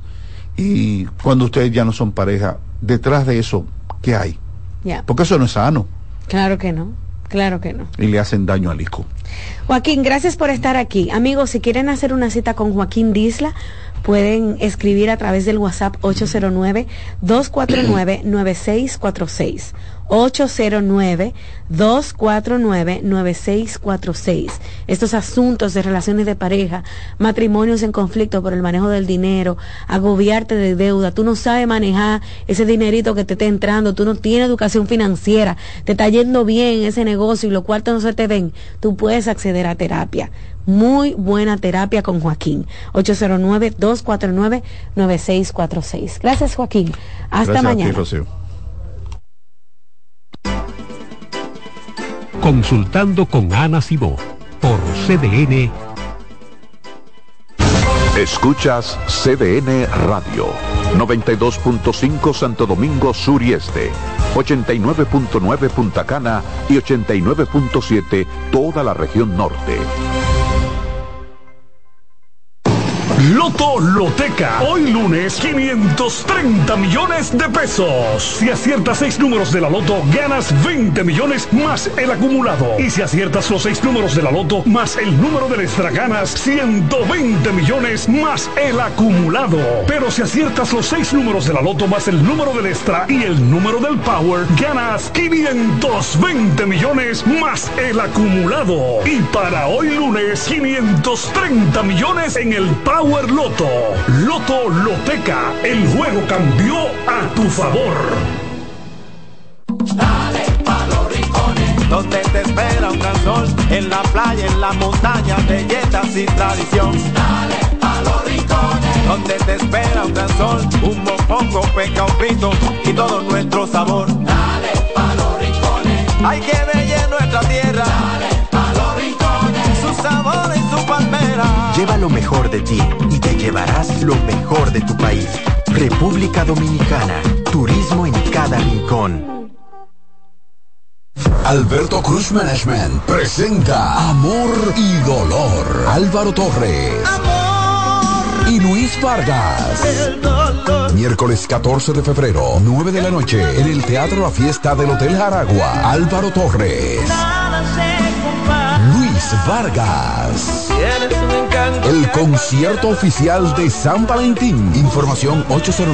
y cuando ustedes ya no son pareja, detrás de eso, ¿qué hay? Yeah. Porque eso no es sano. Claro que no. Claro que no. Y le hacen daño al hijo. Joaquín, gracias por estar aquí. Amigos, si quieren hacer una cita con Joaquín Disla, pueden escribir a través del WhatsApp 809-249-9646. 809-249-9646. Estos asuntos de relaciones de pareja, matrimonios en conflicto por el manejo del dinero, agobiarte de deuda, tú no sabes manejar ese dinerito que te está entrando, tú no tienes educación financiera, te está yendo bien ese negocio y los cuartos no se te ven, tú puedes acceder a terapia. Muy buena terapia con Joaquín. 809-249-9646. Gracias, Joaquín. Hasta mañana. A ti, Rocío. Consultando con Ana Simó por CDN. Escuchas CDN Radio, 92.5 Santo Domingo Sur y Este, 89.9 Punta Cana y 89.7 toda la región norte. Loto Loteca. Hoy lunes, 530 millones de pesos. Si aciertas 6 números de la Loto, ganas 20 millones más el acumulado. Y si aciertas los 6 números de la Loto más el número del extra, ganas 120 millones más el acumulado. Pero si aciertas los 6 números de la Loto más el número del extra y el número del Power, ganas 520 millones más el acumulado. Y para hoy lunes, 530 millones en el Power Loto. Loto Loteca, el juego cambió a tu favor. Dale pa' los rincones, donde te espera un gran sol, en la playa, en la montaña, belletas y tradición. Dale pa' los rincones, donde te espera un gran sol, un mofongo, peca, un frito y todo nuestro sabor. Dale pa' los rincones, hay que ver nuestra tierra. Dale pa' los rincones, su sabor y su palmera. Lleva lo mejor de ti y te llevarás lo mejor de tu país. República Dominicana. Turismo en cada rincón. Alberto Cruz Management presenta Amor y Dolor. Álvaro Torres. Amor. Y Luis Vargas. Miércoles 14 de febrero, 9 de la noche, en el Teatro La Fiesta del Hotel Jaragua. Álvaro Torres. Luis Vargas. tienes un encanto. El concierto oficial de San Valentín. Información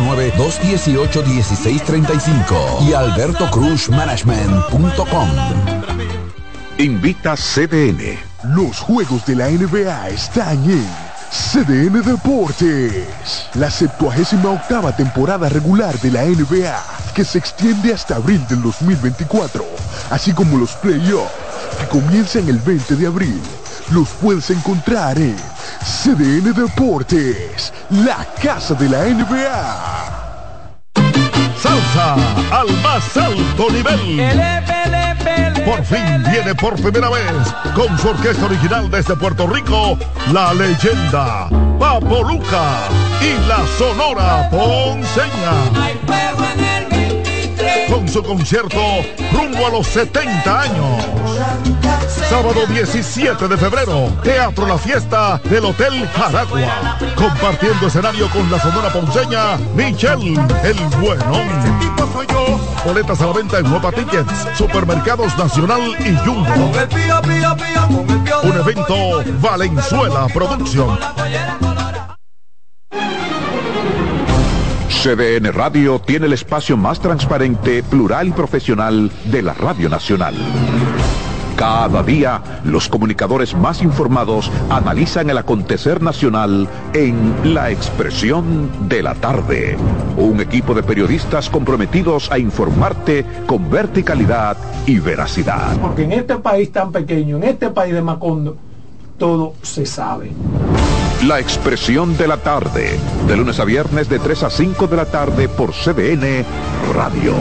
809-218-1635 y albertocruzmanagement.com. Invita CDN. Los juegos de la NBA están en CDN Deportes. La 78ª temporada regular de la NBA, que se extiende hasta abril del 2024, así como los playoffs, que comienzan el 20 de abril. Los puedes encontrar en CDN Deportes, la casa de la NBA. Salsa al más alto nivel. Por fin viene por primera vez con su orquesta original desde Puerto Rico, la leyenda Papo Luca y la Sonora Ponceña. Con su concierto rumbo a los 70 años. Sábado 17 de febrero, Teatro La Fiesta del Hotel Jaragua. Compartiendo escenario con la Sonora Ponceña, Michelle El Buenón. Boletas a la venta en Nueva Tickets, Supermercados Nacional y Jumbo. Un evento Valenzuela Producción. CDN Radio tiene el espacio más transparente, plural y profesional de la Radio Nacional. Cada día, los comunicadores más informados analizan el acontecer nacional en La Expresión de la Tarde. Un equipo de periodistas comprometidos a informarte con verticalidad y veracidad. Porque en este país tan pequeño, en este país de Macondo, todo se sabe. La Expresión de la Tarde, de lunes a viernes de 3 a 5 de la tarde por CDN Radio.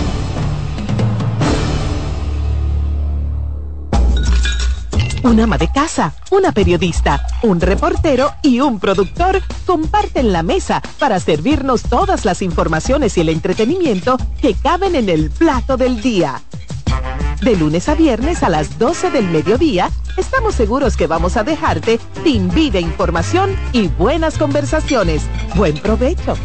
Un ama de casa, una periodista, un reportero y un productor comparten la mesa para servirnos todas las informaciones y el entretenimiento que caben en el plato del día. De lunes a viernes a las 12 del mediodía, estamos seguros que vamos a dejarte sin vida, información y buenas conversaciones. ¡Buen provecho!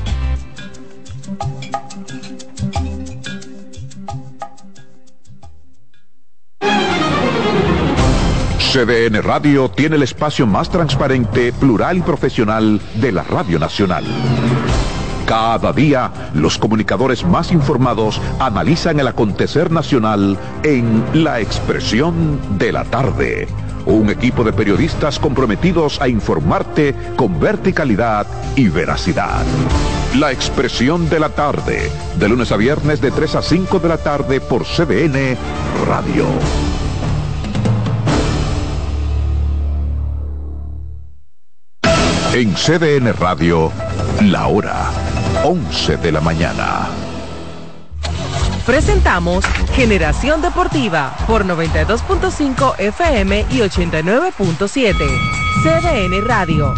CDN Radio tiene el espacio más transparente, plural y profesional de la Radio Nacional. Cada día, los comunicadores más informados analizan el acontecer nacional en La Expresión de la Tarde. Un equipo de periodistas comprometidos a informarte con verticalidad y veracidad. La Expresión de la Tarde, de lunes a viernes de 3 a 5 de la tarde por CDN Radio. En CDN Radio, la hora 11 de la mañana. Presentamos Generación Deportiva por 92.5 FM y 89.7. CDN Radio.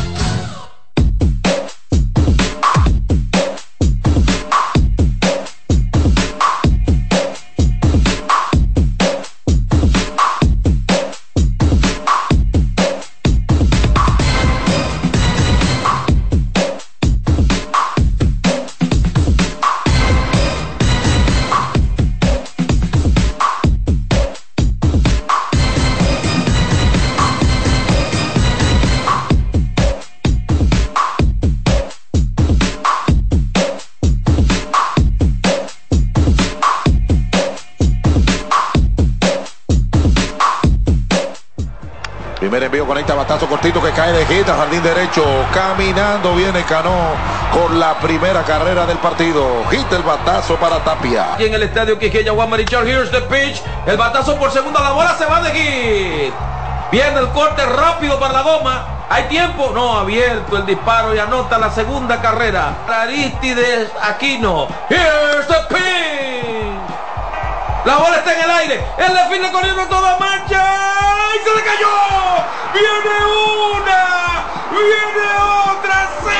Primer envío, conecta batazo cortito que cae de hit, jardín derecho, caminando viene Cano con la primera carrera del partido. Hit el batazo para Tapia. Aquí en el estadio Quisqueya, Juan Marichal, here's the pitch, el batazo por segunda, la bola se va de hit. Viene el corte rápido para la goma. ¿Hay tiempo? No, abierto el disparo y anota la segunda carrera. Aristides Aquino. Here's the pitch. La bola está en el aire. El desfile corriendo toda marcha. ¡Y se le cayó! ¡Viene una! ¡Viene otra,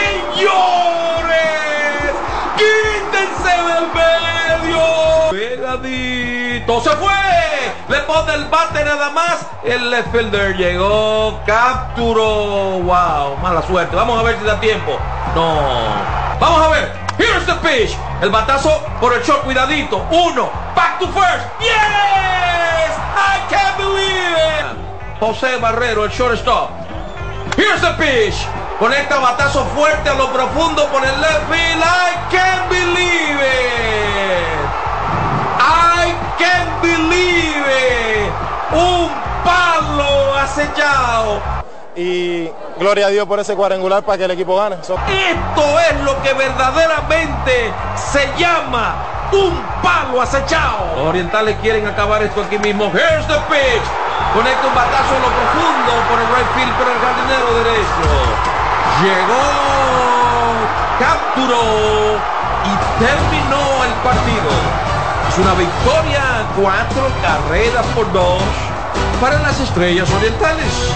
señores! ¡Quítense del medio! Pegadito. ¡Se fue! Le pone el bate nada más. El left fielder llegó. Capturó. ¡Wow! Mala suerte. Vamos a ver si da tiempo. No. Vamos a ver. Here's the pitch. El batazo por el short. Cuidadito. Uno. Back to first. Yes. I can't believe it. José Barrero, el shortstop. Here's the pitch. Conecta batazo fuerte a lo profundo por el left field. I can't believe it. I can't believe it. Un palo acechado. Y gloria a Dios por ese cuadrangular para que el equipo gane. Esto es lo que verdaderamente se llama un palo acechado. Los orientales quieren acabar esto aquí mismo. Here's the pitch. Conecta un batazo a lo profundo por el right field, por el jardinero derecho. Llegó, capturó y terminó el partido. Es una victoria, 4-2 para las Estrellas Orientales.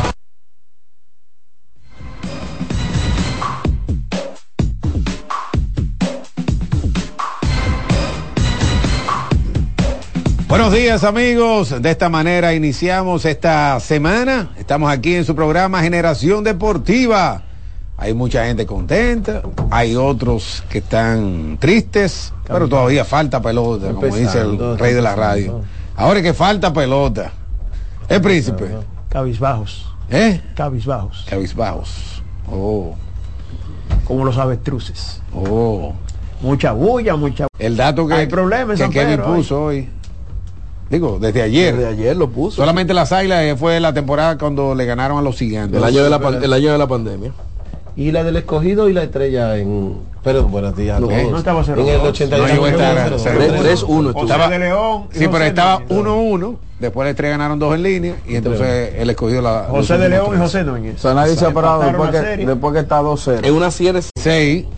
Buenos días, amigos. De esta manera iniciamos esta semana. Estamos aquí en su programa Generación Deportiva. Hay mucha gente contenta, hay otros que están tristes, pero todavía falta pelota, como dice el rey de la radio. Ahora es que falta pelota. El príncipe. Cabizbajos. Cabizbajos. Cabizbajos. Oh. Como los avestruces. Oh. Mucha bulla, mucha. El dato que, hay problemas que Kevin puso hoy. Digo, desde ayer. Desde ayer lo puso. Solamente las Águilas fue la temporada cuando le ganaron a los Gigantes. El año de la pandemia. Y la del Escogido y la Estrella en... Perdón, buenos días. No estaba 0-2. En el 81. 3-1. Estaba de León. Sí, pero estaba 1-1. Después la Estrella ganaron 2 en línea. Y entonces el Escogido la... José de León y José Núñez. O sea, nadie se ha parado después que está 2-0. En una serie 6.